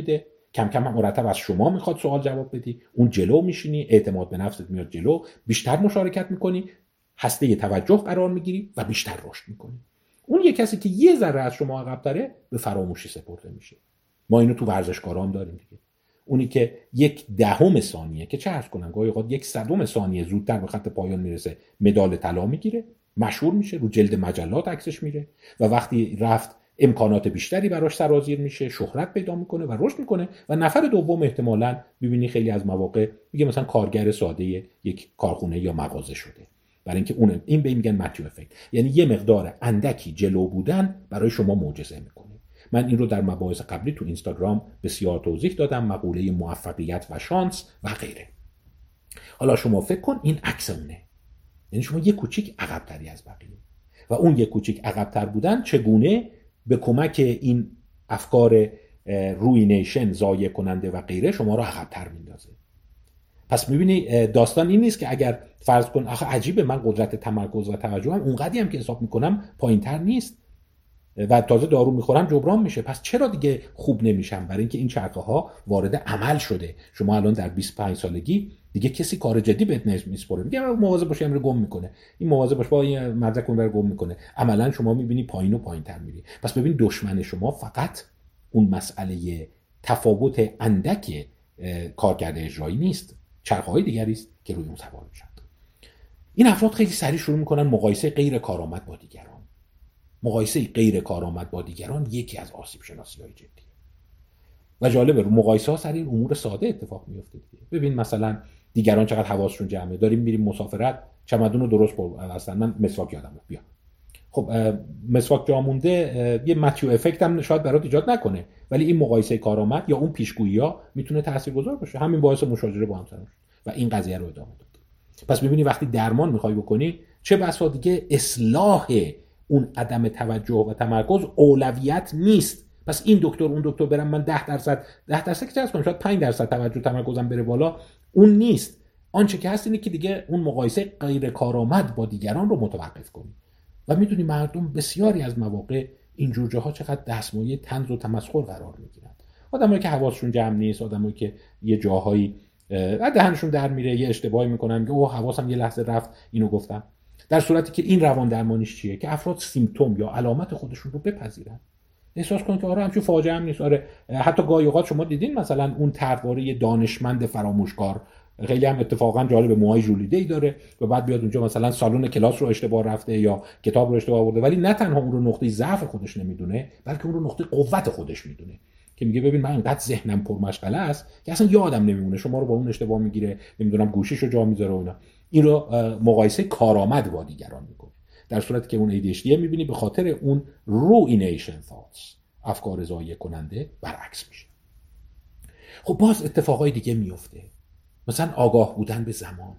S1: کم کم هم مرتب از شما میخواد سوال جواب بدی، اون جلو میشینی، اعتماد به نفست میاد جلو، بیشتر مشارکت میکنی، هسته توجه قرار میگیری و بیشتر رشد میکنی. اون یه کسی که یه ذره از شما عقب‌تره به فراموشی سپرده میشه. ما اینو تو ورزشکارا هم داریم دیگه. اونی که 1/10 ثانیه که چه عرض کنم گاهی اوقات 1/100 ثانیه زودتر به خط پایان میرسه، مدال طلا میگیره، مشهور میشه، رو جلد مجلات عکسش میره و وقتی رفت امکانات بیشتری براش سرازیر میشه، شهرت پیدا میکنه و رشد میکنه و نفر دوم احتمالاً ببینی خیلی از مواقع میگه مثلا کارگر ساده یک کارخونه یا مغازه شده. برای اینکه این به میگن متیو افکت، یعنی یه مقدار اندکی جلو بودن برای شما معجزه میکنه. من این رو در مباحث قبلی تو اینستاگرام بسیار توضیح دادم، مقوله موفقیت و شانس و غیره. حالا شما فکر کن این عکس اونه، یعنی شما یه کوچیک عقب‌تری از بقیه و اون یه کوچیک عقب‌تر بودن چگونه به کمک این افکار روینیشن، ضایع کننده و غیره شما رو عقب‌تر میندازه. پس میبینی داستان این نیست که اگر فرض کن آخه عجیبه من قدرت تمرکز و توجهم اونقدی هم که حساب میکنم پایین‌تر نیست و تازه دارو میخورم جبران میشه، پس چرا دیگه خوب نمیشم؟ برای اینکه این چرخه ها وارد عمل شده. شما الان در 25 سالگی دیگه کسی کار جدی بهت میسپره، میگه مواظب باش امروز گم میکنه، این مواظب باش با این مدرک اون گم میکنه. عملا شما میبینی پایین و پایین‌تر میری. پس ببین دشمن شما فقط اون مسئله تفاوت اندک کارکرد اجرایی نیست، چرخه‌های دیگری است که روی اون سوار میشن. این افراد خیلی سریع شروع میکنن مقایسه غیر کارآمد با دیگران. مقایسه غیر کارآمد با دیگران یکی از آسیب شناسی‌های جدیه. و جالبه رو مقایسه ها سریع امور ساده اتفاق میفته دیگه. ببین مثلا دیگران چقدر حواسشون جمعه، داریم میریم مسافرت چمدون رو درست اصلا من مسواک یادمه بیا. خب مسواک جا مونده، یه متیو افکت هم شاید برات ایجاد نکنه، ولی این مقایسه کارآمد یا اون پیشگویی‌ها میتونه تاثیرگذار باشه. همین باعث مشاجره با همسرش و این قضیه رو ادامه داد. پس می‌بینی وقتی درمان می‌خوای بکنی، چه بسا دیگه اصلاح اون عدم توجه و تمرکز اولویت نیست. پس این دکتر اون دکتر برم من 10% که چرا کنم، شاید 5% توجه تمرکزم بره بالا، اون نیست. آنچه که هست اینه که دیگه اون مقایسه غیر کارآمد با دیگران رو متوقف کنی. و میدونی مردم بسیاری از مواقع این جور جاها چقدر دستمایه طنز و تمسخر قرار میگیرن. آدمایی که حواسشون جمع نیست، آدمایی که یه جاهایی دهنشون در میره، یه اشتباهی میکنن که اوه حواسم یه لحظه رفت اینو گفتم. در صورتی که این روان درمانیش چیه؟ که افراد سیمپتوم یا علامت خودشون رو بپذیرن. احساس کنن که آره همچون فاجعه هم نیست. آره حتی گاهی اوقات شما دیدین مثلا اون طرحواره دانشمند فراموشکار خیلی هم اتفاقا جالب، موهای ژولیده‌ای داره و بعد بیاد اونجا مثلا سالن کلاس رو اشتباه رفته یا کتاب رو اشتباه آورده، ولی نه تنها اون رو نقطه ضعف خودش نمیدونه، بلکه اون رو نقطه قوت خودش میدونه که میگه ببین من اینقدر ذهنم پرمشغله است که اصلا یادم نمیمونه، شما رو با اون اشتباه میگیره، نمیدونم گوشیشو جا میذاره و اینا. این رو مقایسه کارآمد با دیگران میکنه. در صورتی که اون ADHD میبینی به خاطر اون ruination thoughts، افکار ضایع کننده، برعکس میشه. خب باز اتفاقای دیگه میفته، مثلا آگاه بودن به زمان.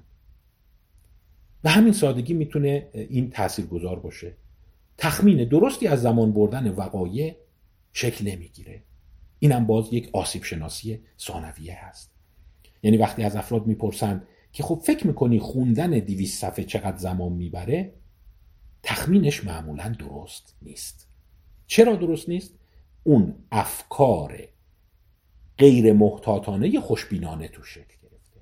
S1: به همین سادگی میتونه این تاثیرگذار باشه. تخمین درستی از زمان بردن وقایع شکل نمیگیره. اینم باز یک آسیب شناسی ثانویه هست. یعنی وقتی از افراد میپرسن که خب فکر میکنی خوندن 200 صفحه چقدر زمان میبره، تخمینش معمولا درست نیست. چرا درست نیست؟ اون افکار غیر محتاطانه خوشبینانه تو شکل گرفته.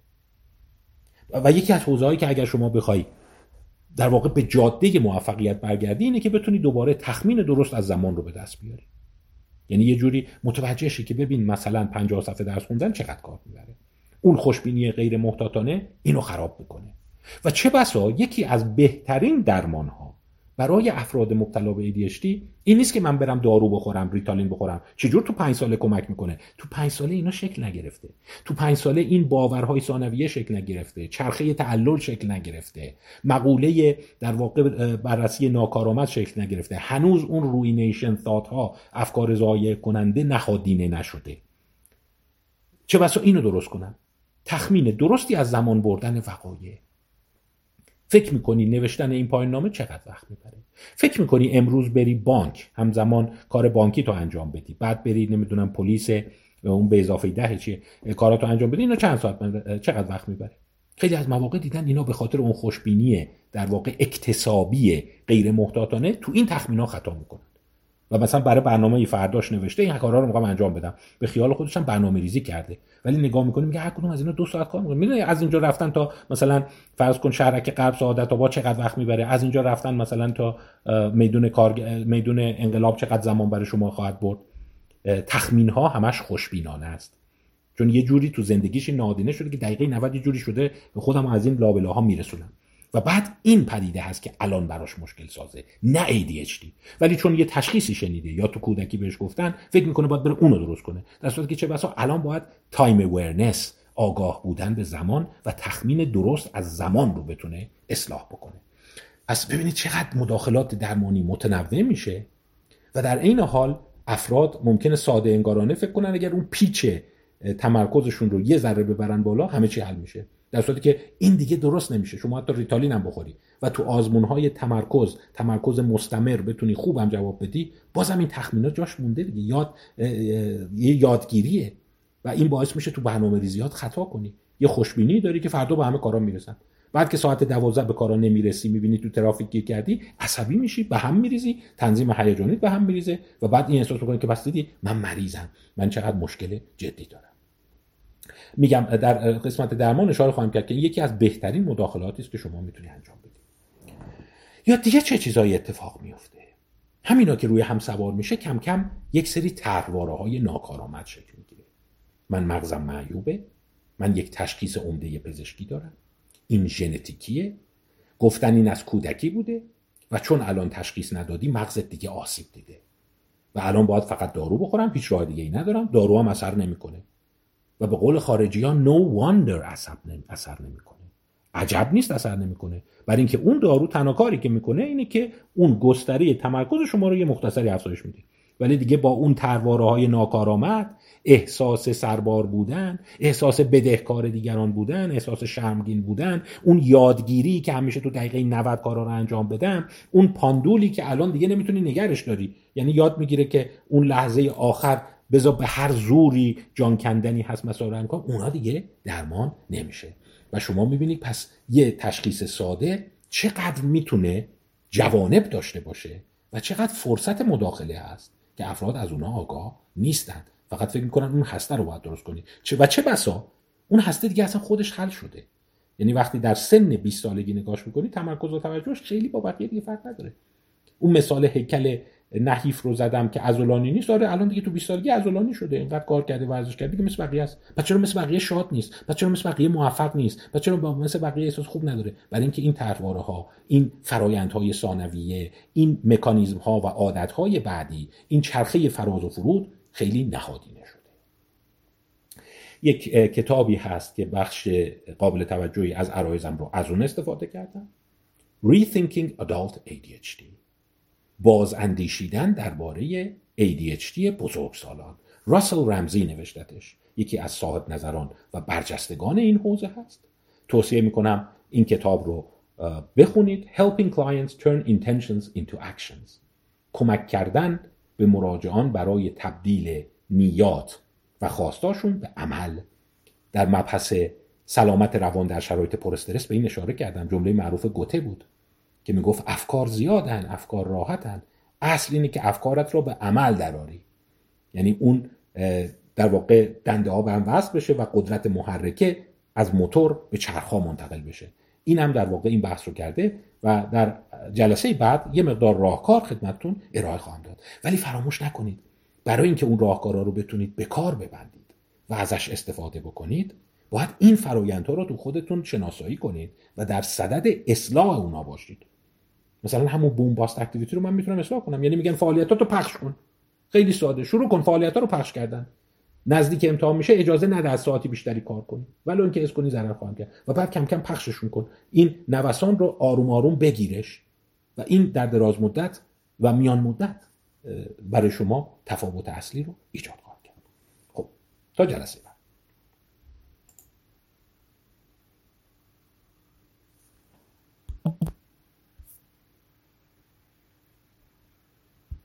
S1: و یکی از حوزه‌هایی که اگر شما بخوای در واقع به جاده موفقیت برگردی اینه که بتونی دوباره تخمین درست از زمان رو به دست بیاری. یعنی یه جوری متوجه شی که ببین مثلا 50 صفحه درس خوندن چقدر کار میبره. اون خوشبینی غیر محتاطانه اینو خراب میکنه. و چه بسا یکی از بهترین درمان‌ها برای افراد مبتلا به ADHD این نیست که من برم دارو بخورم، ریتالین بخورم. چجور تو 5 ساله کمک میکنه؟ تو 5 ساله اینا شکل نگرفته. تو 5 ساله این باورهای ثانویه شکل نگرفته، چرخه تعلل شکل نگرفته، مقوله در واقع بررسی ناکارآمد شکل نگرفته. هنوز اون روینیشن ثات ها، افکار ضایع کننده نهادینه نشده. چه بسا اینو درست کنن. تخمین درستی از زمان بردن وقایع. فکر میکنی نوشتن این پایان نامه چقدر وقت میبره؟ فکر میکنی امروز بری بانک همزمان کار بانکی تو انجام بدی، بعد بری نمیدونم پلیس اون به اضافه 10 چیه کاراتو انجام بدی، اینا چند ساعت چقدر وقت میبره؟ خیلی از مواقع دیدن اینا به خاطر اون خوشبینی در واقع اکتسابی غیر محتاطانه تو این تخمینا خطا میکنن. و مثلا برای برنامه فرداش نوشته این کارا رو میخوام انجام بدم، به خیال خودش هم برنامه‌ریزی کرده، ولی نگاه می‌کنی میگه هر کدوم از اینا 2 ساعت کار می‌کنه. میدونی از اینجا رفتن تا مثلا فرض کن شهرک غرب سعادت آباد چقدر وقت میبره، از اینجا رفتن مثلا تا میدون انقلاب چقدر زمان برای شما خواهد برد. تخمین‌ها همش خوشبینانه است، چون یه جوری تو زندگیش نادیده شده که دقیقه 90 یه جوری شده به خودم از این لابلاها میرسونم و بعد این پدیده هست که الان براش مشکل سازه، نه ADHD، ولی چون یه تشخیصی شنیده یا تو کودکی بهش گفتن فکر میکنه باید بره اونو درست کنه، در صورتی که چه بسا الان باید تایم اوورنس، آگاه بودن به زمان و تخمین درست از زمان رو بتونه اصلاح بکنه. پس ببینید چقدر مداخلات درمانی متنوع میشه و در عین حال افراد ممکنه ساده انگارانه فکر کنن اگر اون پیچ تمرکزشون رو یه ذره ببرن بالا همه چی حل میشه، در صورتی که این دیگه درست نمیشه. شما حتی ریتالین هم بخوری و تو آزمون‌های تمرکز مستمر بتونی خوبم جواب بدی، بازم این تخمینات جاش مونده دیگه. یه یادگیریه و این باعث میشه تو برنامه‌ریزیات خطا کنی. یه خوشبینی داری که فردا به همه کارا میرسن، بعد که ساعت 12 به کارا نمیرسی، میبینی تو ترافیک گیر کردی، عصبی میشی، به هم میریزی، تنظیم هیجانیت به هم میریزه و بعد این احساس میکنی که بس دیدی من مریضم، من چقدر مشکل جدی دارم. میگم در قسمت درمان اشاره خواهم کرد که یکی از بهترین مداخلاتی است که شما میتونی انجام بدی. یا دیگه چه چیزایی اتفاق میفته؟ همینا که روی هم سوار میشه کم کم یک سری طرحواره‌های ناکارآمد شکل میگیره. من مغزم معیوبه، من یک تشخیص عمده پزشکی دارم، این ژنتیکیه، گفتن این از کودکی بوده و چون الان تشخیص ندادی مغزت دیگه آسیب دیده و الان باید فقط دارو بخورم، هیچ راه دیگه ای ندارم، دارو هم اثر نمیکنه و به قول خارجی ها no wonder اثر نمیکنه. عجب نیست اثر نمیکنه، برای اینکه اون دارو تنها کاری که میکنه اینه که اون گستره تمرکز شما رو یه مختصری افزایش میده، ولی دیگه با اون طرحواره‌های ناکارآمد، احساس سربار بودن، احساس بدهکار دیگران بودن، احساس شرمگین بودن، اون یادگیری که همیشه تو دقیقه 90 کارا رو انجام بدم، اون پاندولی که الان دیگه نمیتونی نگرش داری، یعنی یاد میگیره که اون لحظه آخر بذار به هر زوری جان کندنی هست مسائل انجام، اونا دیگه درمان نمیشه. و شما میبینید پس یه تشخیص ساده چقدر میتونه جوانب داشته باشه و چقدر فرصت مداخله هست که افراد از اونها آگاه نیستن، فقط فکر میکنن اون هسته رو باید درست کنی چه بسا اون هسته دیگه اصلا خودش حل شده. یعنی وقتی در سن 20 سالگی نگاش میکنی تمرکز و توجهش خیلی با بقیه دیگه فرق نداره. اون مثال هیکل نحیف رو زدم که عضلانی نیست، آره الان دیگه تو 20 سالگی عضلانی شده، اینقدر کار کرده، ورزش کرده، دیگه مثل بقیه است. پس چرا مثل بقیه شاد نیست؟ پس چرا مثل بقیه موفق نیست؟ پس چرا مثل بقیه احساس خوب نداره؟ برای اینکه این طرحواره‌ها، این فرآیندهای ثانویه، این مکانیزم‌ها و عادت‌های بعدی، این چرخه فراز و فرود خیلی نهادینه شده. یک کتابی هست که بخش قابل توجهی از عرایزم رو از اون استفاده کردم، Rethinking Adult ADHD، باز اندیشیدن درباره ADHD بزرگسالان. راسل رمزی نوشتتش، یکی از صاحب نظران و برجستگان این حوزه هست. توصیه میکنم این کتاب رو بخونید. Helping Clients Turn Intentions into Actions، کمک کردن به مراجعان برای تبدیل نیات و خواستاشون به عمل. در مبحث سلامت روان در شرایط پر استرس به این اشاره کردم. جمله معروف گوته بود که میگفت افکار زیادن، افکار راحتن، اصل اینه که افکارت رو به عمل دراری. یعنی اون در واقع دنده ها به هم وصل بشه و قدرت محرکه از موتور به چرخ‌ها منتقل بشه. این هم در واقع این بحث رو کرده و در جلسه بعد یه مقدار راهکار خدمتتون ارائه خواهم داد. ولی فراموش نکنید برای اینکه اون راهکارا رو بتونید به کار ببندید و ازش استفاده بکنید، باید این فرآیندها رو تو خودتون شناسایی کنید و در صدد اصلاح اونا باشید. مثلا همون بومباست اکتیویتی رو من میتونم اصلاح کنم، یعنی میگن فعالیتاتو پخش کن، خیلی ساده شروع کن فعالیت‌ها رو پخش کردن، نزدیک امتحان میشه اجازه نده از ساعتی بیشتری کار کنی، ولی اون که اس کنی ضرر خواهم کرد و بعد کم کم پخششون کن. این نوسان رو آروم آروم بگیرش و این در دراز مدت و میان مدت برای شما تفاوت اصلی رو ایجاد خواهد کرد. خب تا جلسه